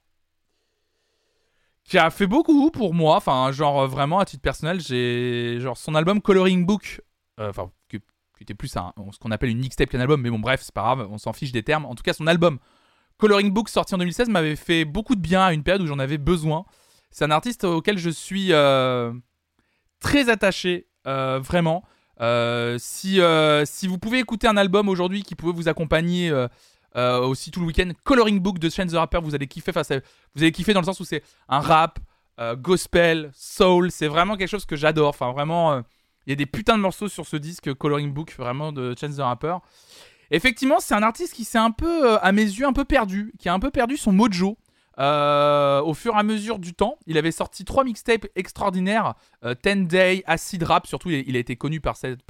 a fait beaucoup pour moi. Enfin, genre, vraiment, à titre personnel, j'ai. Genre, son album Coloring Book. Qui était plus ce qu'on appelle une mixtape qu'un album. Mais bon, bref, c'est pas grave. On s'en fiche des termes. En tout cas, son album Coloring Book, sorti en 2016, m'avait fait beaucoup de bien à une période où j'en avais besoin. C'est un artiste auquel je suis très attaché, vraiment. Si vous pouvez écouter un album aujourd'hui qui pouvait vous accompagner aussi tout le week-end, Coloring Book de Chance the Rapper, vous allez kiffer. Vous allez kiffer dans le sens où c'est un rap, gospel, soul. C'est vraiment quelque chose que j'adore. Enfin, vraiment, il y a des putains de morceaux sur ce disque Coloring Book, vraiment, de Chance the Rapper. Effectivement, c'est un artiste qui s'est un peu, à mes yeux, un peu perdu, qui a un peu perdu son mojo au fur et à mesure du temps. Il avait sorti 3 mixtapes extraordinaires, 10 Day, Acid Rap, surtout il a été connu par cette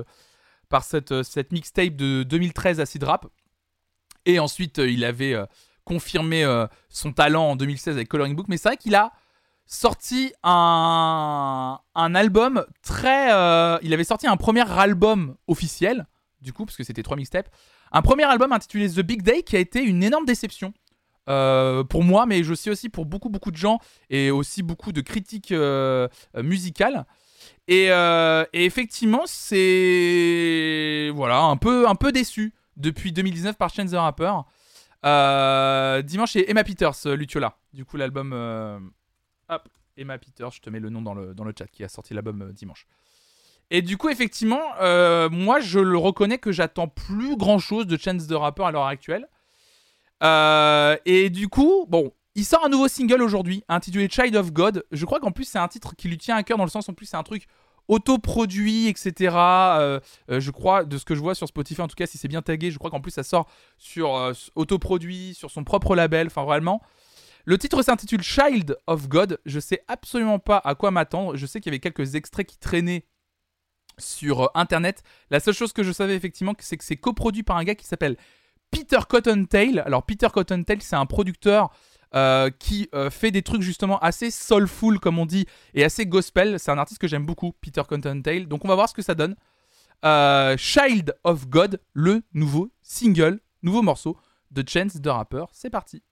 mixtape de 2013, Acid Rap. Et ensuite, il avait confirmé son talent en 2016 avec Coloring Book. Mais c'est vrai qu'il a sorti un album très... il avait sorti un premier album officiel, du coup, parce que c'était 3 mixtapes. Un premier album intitulé The Big Day qui a été une énorme déception pour moi, mais je sais aussi pour beaucoup de gens et aussi beaucoup de critiques musicales. Et effectivement, c'est voilà, un peu déçu depuis 2019 par Chance the Rapper. Dimanche, c'est Emma Peters, Lucciola. Du coup, l'album... Hop, Emma Peters, je te mets le nom dans le chat, qui a sorti l'album dimanche. Et du coup, effectivement, moi, je le reconnais que j'attends plus grand-chose de Chance the Rapper à l'heure actuelle. Et du coup, bon, il sort un nouveau single aujourd'hui, intitulé Child of God. Je crois qu'en plus, c'est un titre qui lui tient à cœur, dans le sens, en plus, c'est un truc autoproduit, etc. Je crois, de ce que je vois sur Spotify, en tout cas, si c'est bien tagué, je crois qu'en plus, ça sort sur autoproduit, sur son propre label, enfin, vraiment. Le titre s'intitule Child of God. Je sais absolument pas à quoi m'attendre. Je sais qu'il y avait quelques extraits qui traînaient sur Internet. La seule chose que je savais effectivement, c'est que c'est coproduit par un gars qui s'appelle Peter Cottontail. Alors Peter Cottontail, c'est un producteur qui fait des trucs justement assez soulful, comme on dit, et assez gospel. C'est un artiste que j'aime beaucoup, Peter Cottontail. Donc on va voir ce que ça donne. Child of God, le nouveau single, nouveau morceau de Chance the Rapper. C'est parti.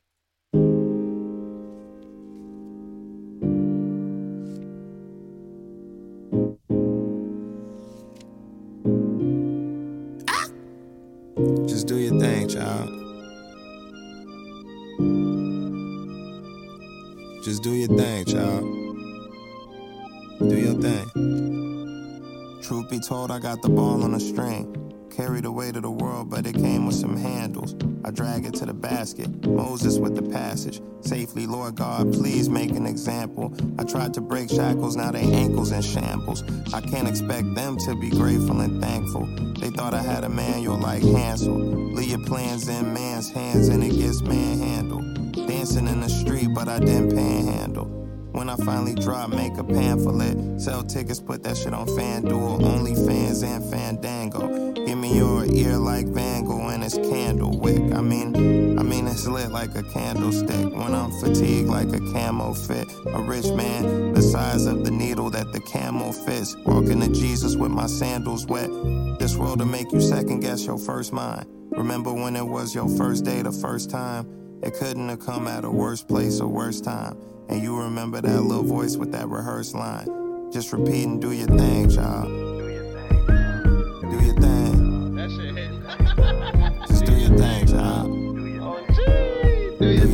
Just do your thing, child. Just do your thing, child. Do your thing. Truth be told, I got the ball on a string. Carried the weight of the world, but it came with some handles. I drag it to the basket. Moses with the passage. Safely, Lord God, please make an example. I tried to break shackles, now they ankles in shambles. I can't expect them to be grateful and thankful. They thought I had a manual like Hansel. Leave your plans in man's hands and it gets manhandled. Dancing in the street, but I didn't panhandle. When I finally drop, make a pamphlet. Sell tickets, put that shit on FanDuel, OnlyFans and Fandango. Give me your ear like Van Gogh and it's Candlewick. I mean it's lit like a candlestick. When I'm fatigued like a camo fit. A rich man, the size of the needle that the camel fits. Walking to Jesus with my sandals wet. This world will make you second guess your first mind. Remember when it was your first day the first time? It couldn't have come at a worse place or worse time. And you remember that little voice with that rehearsed line. Just repeat and do your thing, child. Do your thing. That shit hit. Just do your thing, child. Do your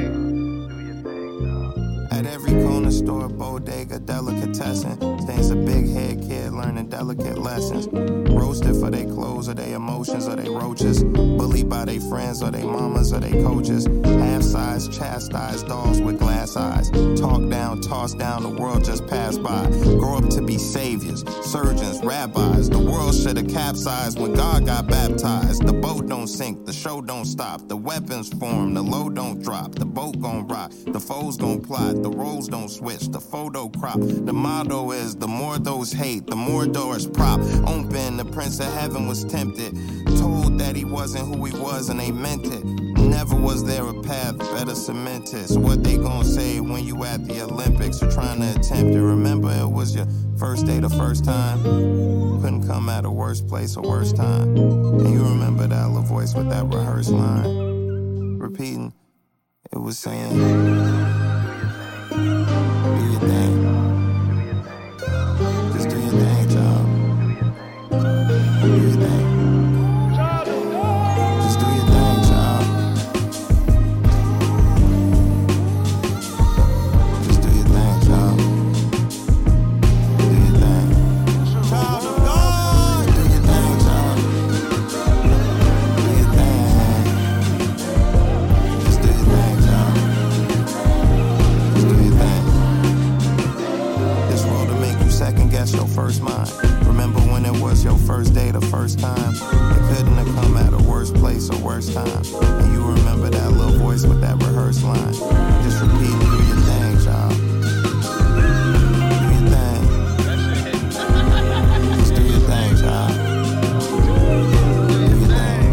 thing. At every corner store, bodega, delicatessen, stands a big head kid learning delicate lessons. Roasted for their clothes egos or they emotions or they roaches. Bullied by their friends or they mamas or they coaches. Half-sized, chastised dolls with glass eyes. Talk down, toss down, the world just passed by. Grow up to be saviors, surgeons, rabbis. The world should have capsized when God got baptized. The boat don't sink, the show don't stop. The weapons form, the load don't drop. The boat gon' rock, the foes gon' plot. The roles don't switch, the photo crop. The motto is, the more those hate, the more doors prop. Open, the Prince of Heaven was tempted. Told that he wasn't who he was and they meant it. Never was there a path better cemented. So what they gon' say when you at the Olympics or trying to attempt it? Remember it was your first day the first time. Couldn't come at a worse place or worse time. And you remember that little voice with that rehearsed line. Repeating, it was saying, do your thing. Just do your thing, child. Do your thing. Just do your thing, child. Just do your thing, child. Do your thing. Child of God. Do your thing, child. Do your thing. Just do your thing, child. Just do your thing. This world will make you second guess your first mind. Remember when it was your first day the first time? It couldn't have come at a worse place or worse time. And you remember that little voice with that rehearsed line. Just repeat, do your thing, child. Do your thing. Just do your thing, child. Do your thing.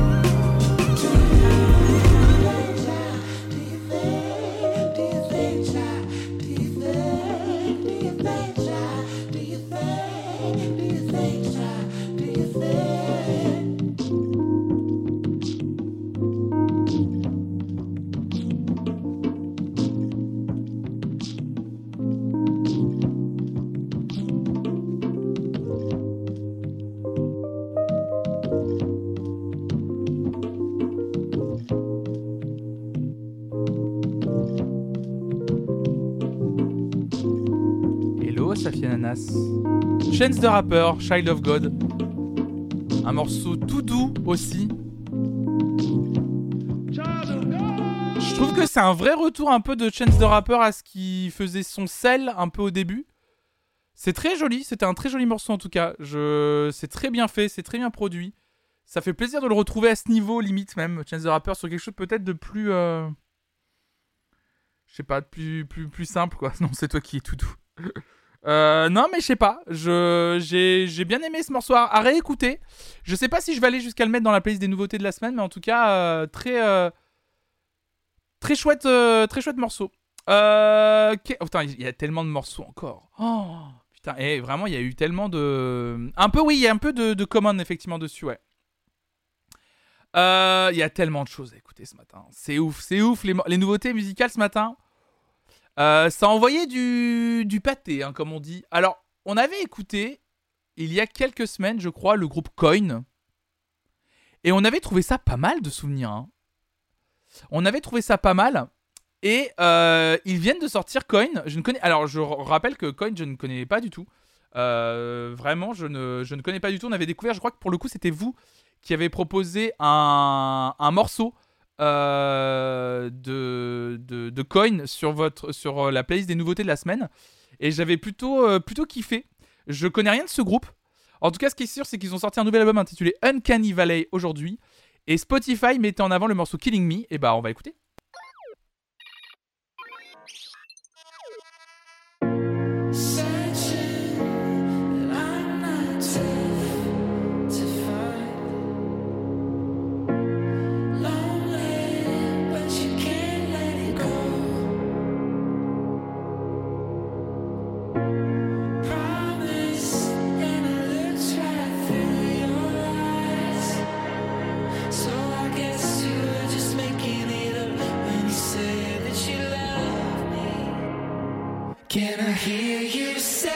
Hello, Safia Nanas. Chance the Rapper, Child of God. Un morceau tout doux aussi. Je trouve que c'est un vrai retour un peu de Chance the Rapper à ce qui faisait son sel un peu au début. C'est très joli, c'était un très joli morceau en tout cas. C'est très bien fait, c'est très bien produit. Ça fait plaisir de le retrouver à ce niveau, limite même, Chance the Rapper, sur quelque chose peut-être de plus... Je sais pas, de plus simple quoi. Non, c'est toi qui es tout doux. Non mais je sais pas, j'ai bien aimé ce morceau à réécouter. Je sais pas si je vais aller jusqu'à le mettre dans la playlist des nouveautés de la semaine, mais en tout cas très chouette morceau. Oh, putain, il y a tellement de morceaux encore. Oh putain, et vraiment il y a eu tellement de... il y a un peu de common effectivement dessus, ouais. Il y a tellement de choses à écouter ce matin. C'est ouf les nouveautés musicales ce matin. Ça a envoyé du pâté, hein, comme on dit. Alors, on avait écouté, il y a quelques semaines, je crois, le groupe Coin. Et on avait trouvé ça pas mal de souvenirs. Hein. On avait trouvé ça pas mal. Et ils viennent de sortir Coin. Alors, je rappelle que Coin, je ne connais pas du tout. Vraiment, je ne connais pas du tout. On avait découvert, je crois que pour le coup, c'était vous qui avez proposé un morceau de Coin sur la playlist des nouveautés de la semaine, et j'avais plutôt kiffé. Je connais rien de ce groupe. En tout cas, ce qui est sûr, c'est qu'ils ont sorti un nouvel album intitulé Uncanny Valley aujourd'hui, et Spotify mettait en avant le morceau Killing Me. Et bah on va écouter. Can I hear you say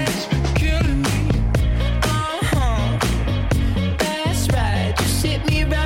me right.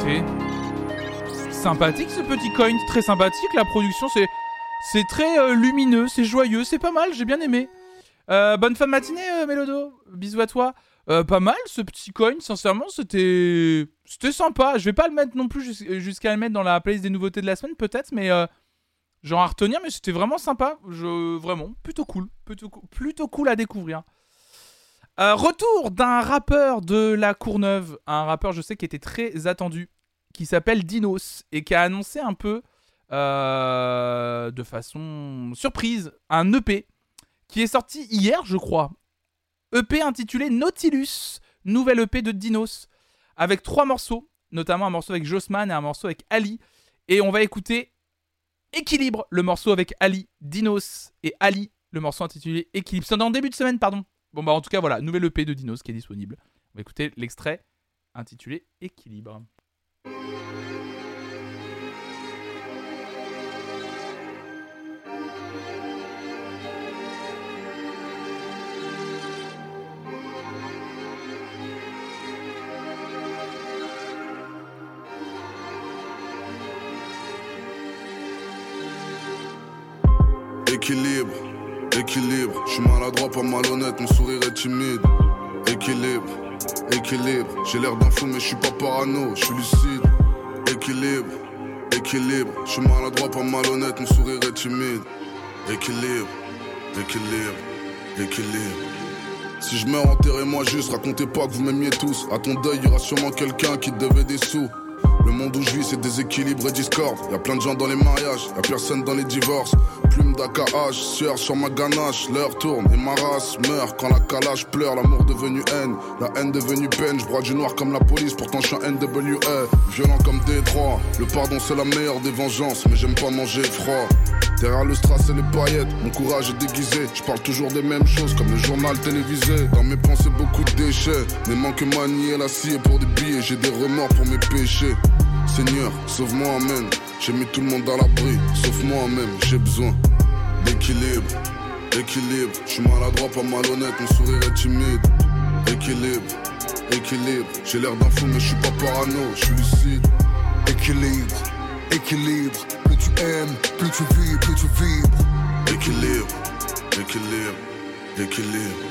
Sympathique ce petit coin, très sympathique. La production, c'est très lumineux, c'est joyeux, c'est pas mal, j'ai bien aimé. Bonne fin de matinée, Mélodo. Bisous à toi. Pas mal ce petit coin, sincèrement, c'était sympa. Je vais pas le mettre non plus jusqu'à le mettre dans la playlist des nouveautés de la semaine, peut-être, mais genre à retenir, mais c'était vraiment sympa. Vraiment, plutôt cool à découvrir. Retour d'un rappeur de la Courneuve, un rappeur, je sais, qui était très attendu, qui s'appelle Dinos, et qui a annoncé un peu, de façon surprise, un EP, qui est sorti hier, je crois. EP intitulé Nautilus, nouvelle EP de Dinos, avec 3 morceaux, notamment un morceau avec Jossman et un morceau avec Ali. Et on va écouter Équilibre, le morceau avec Ali, Dinos et Ali, le morceau intitulé Équilibre. C'est dans le début de semaine, pardon. Bon bah en tout cas voilà, nouvelle EP de Dinos qui est disponible. On va écouter l'extrait intitulé Équilibre. Équilibre, équilibre, je suis maladroit, pas malhonnête, mon sourire est timide. Équilibre, équilibre, j'ai l'air d'un fou mais je suis pas parano, je suis lucide. Équilibre, équilibre, je suis maladroit, pas malhonnête, mon sourire est timide. Équilibre, équilibre, équilibre. Si je meurs, enterrez-moi juste, racontez pas que vous m'aimiez tous. À ton deuil, il y aura sûrement quelqu'un qui te devait des sous. Le monde où je vis, c'est déséquilibre et discorde. Y'a plein de gens dans les mariages, y'a personne dans les divorces. Plume d'AKH, sueur sur ma ganache. L'heure tourne et ma race meurt quand la calage pleure. L'amour devenu haine, la haine devenue peine. Je broie du noir comme la police, pourtant je suis un NWA. Violent comme Détroit, le pardon c'est la meilleure des vengeances. Mais j'aime pas manger froid. Derrière le strass et les paillettes, mon courage est déguisé. Je parle toujours des mêmes choses comme le journal télévisé. Dans mes pensées beaucoup de déchets, mais manque manier la scie pour des billets. J'ai des remords pour mes péchés. Seigneur, sauve-moi, amen. J'ai mis tout le monde à l'abri, sauf moi-même. J'ai besoin d'équilibre, équilibre. Je suis maladroit, pas malhonnête, mon sourire est timide. Équilibre, équilibre. J'ai l'air d'un fou mais je suis pas parano, je suis lucide. Équilibre, équilibre. Plus tu aimes, plus tu vis, plus tu vibres. Équilibre, équilibre, équilibre.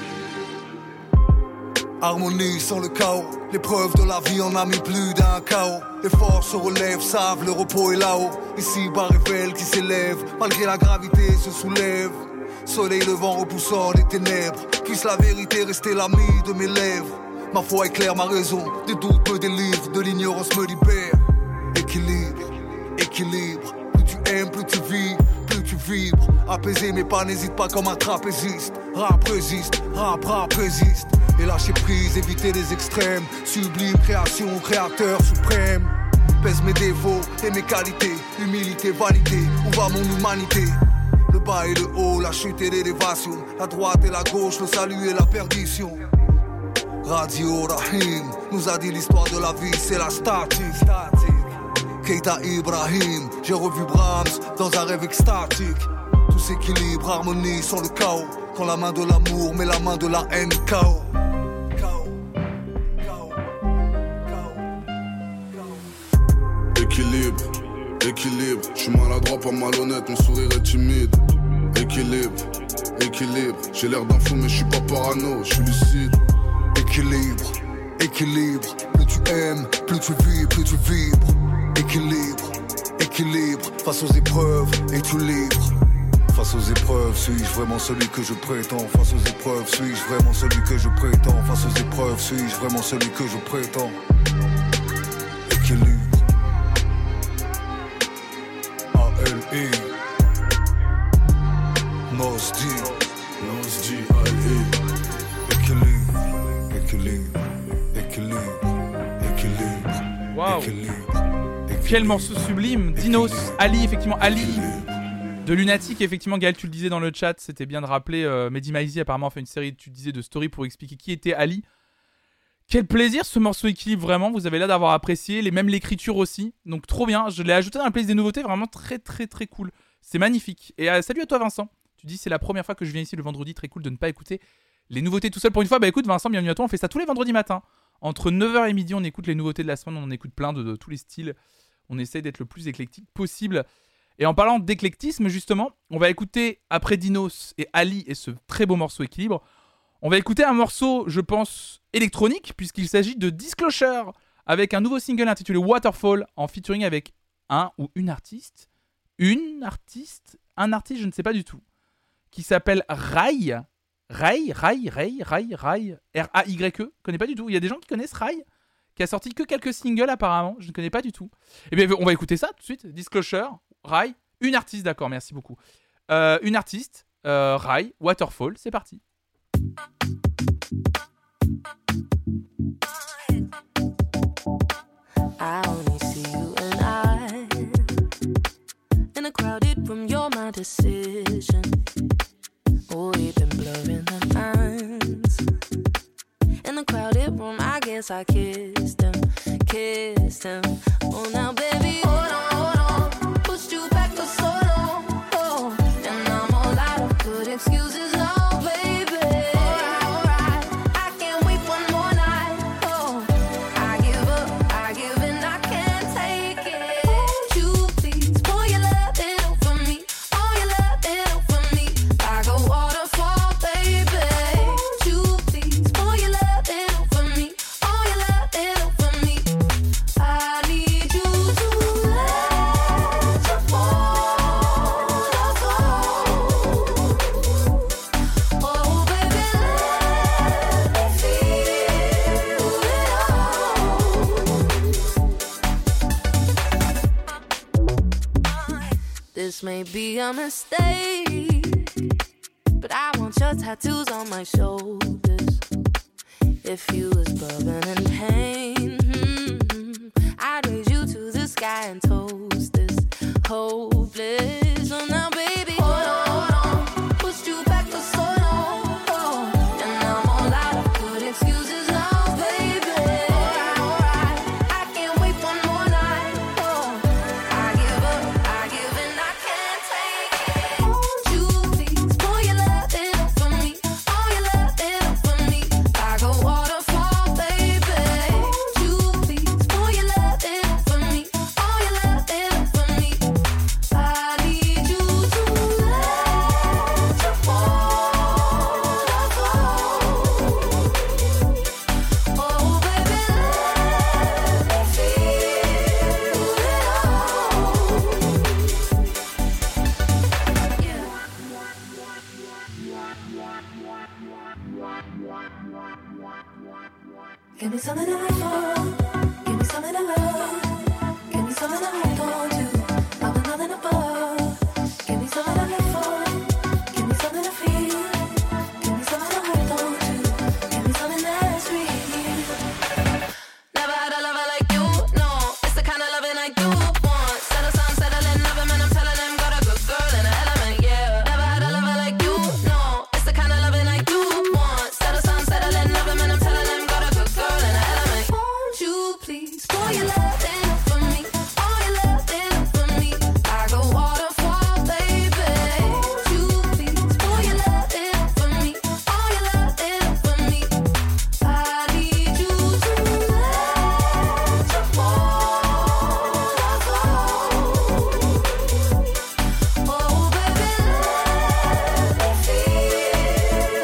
Harmonie sans le chaos. L'épreuve de la vie en a mis plus d'un chaos. Les forces se relèvent, savent, le repos est là-haut. Ici, bas révèle qui s'élève. Malgré la gravité, se soulève. Soleil levant, repoussant les ténèbres. Puisse la vérité rester l'ami de mes lèvres. Ma foi éclaire ma raison. Des doutes me délivrent, de l'ignorance me libère. Équilibre, équilibre. Plus tu aimes, plus tu vis, plus tu vibres. Apaiser mes pas, n'hésite pas comme un trapéziste. Rap résiste, rap résiste. Et lâcher prise, éviter les extrêmes. Sublime création, créateur suprême. Pèse mes défauts et mes qualités. Humilité, vanité, où va mon humanité? Le bas et le haut, la chute et l'élévation. La droite et la gauche, le salut et la perdition. Radio Rahim nous a dit l'histoire de la vie, c'est la statique. Keita Ibrahim, j'ai revu Brahms dans un rêve extatique. Tout s'équilibre, harmonie sans le chaos. Quand la main de l'amour met la main de la haine, chaos. Équilibre, équilibre. Je suis maladroit, pas malhonnête, mon sourire est timide. Équilibre, équilibre. J'ai l'air d'un fou mais je suis pas parano, je suis lucide. Équilibre, équilibre. Plus tu aimes, plus tu vis, plus tu vibres. Équilibre, équilibre. Face aux épreuves, es-tu libre? Face aux épreuves, suis-je vraiment celui que je prétends? Face aux épreuves, suis-je vraiment celui que je prétends? Face aux épreuves, suis-je vraiment celui que je prétends? Équilibre. A-L-E Mos-D A-L-E Équilibre, équilibre. Waouh. Quel morceau sublime. Dinos, Ali, effectivement, Ali de Lunatic, effectivement. Gaël, tu le disais dans le chat, c'était bien de rappeler. Mehdi Maizi apparemment a fait une série, tu disais, de story pour expliquer qui était Ali. Quel plaisir ce morceau Équilibre, vraiment. Vous avez l'air d'avoir apprécié, même l'écriture aussi. Donc trop bien. Je l'ai ajouté dans la playlist des nouveautés, vraiment très très très cool. C'est magnifique. Et salut à toi Vincent. Tu dis c'est la première fois que je viens ici le vendredi, très cool de ne pas écouter les nouveautés tout seul pour une fois. Bah écoute Vincent, bienvenue à toi. On fait ça tous les vendredis matins Entre 9h et midi, on écoute les nouveautés de la semaine, on en écoute plein de tous les styles. On essaie d'être le plus éclectique possible. Et en parlant d'éclectisme, justement, on va écouter, après Dinos et Ali et ce très beau morceau Équilibre, on va écouter un morceau, je pense, électronique, puisqu'il s'agit de Disclosure, avec un nouveau single intitulé Waterfall, en featuring avec un ou une artiste. Un artiste, je ne sais pas du tout. Qui s'appelle Rai. Rai. R-A-Y-E. Je connais pas du tout. Il y a des gens qui connaissent Rai, qui a sorti que quelques singles apparemment. Je ne connais pas du tout. Eh bien, on va écouter ça tout de suite. Disclosure, Rai. Une artiste, d'accord, merci beaucoup. Une artiste, Rai, Waterfall, c'est parti. I only see you and I in a crowded room, you're my decision. Oh, we've been blurring the lines. In the crowded room, I guess I kissed him. Oh, now baby, hold on. Pushed you back for so long. Oh, and I'm all out of good excuses now, baby. Alright, I can't wait one more night. Oh, I give up, I give in, I can't take it. Won't you please pour your love in over me? All your love in over me, like a waterfall, baby. Won't you please pour your love in over me? All your love in over me. I need you to let your waterfall. Oh, baby, let me feel it all. This may be a mistake, but I want your tattoos on my shoulders. If you was bourbon and pain, I'd raise you to the sky and toast this hopeless. So now, baby, hold on. Pushed you back for so long. Oh, and I'm all out of good excuses now, baby. Alright, I can't wait one more night. Oh, I give up, I give in, I can't take it. Won't you please pour your love in over me? All your love in over me, like a waterfall, baby. Won't you please pour your love in over me? All your love in over me. I need you to let your waterfall. Oh, baby, let me feel it all. Give me something to live for. Give me something to love. Give me something to hold on to. I'm nothing above. Give me something to live for. Give me something to feel. Give me something to hold on to. Give me something that's real. Never had a lover like you, no. It's the kind of loving I do want. Settle some, settling, never man, I'm telling them. Got a good girl in an element, yeah. Never had a lover like you, no. It's the kind of loving I do want. Settle some, settling, never man, I'm telling them. Got a good girl in an element. Won't you please pour your love in over me? All your love in over me, like a waterfall, baby. Won't you please pour your love in over me? All your love in over me. I need you to let your waterfall. Oh, baby, let me feel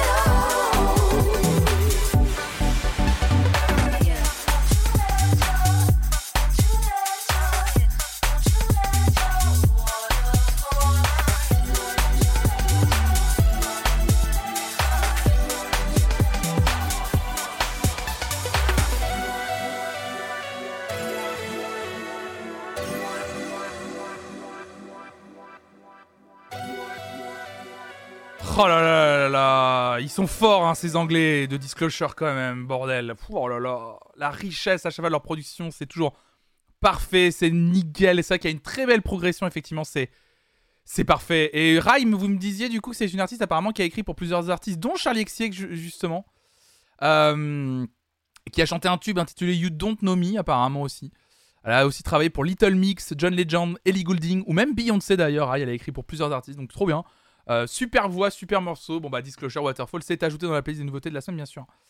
Oh là là là là, ils sont forts hein, ces Anglais de Disclosure quand même, bordel. Oh là là, la richesse à chaque fois de leur production, c'est toujours parfait, c'est nickel. Et c'est vrai qu'il y a une très belle progression, effectivement, c'est parfait. Et Rai, vous me disiez du coup que c'est une artiste apparemment qui a écrit pour plusieurs artistes, dont Charlie XCX justement, qui a chanté un tube intitulé You Don't Know Me apparemment aussi. Elle a aussi travaillé pour Little Mix, John Legend, Ellie Goulding ou même Beyoncé d'ailleurs. Rai, elle a écrit pour plusieurs artistes, donc trop bien. Super voix, super morceau. Bon bah Disclosure, Waterfall, c'est ajouté dans la playlist des nouveautés de la semaine bien sûr.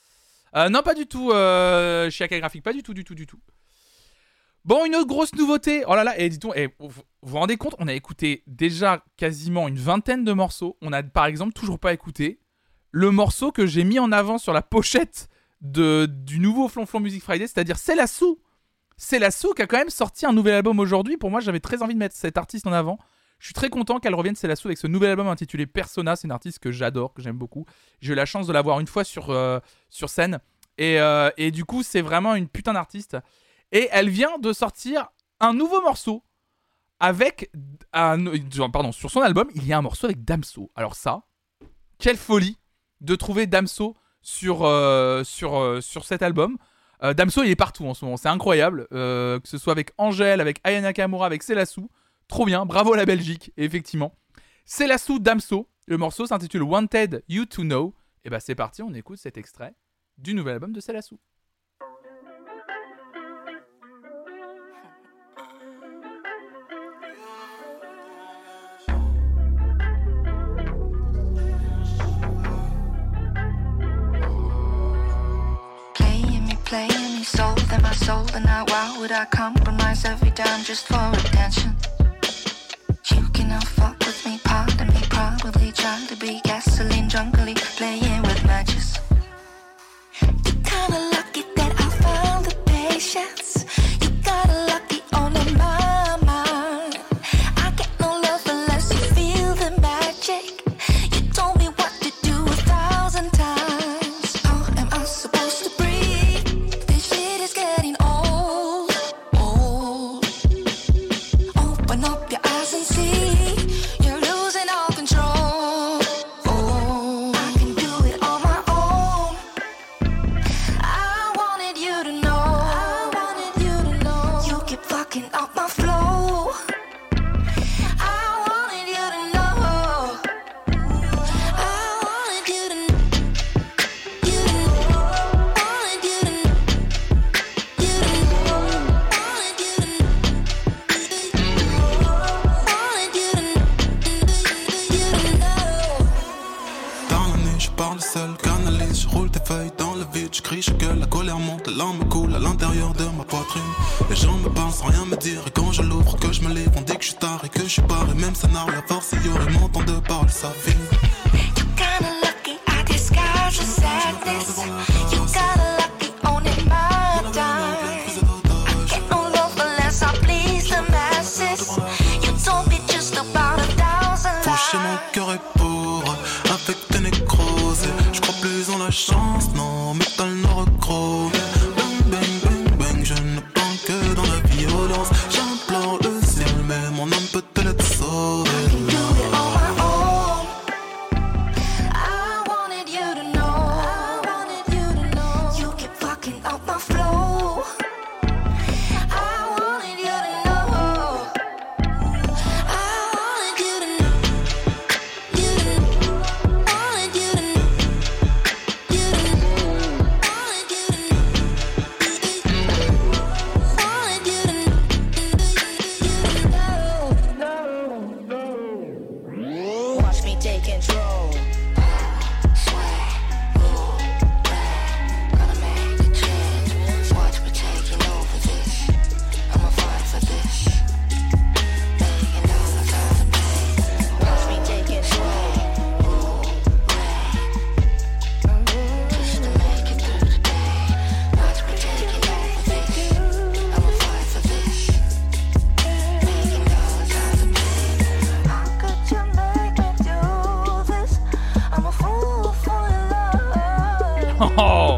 Non, pas du tout. Chiaka Graphique, pas du tout. Bon, une autre grosse nouveauté. Oh là là, et dites-donc, vous vous rendez compte, on a écouté déjà quasiment une vingtaine de morceaux. On a par exemple toujours pas écouté le morceau que j'ai mis en avant sur la pochette du nouveau Flonflon Music Friday, c'est-à-dire Selassou. Selassou qui a quand même sorti un nouvel album aujourd'hui. Pour moi, j'avais très envie de mettre cette artiste en avant. Je suis très content qu'elle revienne, Selassou, avec ce nouvel album intitulé Persona. C'est une artiste que j'adore, que j'aime beaucoup. J'ai eu la chance de la voir une fois sur scène. Et du coup, c'est vraiment une putain d'artiste. Et elle vient de sortir un nouveau morceau avec... sur son album, il y a un morceau avec Damso. Alors ça, quelle folie de trouver Damso sur cet album. Damso, il est partout en ce moment. C'est incroyable. Que ce soit avec Angèle, avec Aya Nakamura, avec Selassou. Trop bien. Bravo à la Belgique, effectivement. Selassou, Damso. Le morceau s'intitule Wanted You to Know. Et bah c'est parti, on écoute cet extrait du nouvel album de Selassou. Playing me, sold in my soul, and now why would I compromise every time just for attention? You cannot fuck with me, pardon me, probably trying to be gasoline drunkly playing with matches. You're kinda lucky that I found the patience. You got a lucky on my mind. I get no love unless you feel the magic. You told me what to do 1,000 times. How am I supposed to breathe? This shit is getting old, old. Open up your eyes and see you're losing all control. Oh, I can do it on my own. I wanted you to know. I wanted you to know. You keep fucking up my flow. I wanted you to know. I wanted you to know. Wanted you to know. Dans la nuit, je parle seul, canalise, je roule tes feuilles dans le vide, je crie, je gueule, la colère monte, la larme coule à l'intérieur de ma poitrine. Les gens me parlent sans rien me dire, et quand je l'ouvre, que je me livre, on dit que je suis tard et que je suis barré, même scénario, la force, il y aurait mon temps de parole, ça vit. Kinda lucky, I disguise your sadness. You kinda lucky, owning my time. I get no love unless I please the masses. You told me just about 1,000 Faucher mon lies. cœur est pauvre, avec des nécroses. Je crois plus en la chance, non, métal neurochrome. Bang, bang, bang, bang, je ne pense que dans la violence. J'implore le ciel, mais mon âme peut être sauvée. I wanted you to know. I wanted you to know. You keep fucking up my flow. I wanted you to know. I wanted you to know. You to know. Wanted you to know. You to know. Wanted you to know. Wanted you to know. Watch me take control. Oh.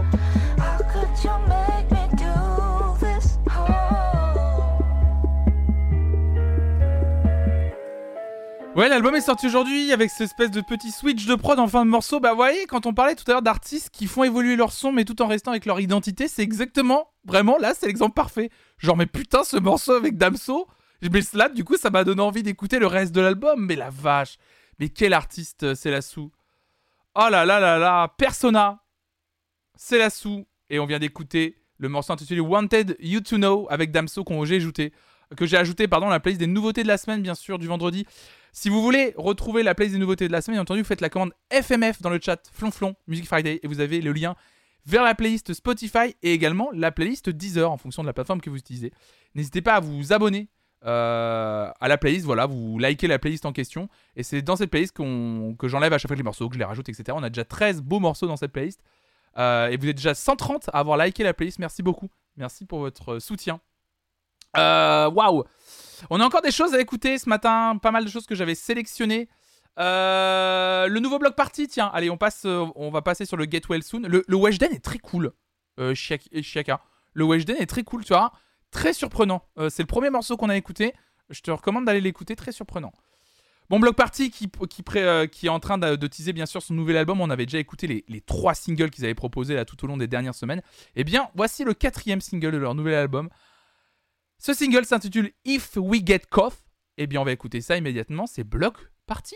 Ouais, l'album est sorti aujourd'hui avec cette espèce de petit switch de prod en fin de morceau. Bah, vous voyez, quand on parlait tout à l'heure d'artistes qui font évoluer leur son, mais tout en restant avec leur identité, c'est exactement, vraiment, là, c'est l'exemple parfait. Genre, mais putain, ce morceau avec Damso, mais là, du coup, ça m'a donné envie d'écouter le reste de l'album. Mais la vache, mais quel artiste, Selassou. Oh là là là là, Persona, Selassou. Et on vient d'écouter le morceau intitulé Wanted You to Know avec Damso que j'ai ajouté à la playlist des nouveautés de la semaine, bien sûr, du vendredi. Si vous voulez retrouver la playlist des nouveautés de la semaine, bien entendu, vous faites la commande FMF dans le chat Flonflon Music Friday et vous avez le lien vers la playlist Spotify et également la playlist Deezer en fonction de la plateforme que vous utilisez. N'hésitez pas à vous abonner à la playlist, voilà, vous likez la playlist en question et c'est dans cette playlist que j'enlève à chaque fois les morceaux, que je les rajoute, etc. On a déjà 13 beaux morceaux dans cette playlist et vous êtes déjà 130 à avoir liké la playlist. Merci beaucoup, merci pour votre soutien. Waouh, on a encore des choses à écouter ce matin, pas mal de choses que j'avais sélectionnées. Le nouveau bloc party, tiens, allez, on va passer sur le Get Well Soon. Le Weshden est très cool, Chiaka. Le Weshden est très cool, tu vois, très surprenant. C'est le premier morceau qu'on a écouté. Je te recommande d'aller l'écouter, très surprenant. Bon, bloc party qui est en train de teaser bien sûr son nouvel album. On avait déjà écouté les 3 singles qu'ils avaient proposés là tout au long des dernières semaines. Eh bien, voici le 4e single de leur nouvel album. Ce single s'intitule If We Get Caught. Eh bien, on va écouter ça immédiatement. C'est bloc party.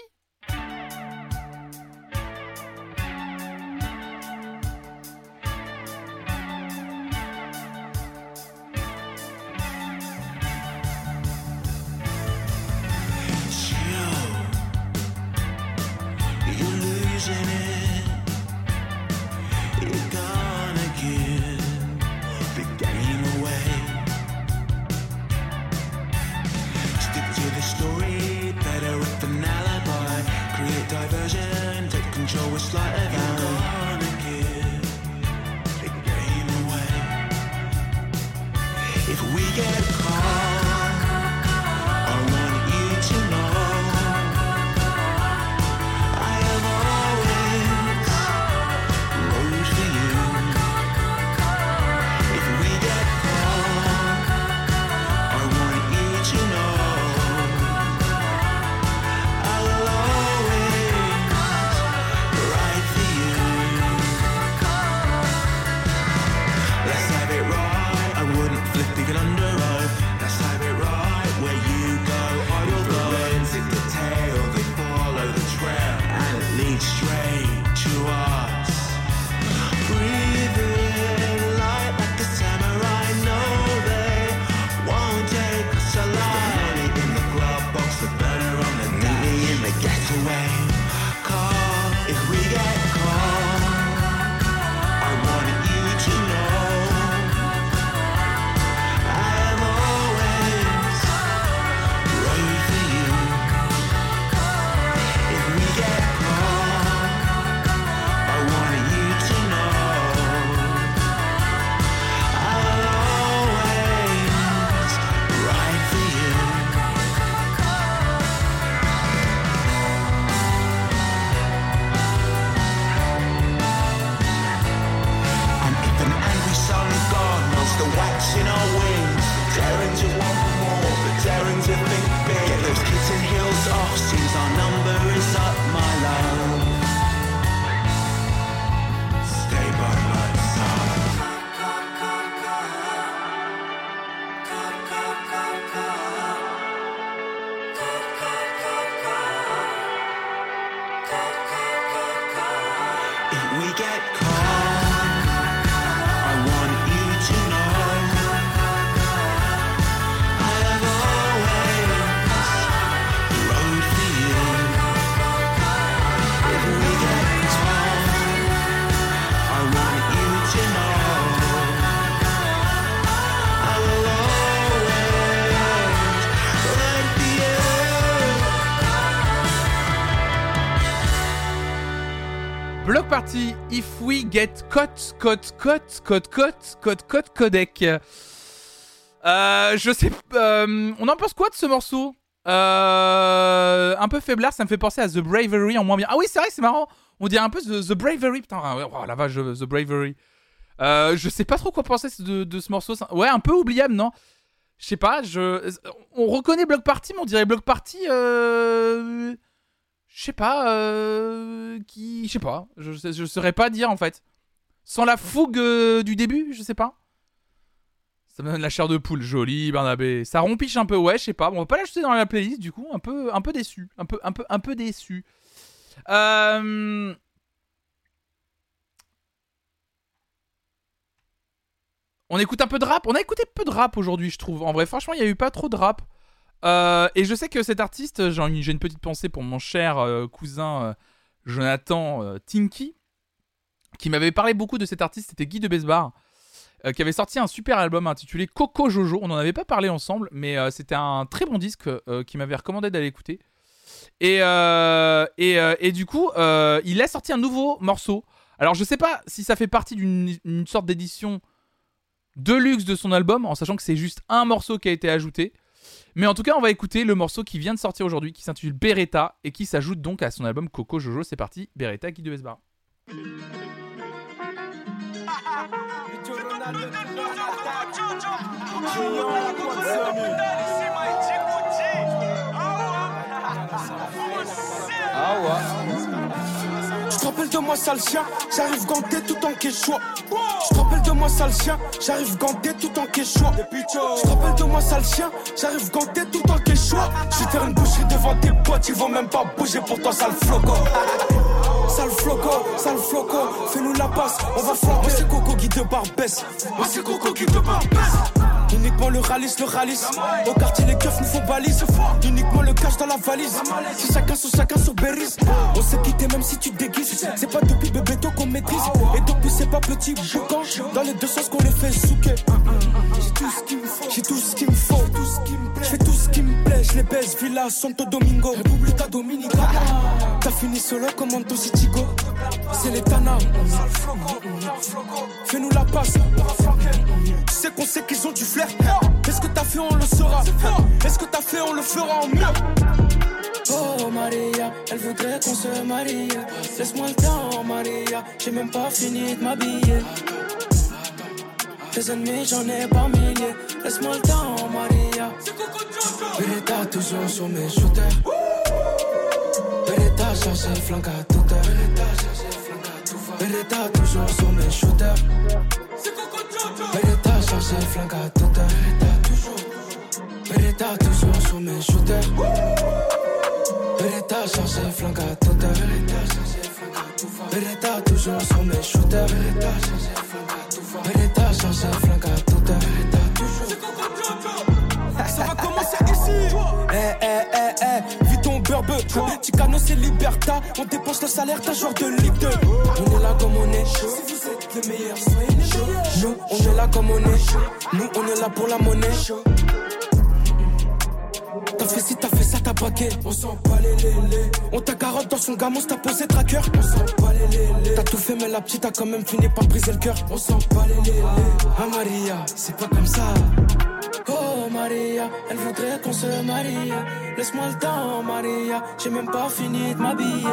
Block Party, If We Get Caught, Codec. Je sais, on en pense quoi de ce morceau? Un peu faiblard, ça me fait penser à The Bravery en moins bien. Ah oui, c'est vrai, c'est marrant. On dirait un peu The Bravery, putain, oh la vache, The Bravery. Je sais pas trop quoi penser de ce morceau. Ouais, un peu oubliable, non? Je sais pas, on reconnaît Block Party, mais on dirait Block Party, je sais pas, je sais pas, je saurais pas dire en fait. Sans la fougue du début, je sais pas. Ça me donne la chair de poule, joli, Barnabé. Ça rompiche un peu, ouais, je sais pas. Bon, on va pas l'ajouter dans la playlist, du coup, un peu déçu. Un peu déçu. On écoute un peu de rap. On a écouté peu de rap aujourd'hui, je trouve. En vrai, franchement, il y a eu pas trop de rap. Et je sais que cet artiste, j'ai une petite pensée pour mon cher cousin Jonathan Tinky. qui m'avait parlé beaucoup de cet artiste, c'était Guy de Besbar, qui avait sorti un super album intitulé Coco Jojo. On n'en avait pas parlé ensemble, mais c'était un très bon disque qui m'avait recommandé d'aller écouter. Et du coup, il a sorti un nouveau morceau. Alors je sais pas si ça fait partie d'une sorte d'édition deluxe de son album, en sachant que c'est juste un morceau qui a été ajouté. Mais en tout cas, on va écouter le morceau qui vient de sortir aujourd'hui, qui s'intitule Beretta, et qui s'ajoute donc à son album Coco Jojo. C'est parti, Beretta, Guy de Besbar. Je te rappelle de moi sale chien, j'arrive ganté tout en quechua. Je te rappelle de moi sale chien, j'arrive ganté tout en quechua. Je te rappelle de moi sale chien, j'arrive ganté tout en quechua. Je vais faire une boucherie devant tes potes, ils vont même pas bouger pour toi sale floco. Sale floco, fais-nous la passe, on va frapper. Moi c'est Coco Guy de Barbès, moi c'est Coco Guy de Barbès. Uniquement le ralice. Au quartier les keufs nous font balise. Uniquement le cash dans la valise. C'est chacun sur Berries. On s'est quitté même si tu te déguises. C'est pas depuis bébé qu'on maîtrise. Et depuis c'est pas petit boucan. Dans les deux sens qu'on les fait souquer. J'ai tout ce qu'il me faut. Je fais tout ce qui me plaît. Je les baise, Villa, Santo Domingo, República Dominicana. T'as fini solo comme Antosi Chico. C'est les Tana. Fais-nous la passe. Tu sais qu'on sait qu'ils ont du flair. Est-ce que t'as fait, on le saura. Est-ce que t'as fait, on le fera en mieux. Oh Maria, elle voudrait qu'on se marie. Laisse-moi le temps Maria, j'ai même pas fini de m'habiller. Tes ennemis j'en ai pas milliers. Laisse-moi le temps Maria. Beretta toujours sur mes shooters. Beretta chargé flanque à toute heure. Beretta toujours sur mes shooters. Beretta chargé flanque à toute heure. Beretta toujours sur mes shooters. Beretta chargé flanque à toute heure. Beretta toujours sur mes shooters. Beretta chargé flanque à toute heure. Ça va commencer ici. Vis ton beurbe. Ticano c'est Liberta. On dépense le salaire d'un joueur de Ligue 2. On est là comme on est. Si vous êtes les meilleurs, soyez les meilleurs. Nous on est là comme on est. Nous on est là pour la monnaie. T'as fait ci, t'as fait ça, t'as braqué. On s'en bat les lélés. On t'a carotte dans son gamos, t'as posé tracker. On s'en bat les lélés. T'as tout fait, mais la petite a quand même fini par briser le cœur. On s'en bat les lélés. Ah Maria, c'est pas comme ça. Oh Maria, elle voudrait qu'on se marie. Laisse-moi le temps Maria, j'ai même pas fini de m'habiller.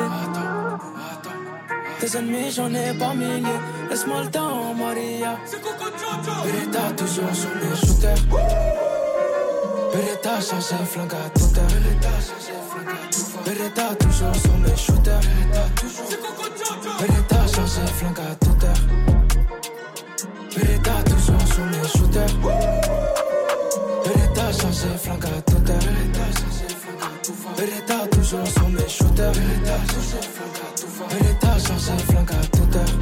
Tes ennemis j'en ai pas milliers. Laisse-moi le temps Maria. Beretta toujours sur mes shooters. Beretta chargé flanque à toute heure. Beretta toujours sur mes shooters. Beretta chargé flanque à toute heure. Beretta toujours sur mes shooters. Beretta chargé flanque à toute heure. Beretta toujours sur mes shooters. Beretta chargé flanque à toute heure.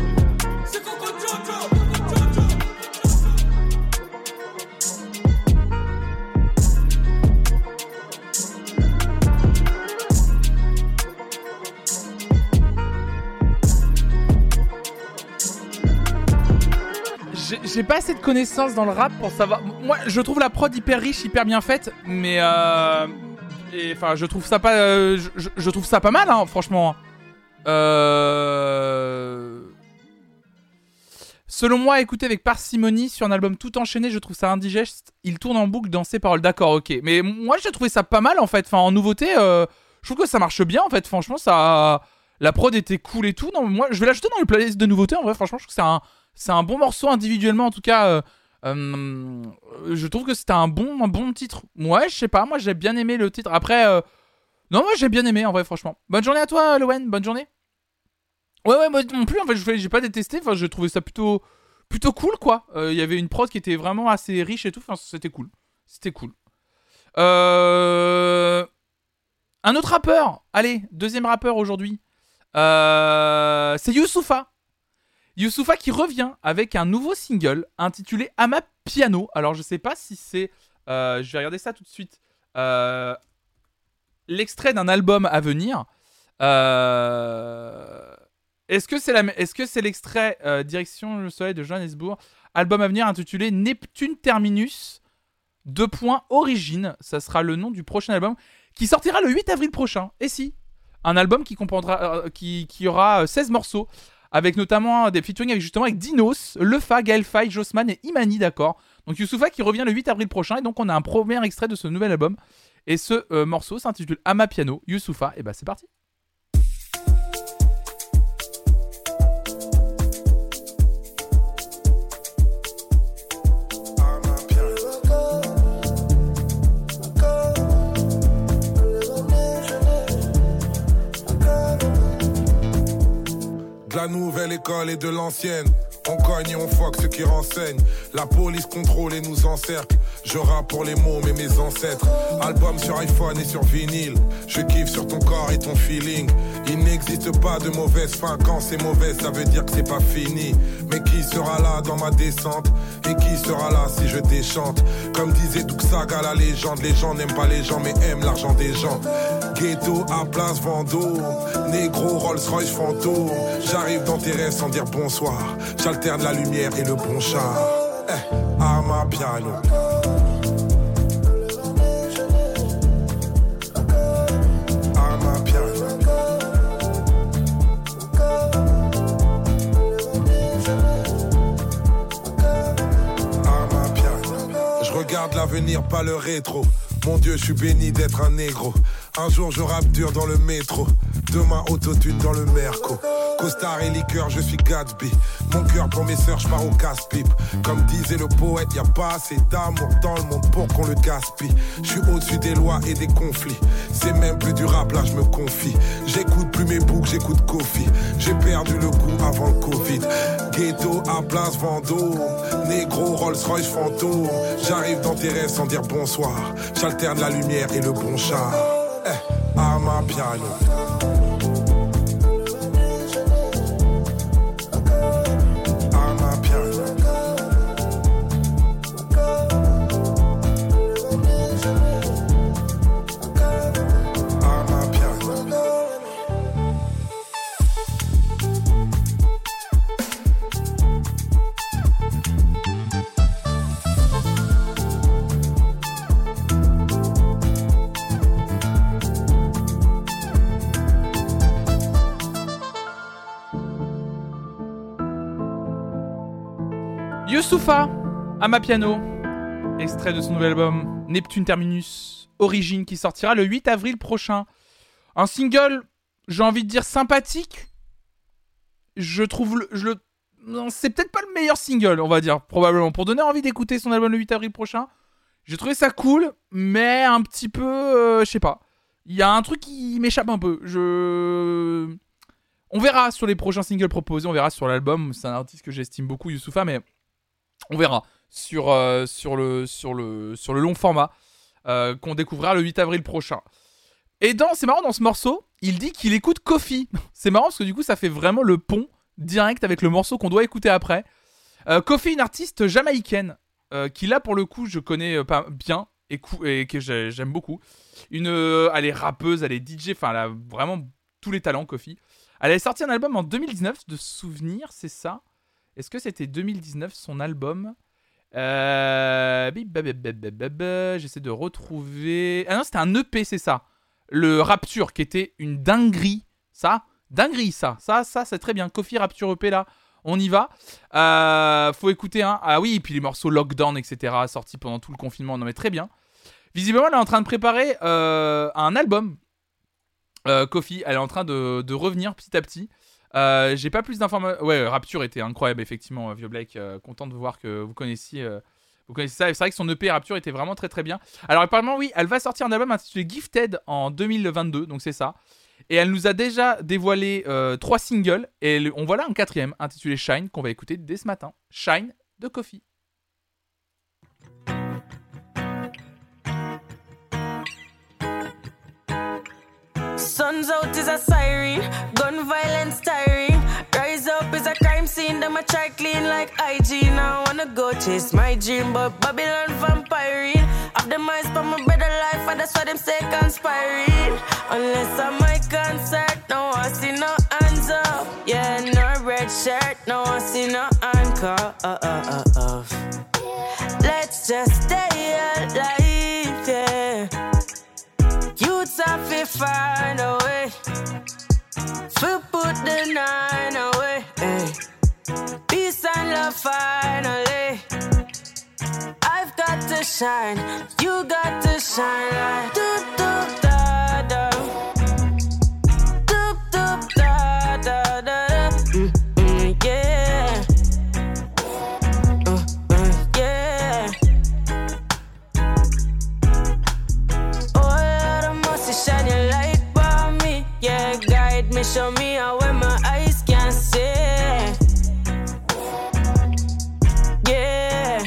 J'ai pas assez de connaissances dans le rap pour savoir. Moi, je trouve la prod hyper riche, hyper bien faite, mais enfin, je trouve ça pas, je trouve ça pas mal, hein, franchement. Selon moi, écouter avec parcimonie sur un album tout enchaîné, je trouve ça indigeste. Il tourne en boucle dans ses paroles. D'accord, ok. Mais moi, j'ai trouvé ça pas mal en fait. Enfin, en nouveauté, je trouve que ça marche bien en fait. Franchement, ça, la prod était cool et tout. Non, moi, je vais l'ajouter dans les playlists de nouveautés. En vrai, franchement, je trouve que c'est un bon morceau individuellement, en tout cas. Je trouve que c'était un bon titre. Ouais, je sais pas, moi j'ai bien aimé le titre. Après, non, moi j'ai bien aimé en vrai, franchement. Bonne journée à toi, Lowen, bonne journée. Ouais, moi non plus, en fait, j'ai pas détesté. Enfin, j'ai trouvé ça plutôt cool, quoi. Il y avait une prod qui était vraiment assez riche et tout. Enfin, c'était cool. Un autre rappeur. Allez, deuxième rappeur aujourd'hui. C'est Youssoupha. Youssoupha qui revient avec un nouveau single intitulé Ama Piano. Alors je sais pas si c'est... je vais regarder ça tout de suite. L'extrait d'un album à venir. Est-ce que c'est l'extrait Direction le soleil de Johannesburg, album à venir intitulé Neptune Terminus, Origine, ça sera le nom du prochain album qui sortira le 8 avril prochain. Et si, un album qui comprendra qui aura 16 morceaux avec notamment des featuring avec Dinos, Lefa, Gaël Faye, Jossman et Imani, d'accord. Donc Youssoupha qui revient le 8 avril prochain et donc on a un premier extrait de ce nouvel album et ce morceau s'intitule Amapiano, Youssoupha, et bah c'est parti. De la nouvelle école et de l'ancienne, on cogne et on foque ceux qui renseignent. La police contrôle et nous encercle. Je rappe pour les mots mais mes ancêtres. Album sur iPhone et sur vinyle. Je kiffe sur ton corps et ton feeling. Il n'existe pas de mauvaise fin. Quand c'est mauvais ça veut dire que c'est pas fini. Mais qui sera là dans ma descente? Et qui sera là si je déchante? Comme disait Duxaga la légende. Les gens n'aiment pas les gens mais aiment l'argent des gens. Ghetto à Place Vendôme, négro Rolls Royce fantôme. J'arrive dans tes rêves sans dire bonsoir. J'alterne la lumière et le bon char. Amapiano. Je regarde l'avenir, pas le rétro. Mon Dieu, je suis béni d'être un négro. Un jour je rappe dur dans le métro. Demain autotune dans le Merco. Costard et liqueur, je suis Gatsby. Mon cœur pour mes sœurs, je pars au casse-pipe. Comme disait le poète, y a pas assez d'amour dans le monde pour qu'on le gaspille. Je suis au-dessus des lois et des conflits. C'est même plus du rap, là je me confie. J'écoute plus mes boucs, j'écoute Kofi. J'ai perdu le goût avant le Covid. Ghetto à Place Vendôme, négro Rolls Royce fantôme. J'arrive dans tes rêves sans dire bonsoir. J'alterne la lumière et le bon char. Amapiano. Youssoupha, Amapiano, extrait de son nouvel album Neptune Terminus, Origine, qui sortira le 8 avril prochain. Un single, j'ai envie de dire sympathique. Je trouve non, c'est peut-être pas le meilleur single, on va dire, probablement. Pour donner envie d'écouter son album le 8 avril prochain, j'ai trouvé ça cool, mais un petit peu, je sais pas. Il y a un truc qui m'échappe un peu. On verra sur les prochains singles proposés, on verra sur l'album. C'est un artiste que j'estime beaucoup, Youssoupha, mais on verra sur le long format qu'on découvrira le 8 avril prochain. Et c'est marrant, dans ce morceau, il dit qu'il écoute Kofi. C'est marrant parce que du coup, ça fait vraiment le pont direct avec le morceau qu'on doit écouter après. Kofi, une artiste jamaïcaine qui là, pour le coup, je connais pas bien et que j'aime beaucoup. Elle est rappeuse, elle est DJ, enfin, elle a vraiment tous les talents, Kofi. Elle avait sorti un album en 2019, de souvenir, c'est ça? Est-ce que c'était 2019 son album? J'essaie de retrouver... Ah non, c'était un EP, c'est ça. Le Rapture, qui était une dinguerie. Ça, c'est très bien. Kofi Rapture EP, là, on y va. Faut écouter, hein. Ah oui, et puis les morceaux Lockdown, etc., sortis pendant tout le confinement. Non mais très bien. Visiblement, elle est en train de préparer un album. Kofi, elle est en train de revenir petit à petit. J'ai pas plus d'informations. Ouais, Rapture était incroyable, effectivement, Vieux Blake. Content de voir que vous connaissiez ça. Et c'est vrai que son EP Rapture était vraiment très très bien. Alors, apparemment, oui, elle va sortir un album intitulé Gifted en 2022, donc c'est ça. Et elle nous a déjà dévoilé 3 singles. Et on voit là un 4e intitulé Shine, qu'on va écouter dès ce matin. Shine de Kofi. Sun's out is a siren, gun violence tiring. Rise up is a crime scene, them a try clean like IG. Now I wanna go chase my dream, but Babylon vampiring. Have the minds for my better life, and that's why them say conspiring. Unless I'm my concert, no I see no hands up. Yeah, shine. You got to shine like doop doop da da. Doop doop da da da da. Yeah. Yeah. Oh Lord, I must shine your light by me. Yeah, guide me, show me how where my eyes can see. Yeah.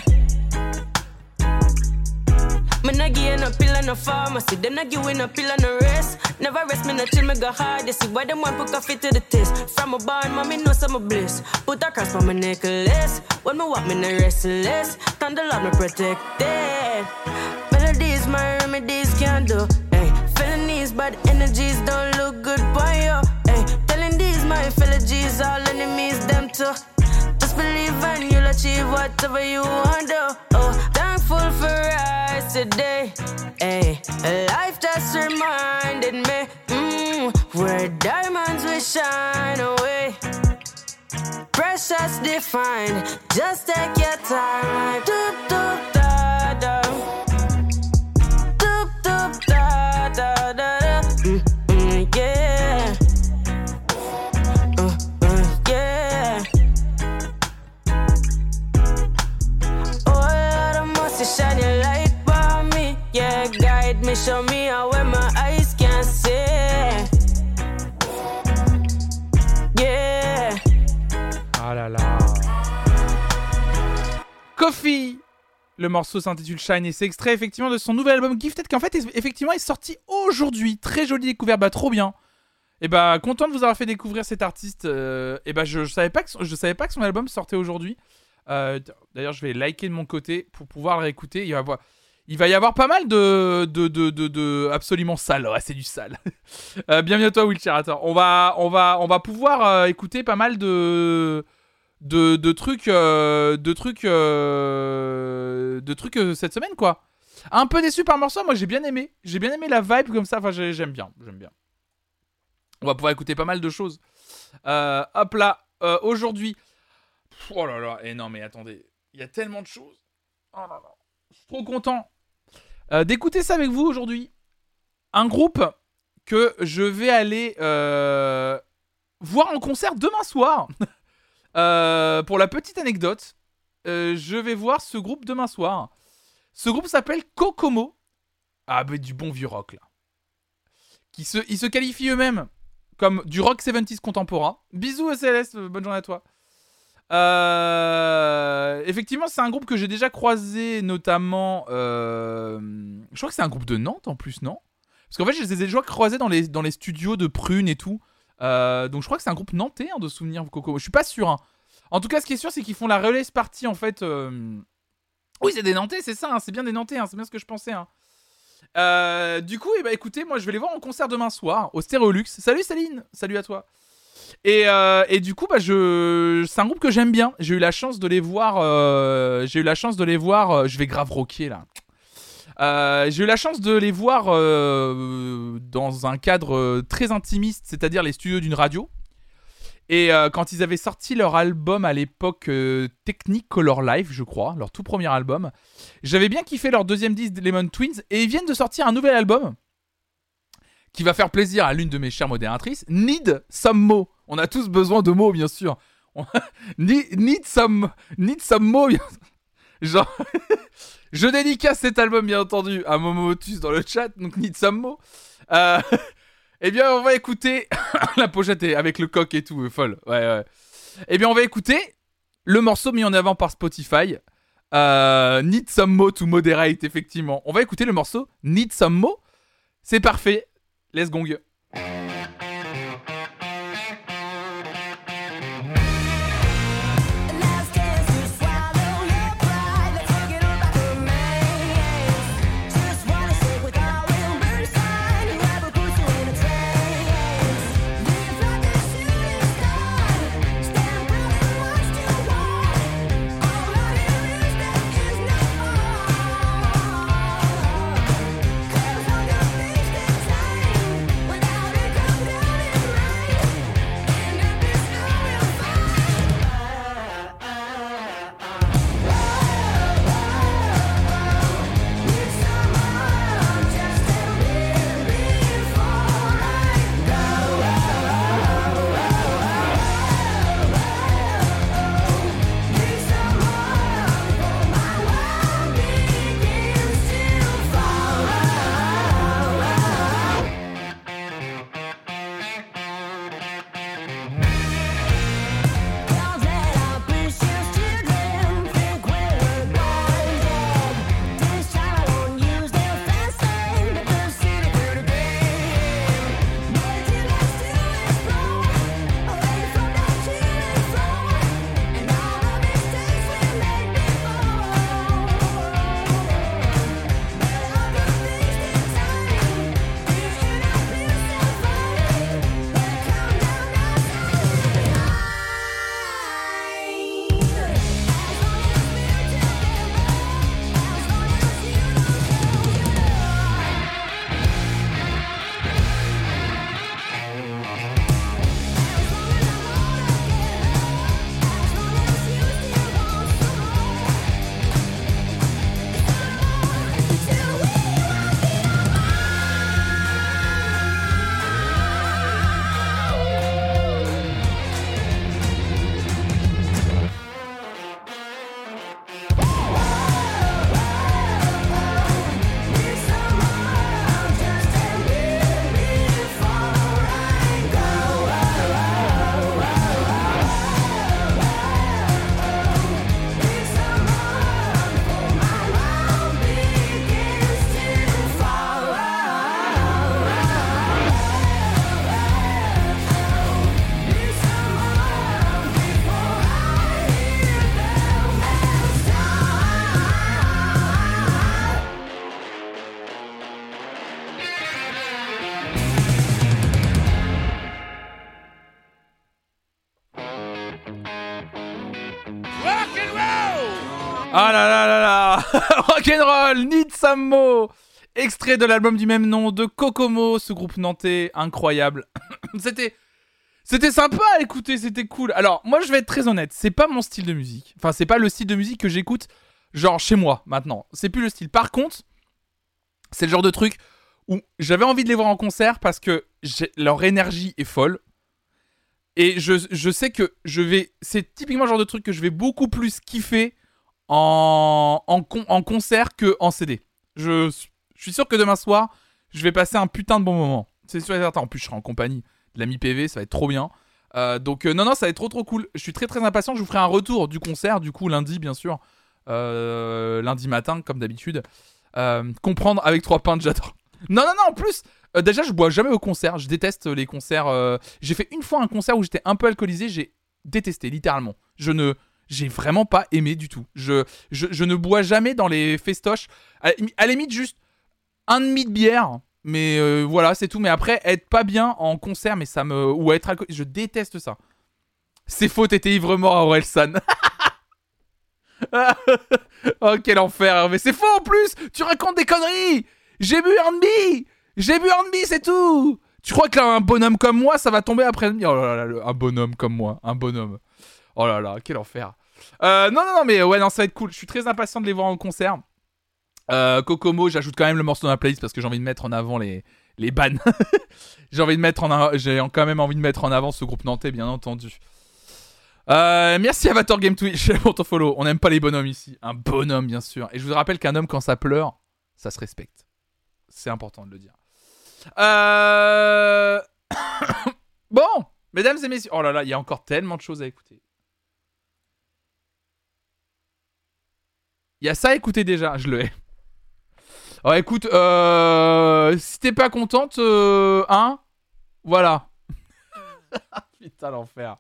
Me nah give no pill and no pharmacy. Them nah give no pill and no rest. Never rest, me nah chill, me go hard. You see why them want put coffee to the test. From a barn, mommy know some bliss. Put a cross on my necklace. When me walk, me nah restless. Thank the Lord, me protected. Melodies, my remedies can't do. Hey, felonies, bad energies don't look good for you. Hey, telling these my fellow G's, all enemies, them too. Just believe and you'll achieve whatever you want to. Oh, thankful for us today. Hey, life just reminded me where diamonds will shine away. Precious defined, just take your time. Like doop doop da da. Doop doop da da da da. Yeah. Yeah. Oh Lord, I must shine your light by me. Yeah, guide me, show me how where my eyes can see. Yeah. Ah là là. Koffee. Le morceau s'intitule Shine et c'est extrait effectivement de son nouvel album Gifted qui en fait effectivement est sorti aujourd'hui. Très jolie découverte, bah trop bien. Et bah content de vous avoir fait découvrir cet artiste. Et bah je savais pas que son album sortait aujourd'hui. D'ailleurs je vais liker de mon côté pour pouvoir le réécouter. Il va y avoir pas mal de absolument sale. Ouais, c'est du sale. Bienvenue à toi Wheelchair. Attends, on va pouvoir écouter pas mal de trucs cette semaine quoi. Un peu déçu par morceau, moi j'ai bien aimé la vibe comme ça, enfin j'aime bien. On va pouvoir écouter pas mal de choses. Hop là, aujourd'hui. Oh là là, non mais attendez, il y a tellement de choses. Oh là là, je suis trop content d'écouter ça avec vous aujourd'hui. Un groupe que je vais aller voir en concert demain soir. Pour la petite anecdote, je vais voir ce groupe demain soir. Ce groupe s'appelle Kokomo. Ah, bah, du bon vieux rock, là. Ils se qualifient eux-mêmes comme du rock 70s contemporain. Bisous, Céleste, bonne journée à toi. Effectivement, c'est un groupe que j'ai déjà croisé, notamment... Je crois que c'est un groupe de Nantes, en plus, non ? Parce qu'en fait, je les ai déjà croisés dans les studios de Prune et tout. Donc je crois que c'est un groupe nantais de souvenirs Kokomo. Je suis pas sûr hein. En tout cas ce qui est sûr c'est qu'ils font la release party en fait Oui c'est des Nantais c'est ça hein. C'est bien des Nantais hein. C'est bien ce que je pensais hein. Du coup bah, écoutez moi je vais les voir en concert demain soir au Stéréolux. Salut Céline. Salut à toi. Et du coup bah, c'est un groupe que j'aime bien. J'ai eu la chance de les voir je vais grave rocker là. J'ai eu la chance de les voir dans un cadre très intimiste, c'est-à-dire les studios d'une radio. Et quand ils avaient sorti leur album à l'époque Technicolor Live, je crois, leur tout premier album, j'avais bien kiffé leur deuxième disque Lemon Twins. Et ils viennent de sortir un nouvel album qui va faire plaisir à l'une de mes chères modératrices. Need Some Mo. On a tous besoin de mots, bien sûr. Need some mo. Genre... Je dédicace cet album, bien entendu, à Momo Motus dans le chat, donc Need Some Mo. Eh bien, on va écouter... La pochette est avec le coq et tout, folle. Ouais. Eh bien, on va écouter le morceau mis en avant par Spotify. Need Some Mo to Moderate, effectivement. On va écouter le morceau Need Some Mo. C'est parfait. Let's gong. Without Ah là là là là. Rock'n'roll, Need Some Mo. Extrait de l'album du même nom de Kokomo, ce groupe nantais incroyable. C'était sympa à écouter, c'était cool. Alors, moi je vais être très honnête, c'est pas mon style de musique. Enfin, c'est pas le style de musique que j'écoute genre chez moi maintenant. C'est plus le style. Par contre, c'est le genre de truc où j'avais envie de les voir en concert parce que leur énergie est folle. Et je sais que c'est typiquement le genre de truc que je vais beaucoup plus kiffer en concert que en CD. Je suis sûr que demain soir, je vais passer un putain de bon moment. C'est sûr et certain. En plus, je serai en compagnie de l'ami PV, ça va être trop bien. Donc non, ça va être trop cool. Je suis très très impatient. Je vous ferai un retour du concert, du coup, lundi, bien sûr. Lundi matin, comme d'habitude. Comprendre avec 3 pintes, j'adore. Non, en plus, déjà, je bois jamais au concert. Je déteste les concerts. J'ai fait une fois un concert où j'étais un peu alcoolisé. J'ai détesté, littéralement. J'ai vraiment pas aimé du tout. Je ne bois jamais dans les festoches. À la limite, juste un demi de bière. Mais voilà, c'est tout. Mais après, être pas bien en concert, mais ou être alcoolisé, je déteste ça. C'est faux, t'étais ivre-mort à Orelsan. Oh, quel enfer. Mais c'est faux en plus. Tu racontes des conneries. J'ai bu un demi, c'est tout. Tu crois que là, un bonhomme comme moi, ça va tomber après demi? Oh là là, un bonhomme comme moi, un bonhomme. Oh là là, quel enfer. Non, mais ouais, non, ça va être cool. Je suis très impatient de les voir en concert. Kokomo, j'ajoute quand même le morceau dans la playlist parce que j'ai envie de mettre en avant les bannes. J'ai quand même envie de mettre en avant ce groupe nantais, bien entendu. Merci Avatar Game Twitch pour ton follow. On n'aime pas les bonhommes ici. Un bonhomme, bien sûr. Et je vous rappelle qu'un homme, quand ça pleure, ça se respecte. C'est important de le dire. Bon, mesdames et messieurs. Oh là là, il y a encore tellement de choses à écouter. Il y a ça à écouter déjà, je le hais. Oh, écoute, si t'es pas contente, hein, voilà. Putain, l'enfer.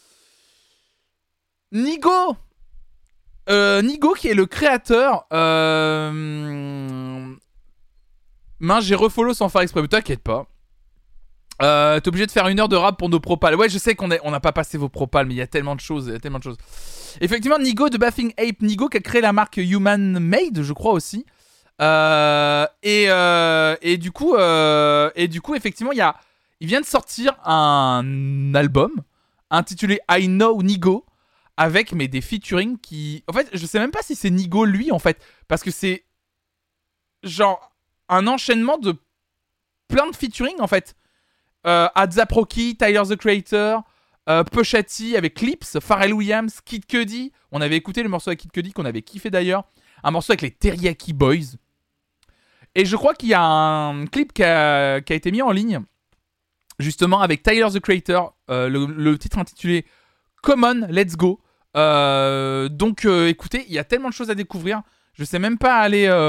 Nigo qui est le créateur. Mince, j'ai refollow sans faire exprès, mais t'inquiète pas. T'es obligé de faire 1 heure de rap pour nos propals. Ouais, je sais qu'on n'a pas passé vos propals, mais il y a tellement de choses. Effectivement, Nigo de Bathing Ape. Nigo qui a créé la marque Human Made, je crois aussi. Et du coup, effectivement, il vient de sortir un album intitulé I Know Nigo avec des featuring qui... En fait, je sais même pas si c'est Nigo lui, en fait, parce que c'est genre un enchaînement de plein de featuring, en fait. A$AP Rocky, Tyler the Creator, Pusha T avec Clips, Pharrell Williams, Kid Cudi. On avait écouté le morceau avec Kid Cudi qu'on avait kiffé d'ailleurs. Un morceau avec les Teriyaki Boys. Et je crois qu'il y a un clip qui a été mis en ligne, justement avec Tyler the Creator, le titre intitulé Come On, Let's Go. Donc écoutez, il y a tellement de choses à découvrir. Je sais même pas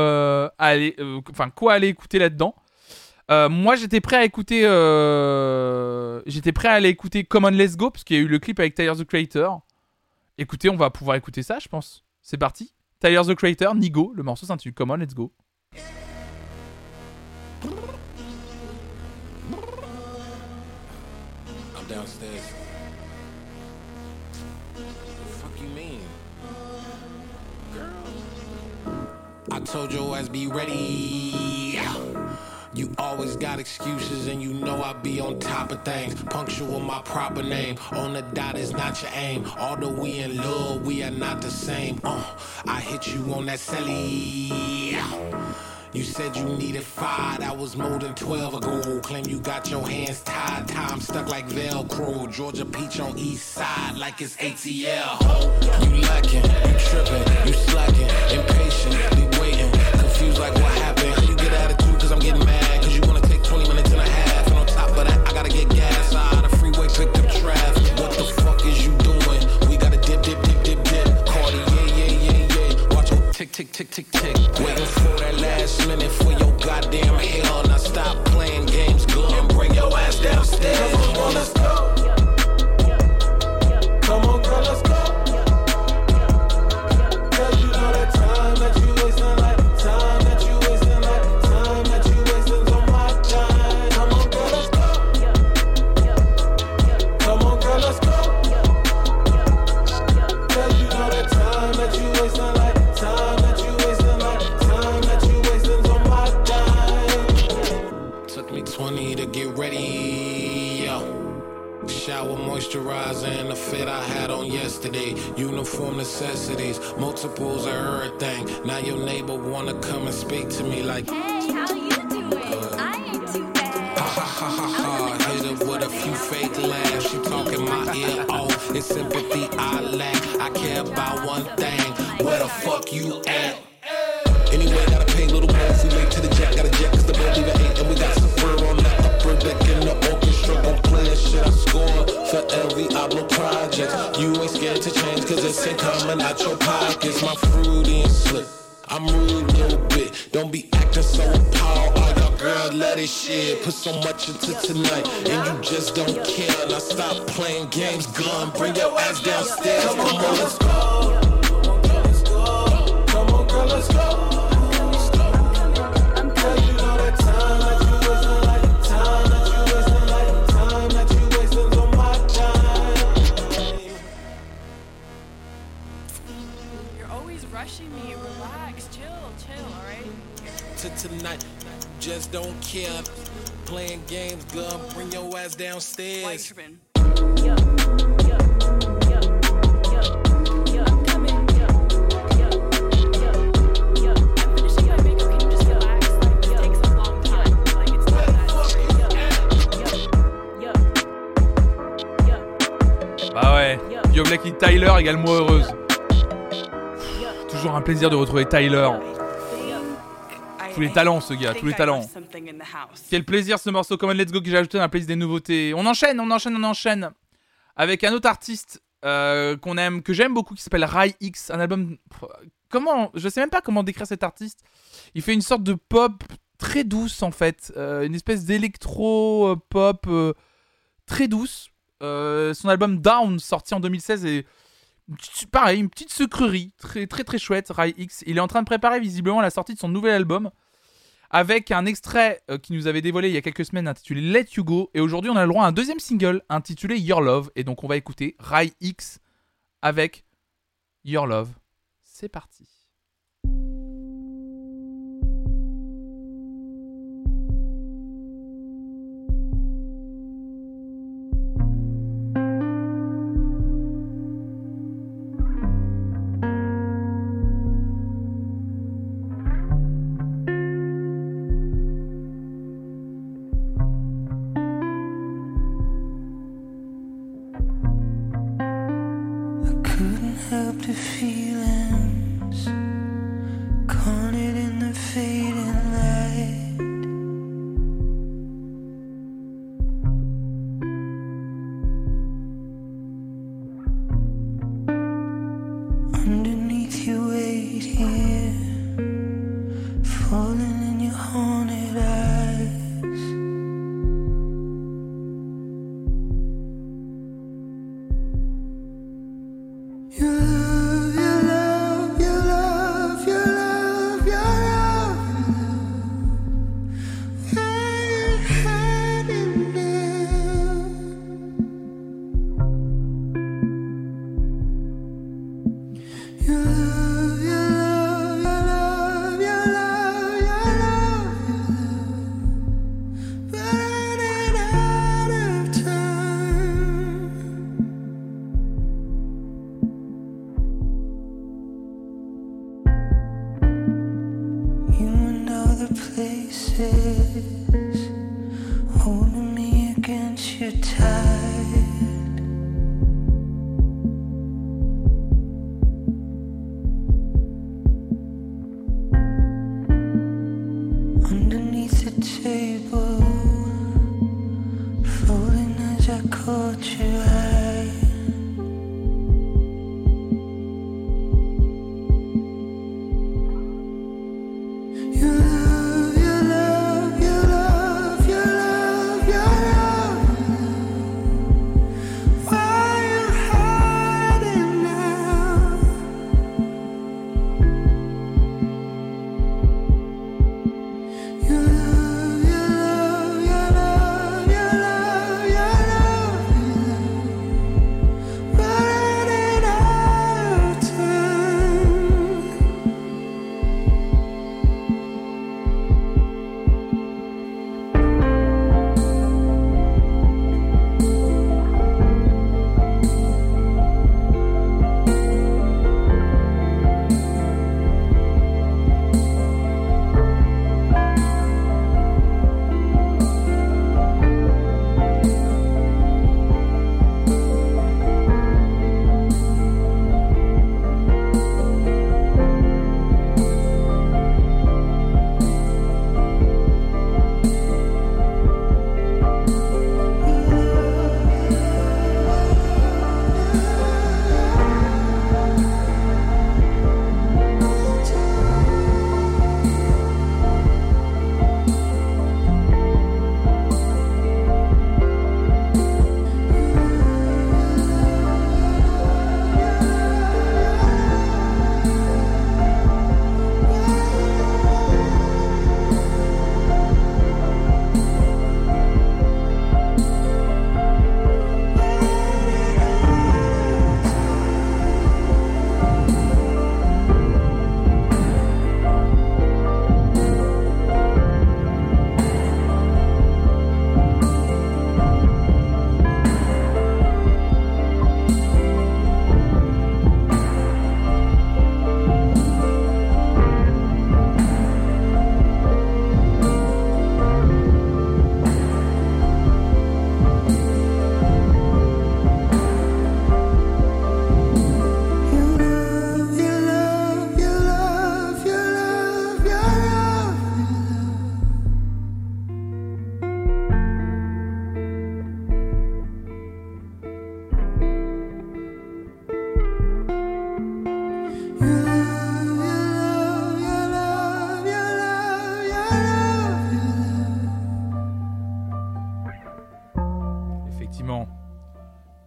quoi aller écouter là-dedans. Moi j'étais prêt à écouter aller écouter Come On Let's Go parce qu'il y a eu le clip avec Tyler the Creator. Écoutez, on va pouvoir écouter ça, je pense. C'est parti. Tyler the Creator, Nigo, le morceau s'intitule Come On Let's Go. I'm downstairs. What the fuck you mean? I told your ass be ready. You always got excuses and you know I be on top of things. Punctual my proper name. On the dot is not your aim. Although we in love, we are not the same. I hit you on that celly. You said you needed 5, that was more than 12 ago. Claim you got your hands tied, time stuck like Velcro. Georgia Peach on east side like it's ATL. You lacking, you tripping, you slacking, impatiently waiting, confused like what happened. You get attitude cause I'm getting mad, cause you wanna take 20 minutes and a half. And on top of that, I gotta get gas out of the freeway, picked up traffic. What the fuck is you doing? We gotta dip. Cardi, yeah. Watch your tick. Waiting for that last minute for your goddamn hell. Now stop playing games, go and bring your ass downstairs. Come on, let's go. Come on, girl, let's go. Cause you know that time that you wasting, like time that you wasting. Shower moisturizer and the fit I had on yesterday. Uniform necessities, multiples of everything. Now your neighbor wanna come and speak to me like, hey, how you doing? I ain't too bad. Ha ha ha ha ha. Hit her with a few fake laughs. She talking my ear off. It's sympathy I lack. I care about one thing. Where the fuck you at? Anyway, gotta pay a little more if we make to the jet. Got a jet cause the boat leave it 8. And we got some fur on the upper deck in the orchestra. Don't play a shit I score for every Ablo project. You ain't scared to change cause it's ain't coming out your pockets. My fruity and slick, I'm rude a little bit. Don't be acting so appalled. Oh, your girl let it shit. Put so much into tonight and you just don't care. Now stop playing games, gun. Bring your ass downstairs. Come on, let's go. Come on, girl, let's go. Tonight, just don't care. Playing games, gun, bring your ass downstairs. Bah ouais, Yo Black et Tyler égale moi heureuse. Toujours un plaisir de retrouver Tyler. Tous les talents, ce gars, tous les talents. Quel plaisir ce morceau. Come on, let's go, que j'ai ajouté dans la playlist des nouveautés. On enchaîne. Avec un autre artiste qu'on aime, que j'aime beaucoup, qui s'appelle Rai X. Un album. Je sais même pas comment décrire cet artiste. Il fait une sorte de pop très douce en fait. Une espèce d'électro-pop très douce. Son album Down, sorti en 2016, est pareil, une petite sucrerie. Très très très chouette, Rai X. Il est en train de préparer visiblement la sortie de son nouvel album, avec un extrait qui nous avait dévoilé il y a quelques semaines intitulé Let You Go. Et aujourd'hui, on a le droit à un deuxième single intitulé Your Love. Et donc, on va écouter Rai X avec Your Love. C'est parti. Help the feelings caught it in the fading light. Underneath your weight here, falling in your haunted eyes. Holding me against your tide. Underneath the table, floating as I caught your eye.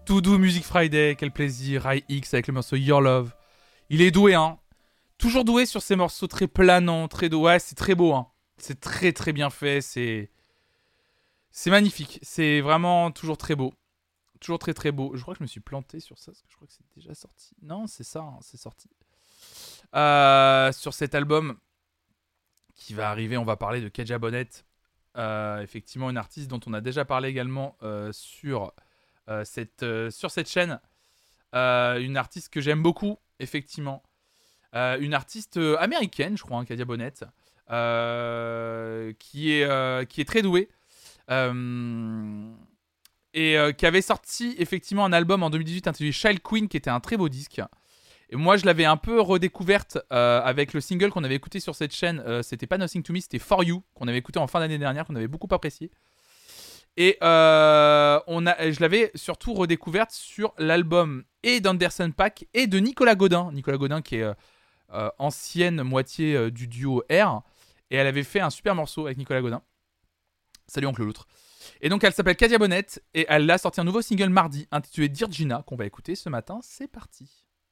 Tout doux Music Friday, quel plaisir. Rai X avec le morceau Your Love. Il est doué, hein. Toujours doué sur ces morceaux très planants, très doux. Ouais, c'est très beau, hein. C'est très très bien fait. C'est magnifique. C'est vraiment toujours très beau. Toujours très très beau. Je crois que je me suis planté sur ça, parce que je crois que c'est déjà sorti. Non, c'est ça, hein, c'est sorti. Sur cet album qui va arriver, on va parler de Kadja Bonnet. Effectivement, une artiste dont on a déjà parlé également sur cette chaîne. Une artiste que j'aime beaucoup, effectivement. Une artiste américaine, je crois, hein, Kadja Bonnet, qui est très douée. Et qui avait sorti effectivement un album en 2018 intitulé Child Queen, qui était un très beau disque. Et moi, je l'avais un peu redécouverte avec le single qu'on avait écouté sur cette chaîne. C'était pas Nothing to Me, c'était For You, qu'on avait écouté en fin d'année dernière, qu'on avait beaucoup apprécié. Et je l'avais surtout redécouverte sur l'album et d'Anderson .Paak et de Nicolas Godin. Nicolas Godin qui est ancienne moitié du duo R. Et elle avait fait un super morceau avec Nicolas Godin. Salut Oncle Loutre. Et donc elle s'appelle Kadja Bonnet et elle a sorti un nouveau single mardi intitulé Dear Gina qu'on va écouter ce matin. C'est parti.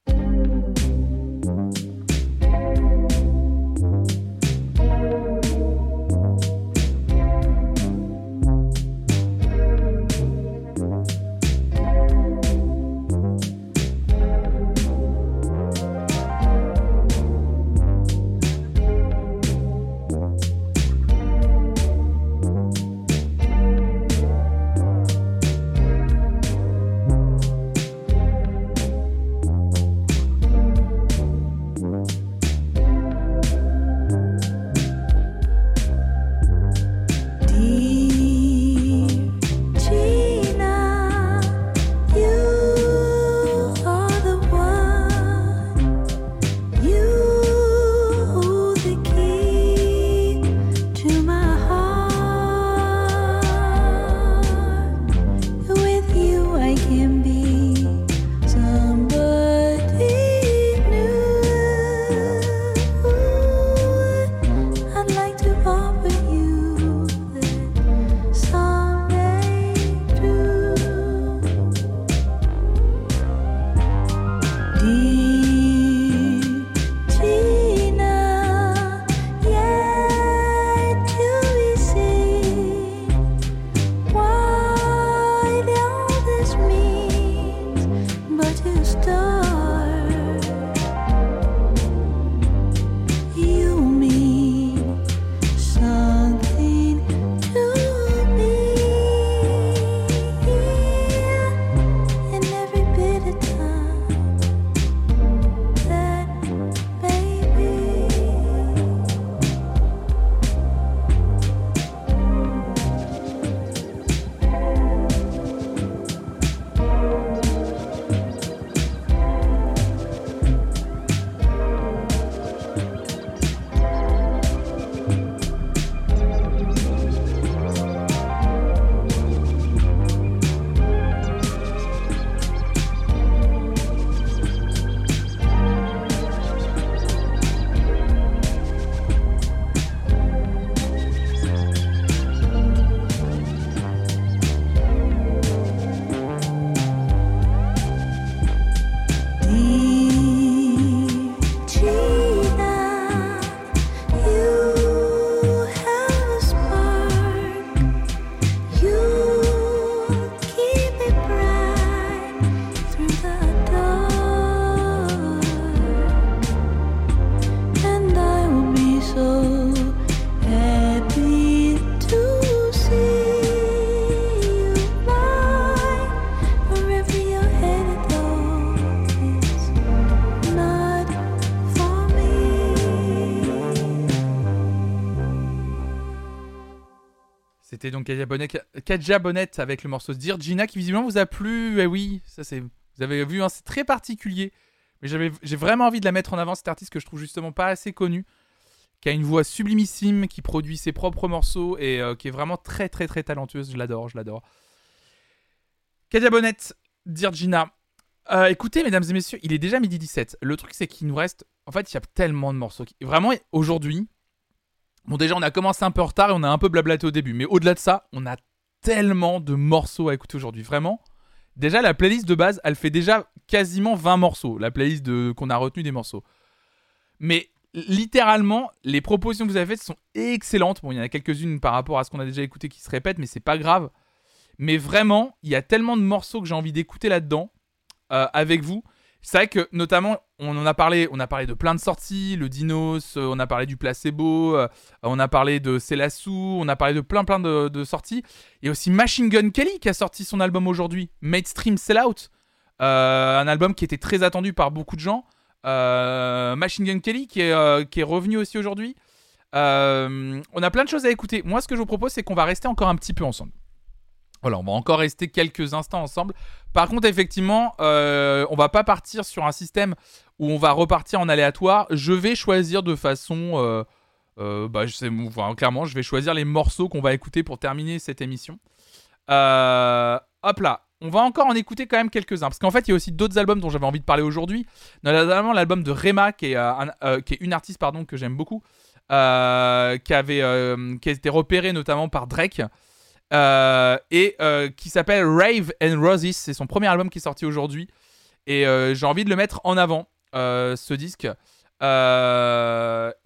C'était donc Kadja Bonnet avec le morceau Dear Gina qui visiblement vous a plu. Eh oui, ça c'est, vous avez vu, hein, c'est très particulier. Mais j'ai vraiment envie de la mettre en avant, cette artiste que je trouve justement pas assez connue, qui a une voix sublimissime, qui produit ses propres morceaux et qui est vraiment très très très talentueuse. Je l'adore. Kadja Bonnet, Dear Gina. Écoutez, mesdames et messieurs, il est déjà 12h17. Le truc, c'est qu'il nous reste... En fait, il y a tellement de morceaux. Vraiment, aujourd'hui... Bon, déjà, on a commencé un peu en retard et on a un peu blablaté au début. Mais au-delà de ça, on a tellement de morceaux à écouter aujourd'hui. Vraiment, Déjà, la playlist de base, elle fait déjà quasiment 20 morceaux. La playlist qu'on a retenu des morceaux. Mais littéralement, les propositions que vous avez faites sont excellentes. Bon, il y en a quelques-unes par rapport à ce qu'on a déjà écouté qui se répètent, mais c'est pas grave. Mais vraiment, il y a tellement de morceaux que j'ai envie d'écouter là-dedans avec vous. C'est vrai que, notamment, on a parlé de plein de sorties, le Dinos, on a parlé du Placebo, on a parlé de Célassou, on a parlé de plein de sorties. Il y a aussi Machine Gun Kelly qui a sorti son album aujourd'hui, Mainstream Sellout, un album qui était très attendu par beaucoup de gens. Machine Gun Kelly qui est revenu aussi aujourd'hui. On a plein de choses à écouter. Moi, ce que je vous propose, c'est qu'on va rester encore un petit peu ensemble. Voilà, on va encore rester quelques instants ensemble. Par contre, effectivement, on va pas partir sur un système où on va repartir en aléatoire. Je vais choisir de façon... clairement, je vais choisir les morceaux qu'on va écouter pour terminer cette émission. Hop là, on va encore en écouter quand même quelques-uns. Parce qu'en fait, il y a aussi d'autres albums dont j'avais envie de parler aujourd'hui. Notamment l'album de Rema, qui est une artiste que j'aime beaucoup, qui a été repérée notamment par Drake. Qui s'appelle Rave and Roses. C'est son premier album qui est sorti aujourd'hui et j'ai envie de le mettre en avant, ce disque. Voilà,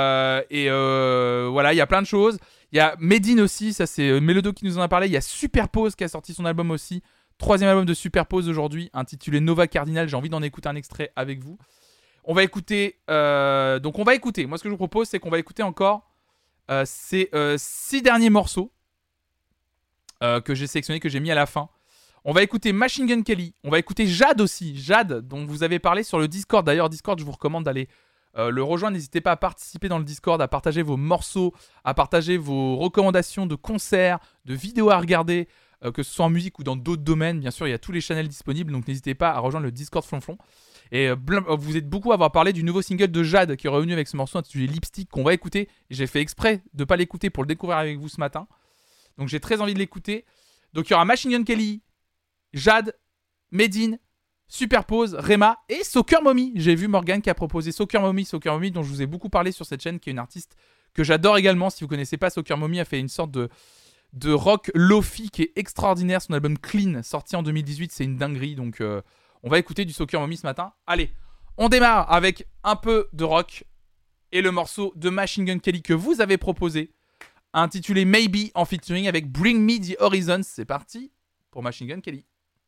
il y a plein de choses. Il y a Medine aussi, ça c'est Mélodo qui nous en a parlé. Il y a Superpose qui a sorti son album aussi, 3e album de Superpose aujourd'hui, intitulé Nova Cardinal. J'ai envie d'en écouter un extrait avec vous. On va écouter moi ce que je vous propose, c'est qu'on va écouter encore ces 6 derniers morceaux que j'ai sélectionné, que j'ai mis à la fin. On va écouter Machine Gun Kelly. On va écouter Jade aussi. Jade, dont vous avez parlé sur le Discord. D'ailleurs, Discord, je vous recommande d'aller le rejoindre. N'hésitez pas à participer dans le Discord, à partager vos morceaux, à partager vos recommandations de concerts, de vidéos à regarder, que ce soit en musique ou dans d'autres domaines. Bien sûr, il y a tous les channels disponibles, donc n'hésitez pas à rejoindre le Discord Flonflon. Et vous êtes beaucoup à avoir parlé du nouveau single de Jade qui est revenu avec ce morceau intitulé Lipstick qu'on va écouter. J'ai fait exprès de ne pas l'écouter pour le découvrir avec vous ce matin. Donc j'ai très envie de l'écouter. Donc il y aura Machine Gun Kelly, Jade, Medine, Superpose, Rema et Soccer Mommy. J'ai vu Morgane qui a proposé Soccer Mommy dont je vous ai beaucoup parlé sur cette chaîne, qui est une artiste que j'adore également. Si vous ne connaissez pas, Soccer Mommy a fait une sorte de rock lofi qui est extraordinaire. Son album Clean, sorti en 2018, c'est une dinguerie. Donc on va écouter du Soccer Mommy ce matin. Allez, on démarre avec un peu de rock et le morceau de Machine Gun Kelly que vous avez proposé, intitulé Maybe, en featuring avec Bring Me The Horizons. C'est parti pour Machine Gun Kelly.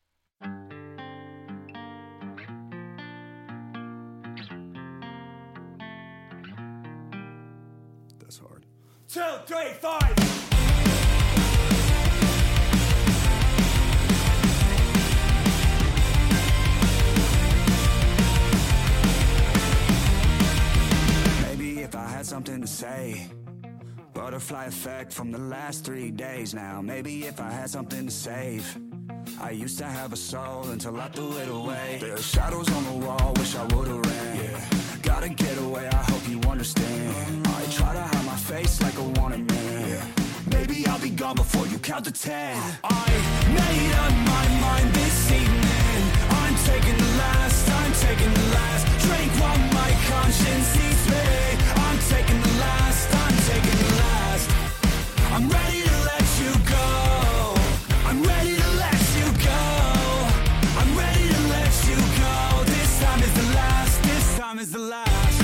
That's hard. 2, 3, 5. Maybe if I had something to say. Butterfly effect from the last 3 days now. Maybe if I had something to save. I used to have a soul until I threw it away. There are shadows on the wall, wish I would've ran. Yeah. Gotta get away, I hope you understand. I try to hide my face like a wanted man. Yeah. Maybe I'll be gone before you count to 10. I made up my mind this evening. I'm taking the last drink while my conscience eats me. I'm taking the last, I'm ready to let you go. I'm ready to let you go. I'm ready to let you go. This time is the last, this time is the last.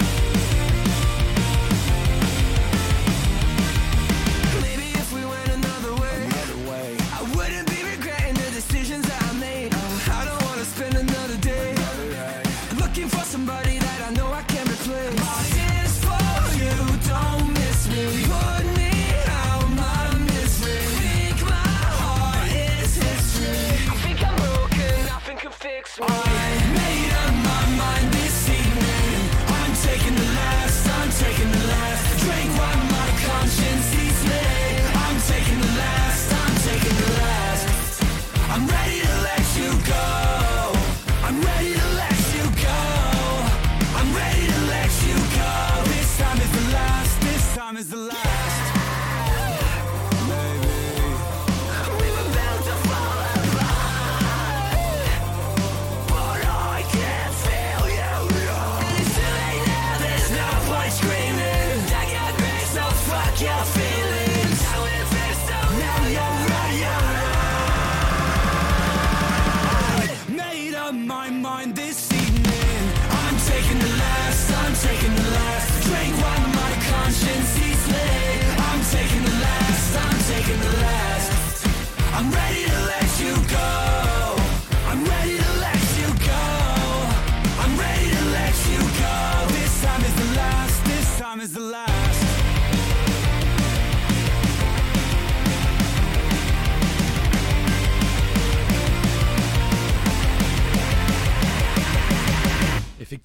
Maybe if we went another way, I wouldn't be regretting the decisions that I made. I don't wanna spend another day looking for somebody that I know I can replace. My tears for you, don't miss me. Put me out my misery. Think my heart is history. I think I'm broken, nothing can fix me. I made up my mind this evening. I'm taking the last drink while my conscience eats me. I'm taking the last, I'm ready to let you go. I'm ready to let you go. I'm ready to let you go. This time is the last, this time is the last. Baby, we were bound to fall apart. But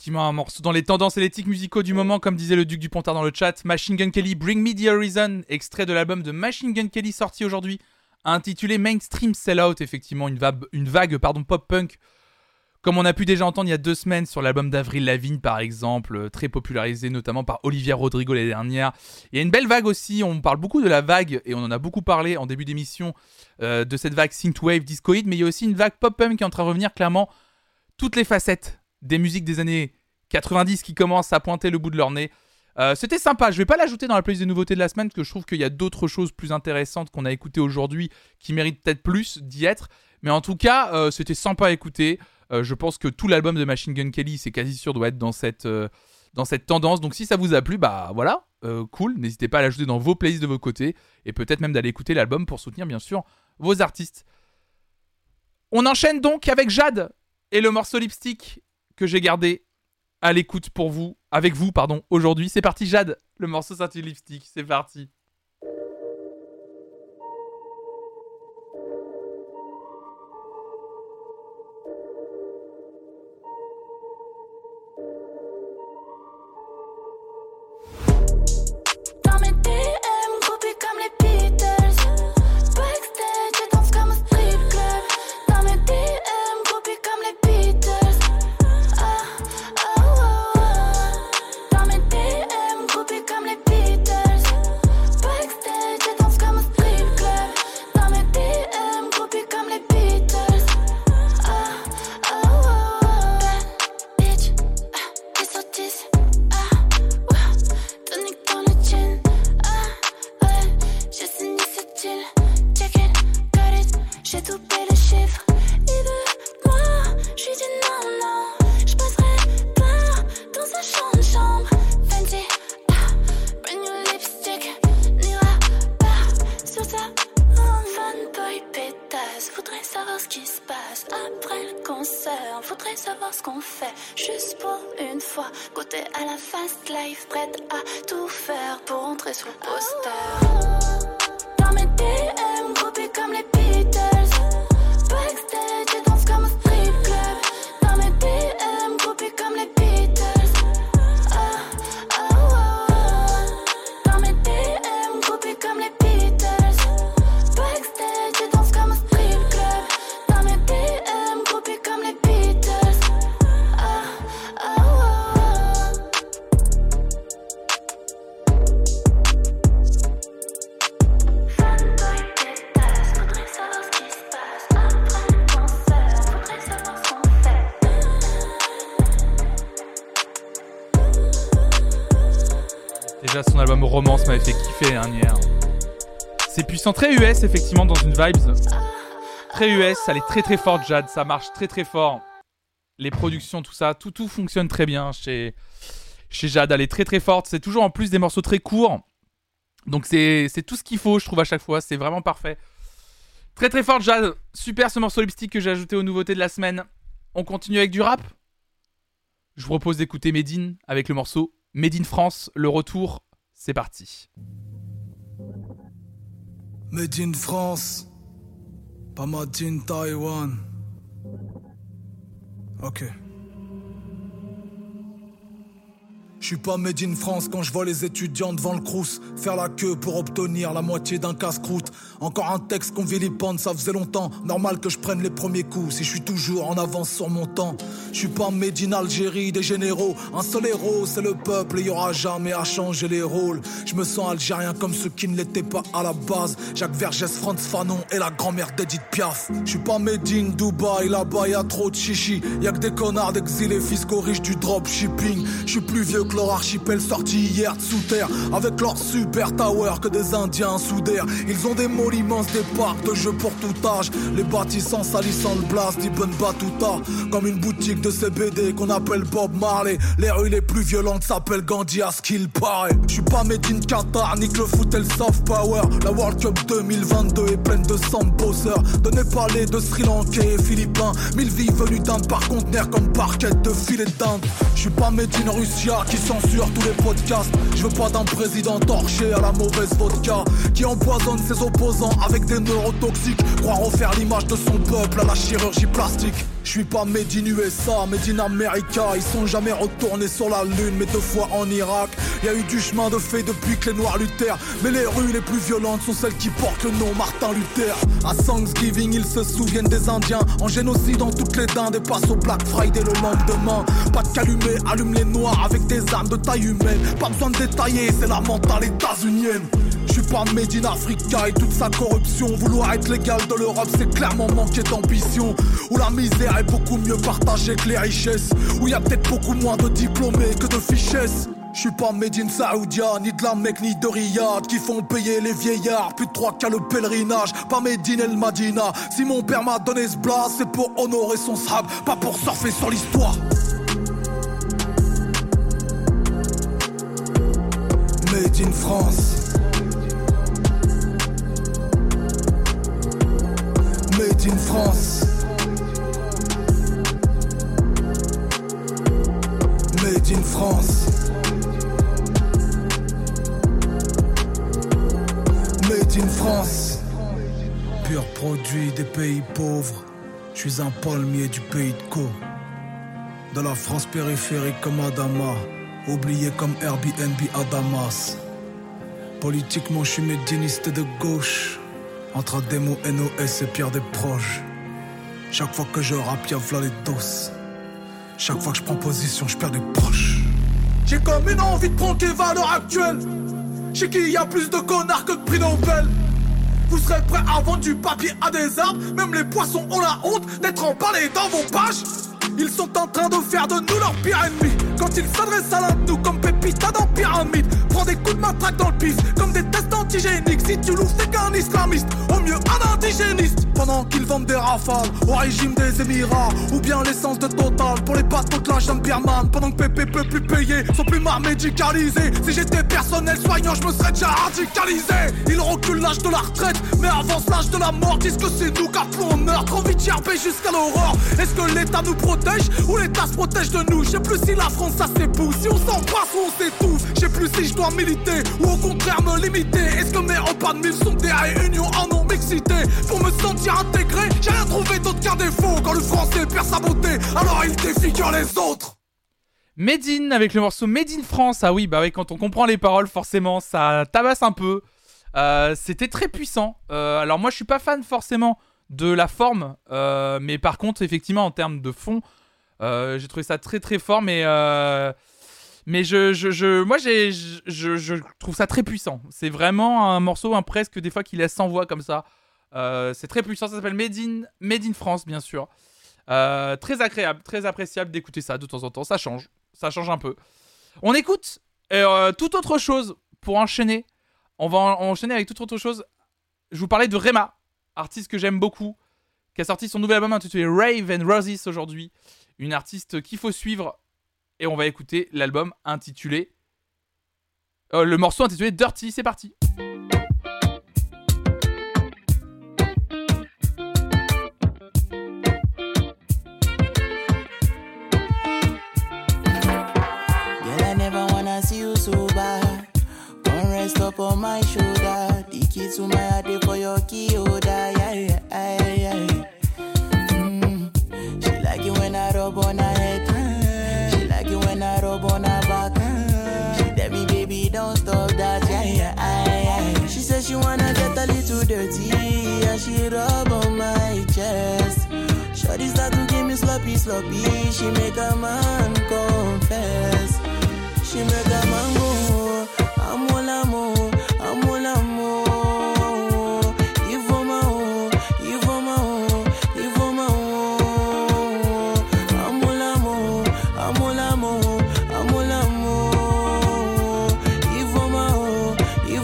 effectivement un morceau dans les tendances et l'éthique musicaux du moment, comme disait le Duc du Pontard dans le chat. Machine Gun Kelly, Bring Me the Horizon, extrait de l'album de Machine Gun Kelly sorti aujourd'hui, intitulé Mainstream Sellout, effectivement une vague pop-punk, comme on a pu déjà entendre il y a 2 semaines sur l'album d'Avril Lavigne par exemple, très popularisé notamment par Olivia Rodrigo l'année dernière. Il y a une belle vague aussi, on parle beaucoup de la vague, et on en a beaucoup parlé en début d'émission, de cette vague synthwave, discoïde, mais il y a aussi une vague pop-punk qui est en train de revenir clairement, toutes les facettes des musiques des années 90 qui commencent à pointer le bout de leur nez. C'était sympa, je vais pas l'ajouter dans la playlist des nouveautés de la semaine parce que je trouve qu'il y a d'autres choses plus intéressantes qu'on a écoutées aujourd'hui qui méritent peut-être plus d'y être, mais en tout cas c'était sympa à écouter. Je pense que tout l'album de Machine Gun Kelly, c'est quasi sûr, doit être dans cette tendance, donc si ça vous a plu, bah voilà, cool, n'hésitez pas à l'ajouter dans vos playlists de vos côtés et peut-être même d'aller écouter l'album pour soutenir bien sûr vos artistes. On enchaîne donc avec Jade et le morceau Lipstick que j'ai gardé à l'écoute pour vous, avec vous, aujourd'hui. C'est parti, Jade, le morceau s'intitule Lipstick, c'est parti. Dans mes DM, groupés comme les Beatles. Backstage, je danse comme un strip club. Dans mes DM, groupés comme les Beatles. Dans mes DM, groupés comme les Beatles. Backstage, je danse comme un strip club. Dans mes DM, groupés comme les Beatles. Bitch, t'es sortisse. Tonic dans le jean. Ouais, j'ai signé cette deal. Check it, got it. J'ai doublé les chiffres. Il veut moi, j'lui dis non, non. J'passerai pas dans sa chambre. Fenty, brand new lipstick. N'ira pas sur sa fanboy pétasse. Voudrais savoir ce qui se passe après le concert. Voudrais savoir ce qu'on fait. Juste pour une fois, goûter à la fast life. Prête à tout faire pour entrer sous le poster. Dans mes DM, groupés comme les Beatles. Backstage, je danse comme un strip club. Dans mes DM, groupés comme les Beatles. Dans mes DM, groupés comme les Beatles. Backstage, je danse comme un strip club. Dans mes DM, groupés comme les Beatles. Fanboy pétasse, faudrait savoir ce qui se passe après le concert. Faudrait savoir ce qu'on fait. Déjà son album Romance m'avait fait kiffer dernière. C'est puissant, très US effectivement, dans une vibes très US, elle est très très forte Jade, ça marche très très fort. Les productions, tout ça, tout fonctionne très bien chez Jade, elle est très très forte, c'est toujours en plus des morceaux très courts. Donc c'est tout ce qu'il faut, je trouve, à chaque fois, c'est vraiment parfait. Très très forte Jade, super ce morceau Lipstick que j'ai ajouté aux nouveautés de la semaine. On continue avec du rap. Je vous propose d'écouter Medine avec le morceau Made in France, le retour, c'est parti. Made in France, pas Made in Taiwan. Ok. Je suis pas made in France quand je vois les étudiants devant le crous faire la queue pour obtenir la moitié d'un casse-croûte. Encore un texte qu'on vilipende, ça faisait longtemps. Normal que je prenne les premiers coups si je suis toujours en avance sur mon temps. Je suis pas made in Algérie des généraux. Un seul héros, c'est le peuple et y aura jamais à changer les rôles. Je me sens algérien comme ceux qui ne l'étaient pas à la base. Jacques Vergès, Franz Fanon et la grand-mère d'Edith Piaf. Je suis pas made in Dubaï, là-bas y'a trop de chichi. Y'a que des connards d'exilés fiscaux riches du dropshipping. Je suis plus vieux que leur archipel sorti hier de sous terre. Avec leur super tower que des indiens sous d'air. Ils ont des malls immenses, des parcs de jeux pour tout âge. Les bâtissants salissant le blast d'Ibn Battuta. Comme une boutique de CBD qu'on appelle Bob Marley. Les rues les plus violentes s'appellent Gandhi à ce qu'il paraît. Je suis pas made in Qatar, nique le foot et le soft power. La World Cup 2022 est pleine de sambosseurs. De Népalais, de Sri Lankais et Philippins. 1000 vies venues d'Inde par conteneur comme parquet de filet d'Inde. Je suis pas made in Russia qui censure tous les podcasts. Je veux pas d'un président torché à la mauvaise vodka qui empoisonne ses opposants avec des neurotoxiques. Croire refaire l'image de son peuple à la chirurgie plastique. Je suis pas made in USA, made in America. Ils sont jamais retournés sur la lune, mais 2 fois en Irak. Y a eu du chemin de fait depuis que les Noirs luttèrent, mais les rues les plus violentes sont celles qui portent le nom Martin Luther. À Thanksgiving, ils se souviennent des Indiens, en génocide dans toutes les dindes, et passent au Black Friday le lendemain. Pas de calumet, allume les noirs avec des armes de taille humaine. Pas besoin de détailler, c'est la mentale états-unienne. Je suis pas made in Africa et toute sa corruption. Vouloir être l'égal de l'Europe, c'est clairement manquer d'ambition. Où la misère est beaucoup mieux partagée que les richesses. Où y a peut-être beaucoup moins de diplômés que de fichesses. Je suis pas made in Saoudia, ni de la Mecque, ni de Riyad, qui font payer les vieillards, plus de 3 qu'à le pèlerinage. Pas made in El Madina. Si mon père m'a donné ce blast, c'est pour honorer son sahab, pas pour surfer sur l'histoire. Made in France. Made in France. Made in France. Made in France. Pur produit des pays pauvres. Je suis un palmier du pays de Co. De la France périphérique comme Adama. Oublié comme Airbnb à Damas. Politiquement je suis médiniste de gauche. Entre Ademo, NOS et Pierre Desproges. Chaque fois que je rappe, y'a v'là les doses. Chaque fois que je prends position, je perds des proches. J'ai comme une envie de prendre les valeurs actuelles. Chez qui y a plus de connards que de prix Nobel. Vous serez prêts à vendre du papier à des arbres. Même les poissons ont la honte d'être emballés dans vos pages. Ils sont en train de faire de nous leur pire ennemi. Quand ils s'adressent à l'un de nous comme Pépita dans Pyramide. Prends des coups de matraque dans le pif comme des tests antigéniques. Si tu l'ouvres c'est qu'un islamiste, au mieux un indigéniste. Pendant qu'ils vendent des rafales au régime des Émirats. Ou bien l'essence de Total pour les bateaux de la jungle birmane. Pendant que Pépé peut plus payer son plumard médicalisé. Si j'étais personnel soignant je me serais déjà radicalisé. Ils reculent l'âge de la retraite mais avancent l'âge de la mort. Disent que c'est nous qu'appelons on meurt. Trop vite yerbé jusqu'à l'aurore. Est-ce que l'État nous protège ou l'État se protège de nous? Je sais plus si la France ça s'épouse, si on s'embrasse ou on s'étouffe. Je sais plus si je dois militer ou au contraire me limiter. Est-ce que mes repas de mille sont des réunions en non-mixité? Pour me sentir intégré, j'ai rien trouvé d'autre qu'un défaut. Quand le français perd sa beauté, alors il défigure les autres. Made in avec le morceau Made in France. Ah oui, bah oui, quand on comprend les paroles, forcément, ça tabasse un peu. C'était très puissant. Alors moi, je suis pas fan forcément de la forme, mais par contre, effectivement, en termes de fond, j'ai trouvé ça très très fort, mais je trouve ça très puissant. C'est vraiment un morceau, presque des fois qu'il laisse sans voix comme ça. C'est très puissant, ça s'appelle Made in France, bien sûr. Très agréable, très appréciable d'écouter ça de temps en temps. Ça change un peu. On écoute toute autre chose pour enchaîner. On va enchaîner avec toute autre chose. Je vous parlais de Rema, artiste que j'aime beaucoup, qui a sorti son nouvel album intitulé Rave and Roses aujourd'hui. Une artiste qu'il faut suivre. Et on va écouter l'album intitulé... le morceau intitulé Dirty. C'est parti. Girl, I never wanna see you so bad. Come rest up on my shoulder. The key to my heart for your key holder. Yeah, yeah, yeah. She like it when I rub on her head. She like it when I rub on her back. She tell me, baby, don't stop that. Yeah, yeah, yeah. She says she wanna get a little dirty. Yeah, she rub on my chest. Shorty start to give me sloppy. She make a man confess. She make a man go. Amo l'amour. Il faut ma haut. Amo l'amour. Il faut ma haut.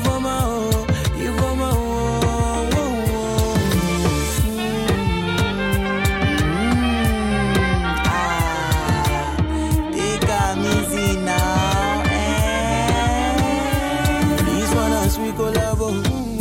They got me see now. This one a sweet collabo.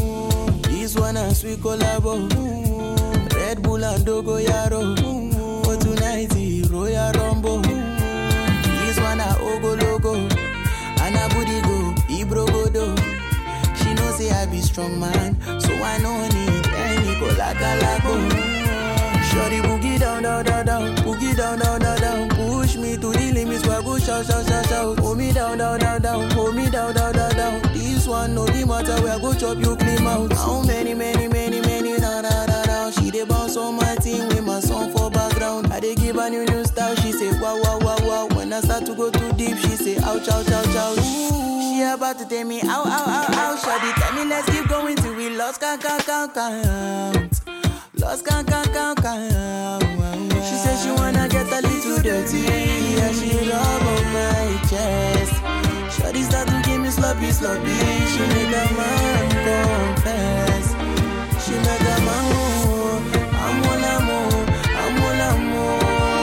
Red Bull and Dogo Yaro. For tonight, Royal Rumble. This one a Ogo Logo. And a booty go, Ibro Godo. She knows say I be strong man, so I no need any Colacalago. Shorty boogie down. down. Boogie down, down, down, down. Push me to the limits where I go shout, shout, shout, shout. Hold me down, down, down, down. Hold me down, down, down, down. This one no be matter where I go chop you clean out. How many, da, da, da, da. She dey bounce on my team with my song for background. I dey give her new style. She say wow, wow, wow, wow. When I start to go too deep, she say ouch, ouch, ouch, ouch. Ooh, she about to tell me ow, ow, ow, ow. Shawty tell me let's keep going till we lost count. Lost count. She said she wanna get a little dirty. Yeah, she rub on my chest. Shawty start to give me sloppy. She make a man confess. She make a man I'm all amour.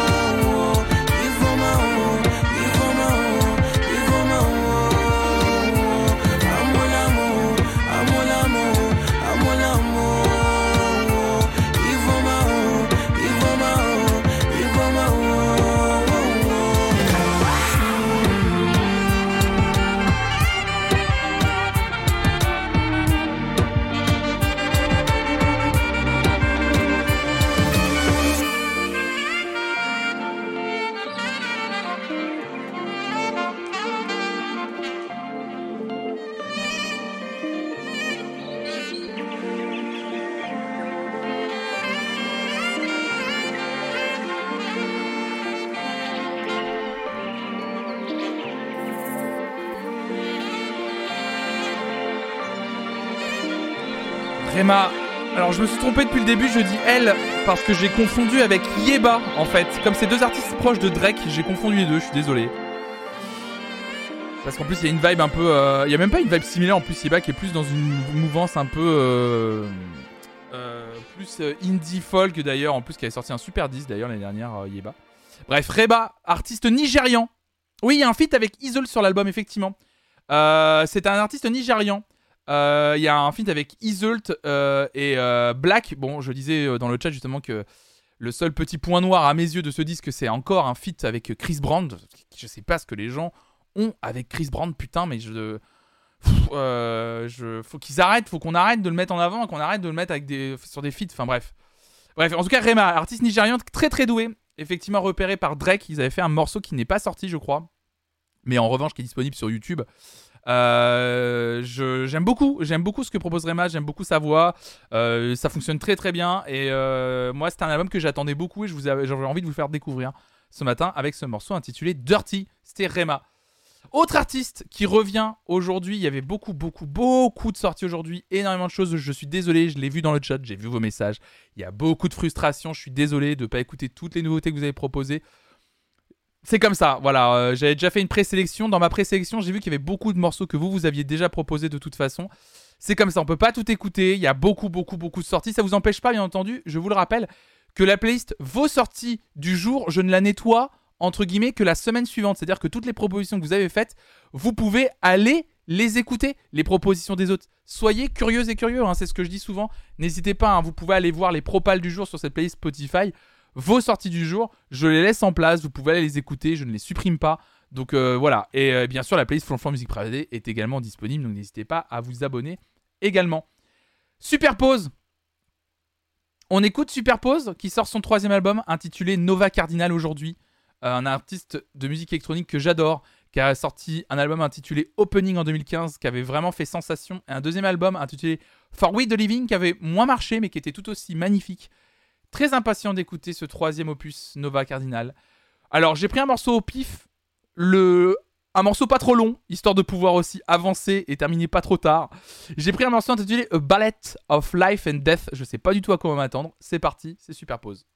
Rema. Alors je me suis trompé depuis le début, je dis elle parce que j'ai confondu avec Yeba en fait. Comme c'est deux artistes proches de Drake, j'ai confondu les deux, je suis désolé. Parce qu'en plus il y a une vibe un peu... il y a même pas une vibe similaire en plus, Yeba qui est plus dans une mouvance un peu... plus indie folk d'ailleurs, en plus qui avait sorti un super disque d'ailleurs l'année dernière, Yeba. Bref, Rema, artiste nigérian. Oui, il y a un feat avec Isolde sur l'album effectivement. C'est un artiste nigérian. Il y a un feat avec Isolde et Black. Bon, je disais dans le chat justement que le seul petit point noir à mes yeux de ce disque, c'est encore un feat avec Chris Brown. Je sais pas ce que les gens ont avec Chris Brown, putain, mais faut qu'ils arrêtent, faut qu'on arrête de le mettre en avant, qu'on arrête de le mettre sur des feats. Enfin bref, en tout cas Rema, artiste nigérian très très doué, effectivement repéré par Drake. Ils avaient fait un morceau qui n'est pas sorti, je crois, mais en revanche qui est disponible sur YouTube. J'aime beaucoup ce que propose Rema, j'aime beaucoup sa voix, ça fonctionne très très bien et moi c'était un album que j'attendais beaucoup et j'avais envie de vous faire découvrir ce matin avec ce morceau intitulé Dirty. C'était Rema. Autre artiste qui revient aujourd'hui, il y avait beaucoup de sorties aujourd'hui, énormément de choses, je suis désolé, je l'ai vu dans le chat, j'ai vu vos messages, il y a beaucoup de frustration, je suis désolé de ne pas écouter toutes les nouveautés que vous avez proposées. C'est comme ça, voilà, j'avais déjà fait une présélection, dans ma présélection j'ai vu qu'il y avait beaucoup de morceaux que vous aviez déjà proposés de toute façon. C'est comme ça, on peut pas tout écouter, il y a beaucoup de sorties, ça vous empêche pas bien entendu, je vous le rappelle, que la playlist vos sorties du jour, je ne la nettoie entre guillemets que la semaine suivante, c'est-à-dire que toutes les propositions que vous avez faites, vous pouvez aller les écouter, les propositions des autres. Soyez curieux et curieux, hein, c'est ce que je dis souvent, n'hésitez pas, hein, vous pouvez aller voir les propals du jour sur cette playlist Spotify, vos sorties du jour, je les laisse en place, vous pouvez aller les écouter, je ne les supprime pas, donc voilà, et bien sûr la playlist Flonflon Musique Privée est également disponible, donc n'hésitez pas à vous abonner également. Superpose. On écoute Superpose qui sort son 3e album intitulé Nova Cardinal aujourd'hui. Un artiste de musique électronique que j'adore, qui a sorti un album intitulé Opening en 2015, qui avait vraiment fait sensation, et un 2e album intitulé For We The Living, qui avait moins marché, mais qui était tout aussi magnifique. Très impatient d'écouter ce 3e opus, Nova Cardinal. Alors, j'ai pris un morceau au pif, un morceau pas trop long, histoire de pouvoir aussi avancer et terminer pas trop tard. J'ai pris un morceau intitulé A Ballet of Life and Death, je sais pas du tout à quoi m'attendre. C'est parti, c'est Superpose.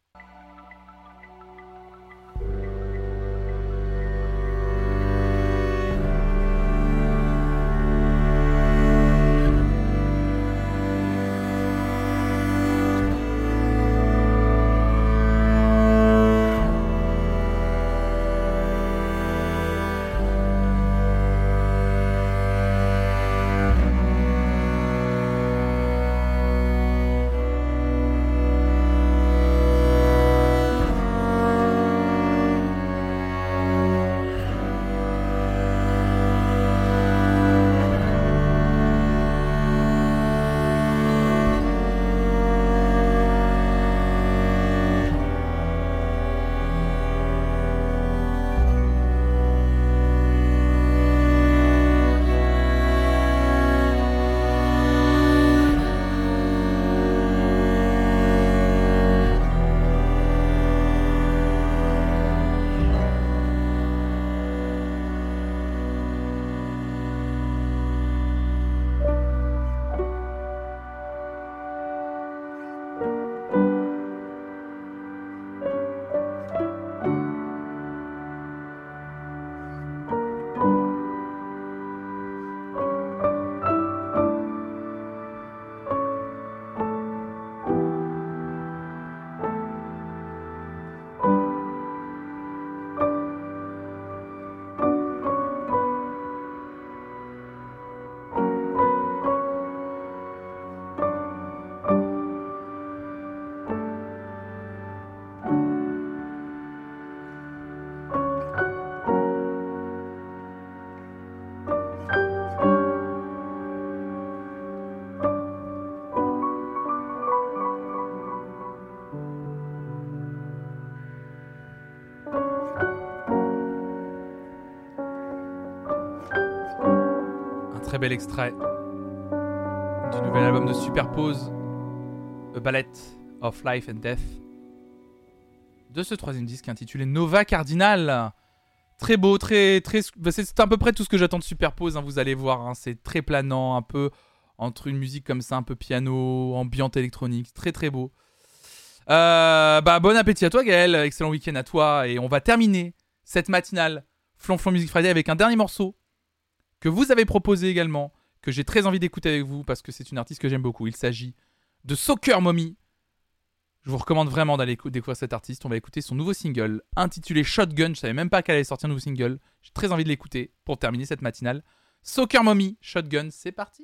Très bel extrait du nouvel album de Superpose, A Ballet of Life and Death, de ce troisième disque intitulé Nova Cardinal. Très beau, très... c'est à peu près tout ce que j'attends de Superpose, hein, vous allez voir, hein, c'est très planant, un peu entre une musique comme ça, un peu piano, ambiante électronique, très très beau. Bon appétit à toi Gaël, excellent week-end à toi, et on va terminer cette matinale Flonflon Music Friday avec un dernier morceau que vous avez proposé également, que j'ai très envie d'écouter avec vous parce que c'est une artiste que j'aime beaucoup. Il s'agit de Soccer Mommy. Je vous recommande vraiment d'aller découvrir cet artiste. On va écouter son nouveau single intitulé Shotgun. Je savais même pas qu'elle allait sortir un nouveau single. J'ai très envie de l'écouter pour terminer cette matinale. Soccer Mommy, Shotgun, c'est parti.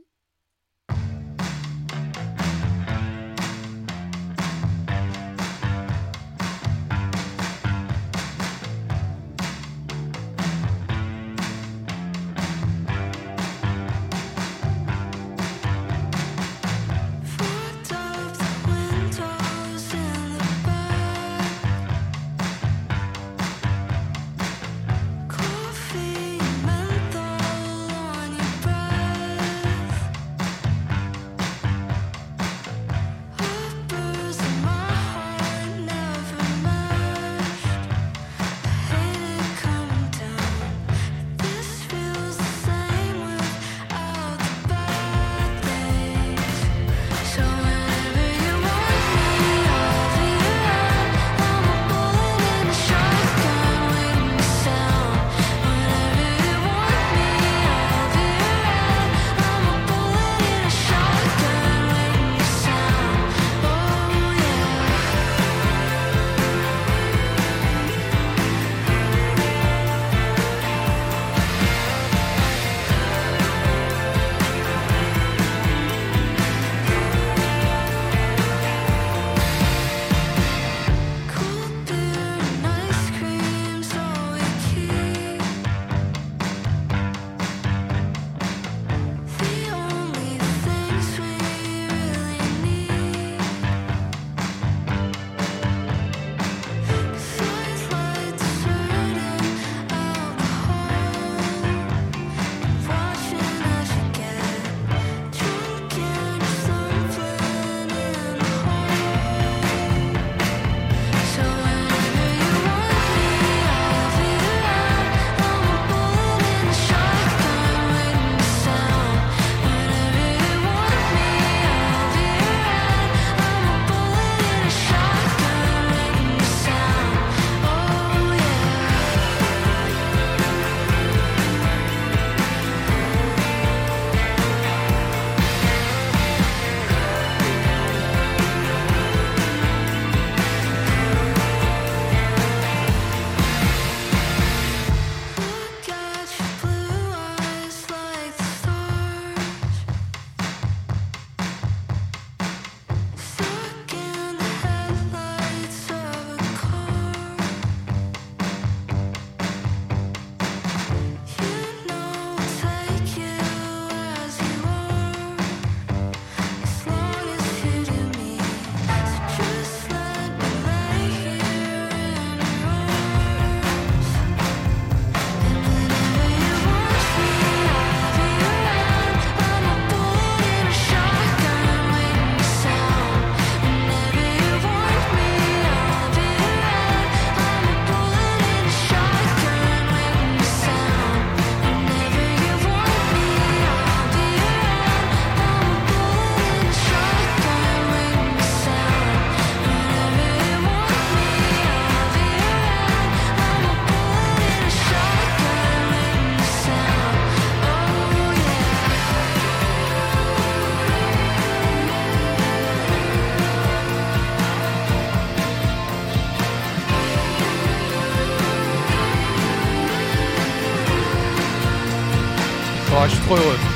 Je suis trop heureux.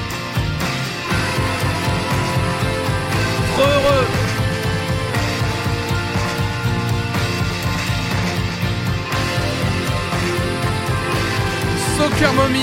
Trop heureux. Soccer Mommy.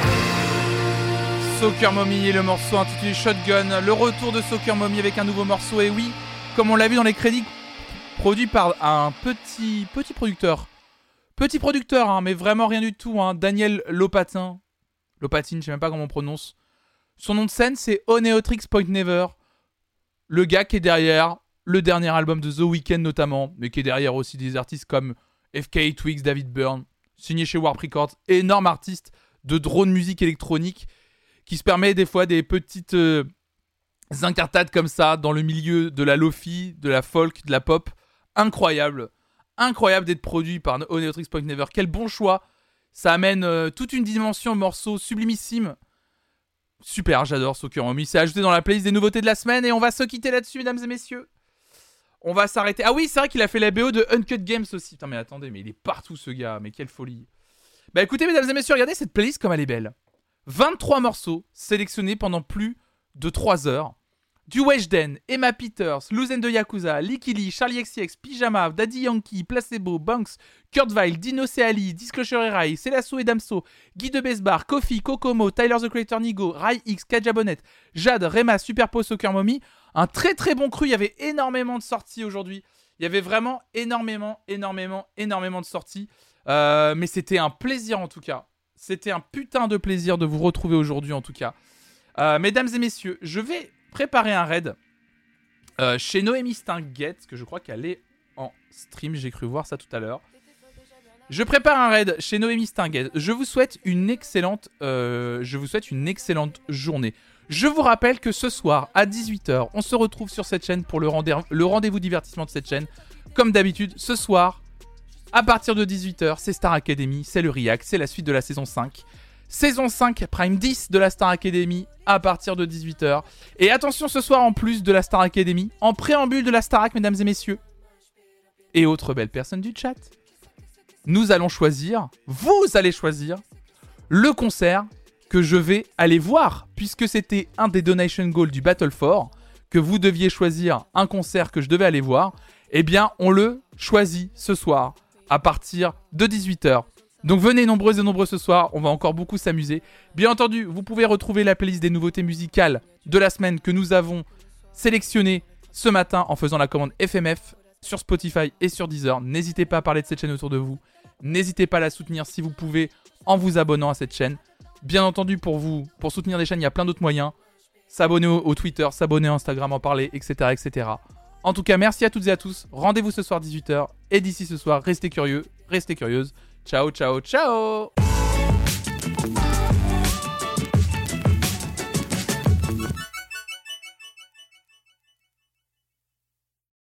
Soccer Mommy et le morceau intitulé Shotgun. Le retour de Soccer Mommy avec un nouveau morceau. Et oui, comme on l'a vu dans les crédits, produit par un petit producteur. Petit producteur, hein, mais vraiment rien du tout. Hein. Daniel Lopatin. Lopatine, je sais même pas comment on prononce. Son nom de scène, c'est Oneotrix Point Never. Le gars qui est derrière le dernier album de The Weeknd notamment, mais qui est derrière aussi des artistes comme FK Twigs, David Byrne, signé chez Warp Records, énorme artiste de drone musique électronique qui se permet des fois des petites incartades comme ça dans le milieu de la lofi, de la folk, de la pop. Incroyable d'être produit par Oneotrix Point Never. Quel bon choix. Ça amène toute une dimension au morceau sublimissime. Super, j'adore Soccer Mommy. C'est ajouté dans la playlist des nouveautés de la semaine et on va se quitter là-dessus, mesdames et messieurs. On va s'arrêter. Ah oui, c'est vrai qu'il a fait la BO de Uncut Games aussi. Putain, mais attendez, mais il est partout ce gars. Mais quelle folie. Bah écoutez, mesdames et messieurs, regardez cette playlist comme elle est belle. 23 morceaux sélectionnés pendant plus de 3 heures. Du Weshden, Emma Peters, Luz and the Yakuza, Licky Lee, Charlie XCX, Pyjama, Daddy Yankee, Placebo, Banks, Kurt Weill, Dino Ali, Disclosure et Rai, Celasso et Damso, Guy de Besbar, Kofi, Kokomo, Tyler the Creator Nigo, Rai X, Kaja Bonnet, Jade, Rema, Superpose, Soccer Mommy. Un très très bon cru, il y avait énormément de sorties aujourd'hui. Il y avait vraiment énormément de sorties. Mais c'était un plaisir en tout cas. C'était un putain de plaisir de vous retrouver aujourd'hui en tout cas. Mesdames et messieurs, je vais préparer un raid chez Noémie Stinguet, parce que je crois qu'elle est en stream, j'ai cru voir ça tout à l'heure. Je prépare un raid chez Noémie Stinguet. Je vous souhaite une excellente journée. Je vous rappelle que ce soir à 18h, on se retrouve sur cette chaîne pour le rendez-vous divertissement de cette chaîne. Comme d'habitude, ce soir, à partir de 18h, c'est Star Academy, c'est le React, c'est la suite de la saison 5. Saison 5, Prime 10 de la Star Academy à partir de 18h. Et attention ce soir, en plus de la Star Academy, en préambule de la Starac, mesdames et messieurs, et autres belles personnes du chat, nous allons choisir, vous allez choisir, le concert que je vais aller voir, puisque c'était un des donation goals du Battle for, que vous deviez choisir un concert que je devais aller voir. Eh bien, on le choisit ce soir, à partir de 18h. Donc venez nombreuses et nombreux ce soir, on va encore beaucoup s'amuser. Bien entendu, vous pouvez retrouver la playlist des nouveautés musicales de la semaine que nous avons sélectionnées ce matin en faisant la commande FMF sur Spotify et sur Deezer. N'hésitez pas à parler de cette chaîne autour de vous. N'hésitez pas à la soutenir si vous pouvez en vous abonnant à cette chaîne. Bien entendu, pour soutenir des chaînes, il y a plein d'autres moyens. S'abonner au Twitter, s'abonner à Instagram, en parler, etc., etc. En tout cas, merci à toutes et à tous. Rendez-vous ce soir 18h. Et d'ici ce soir, restez curieux, restez curieuses. Ciao, ciao, ciao!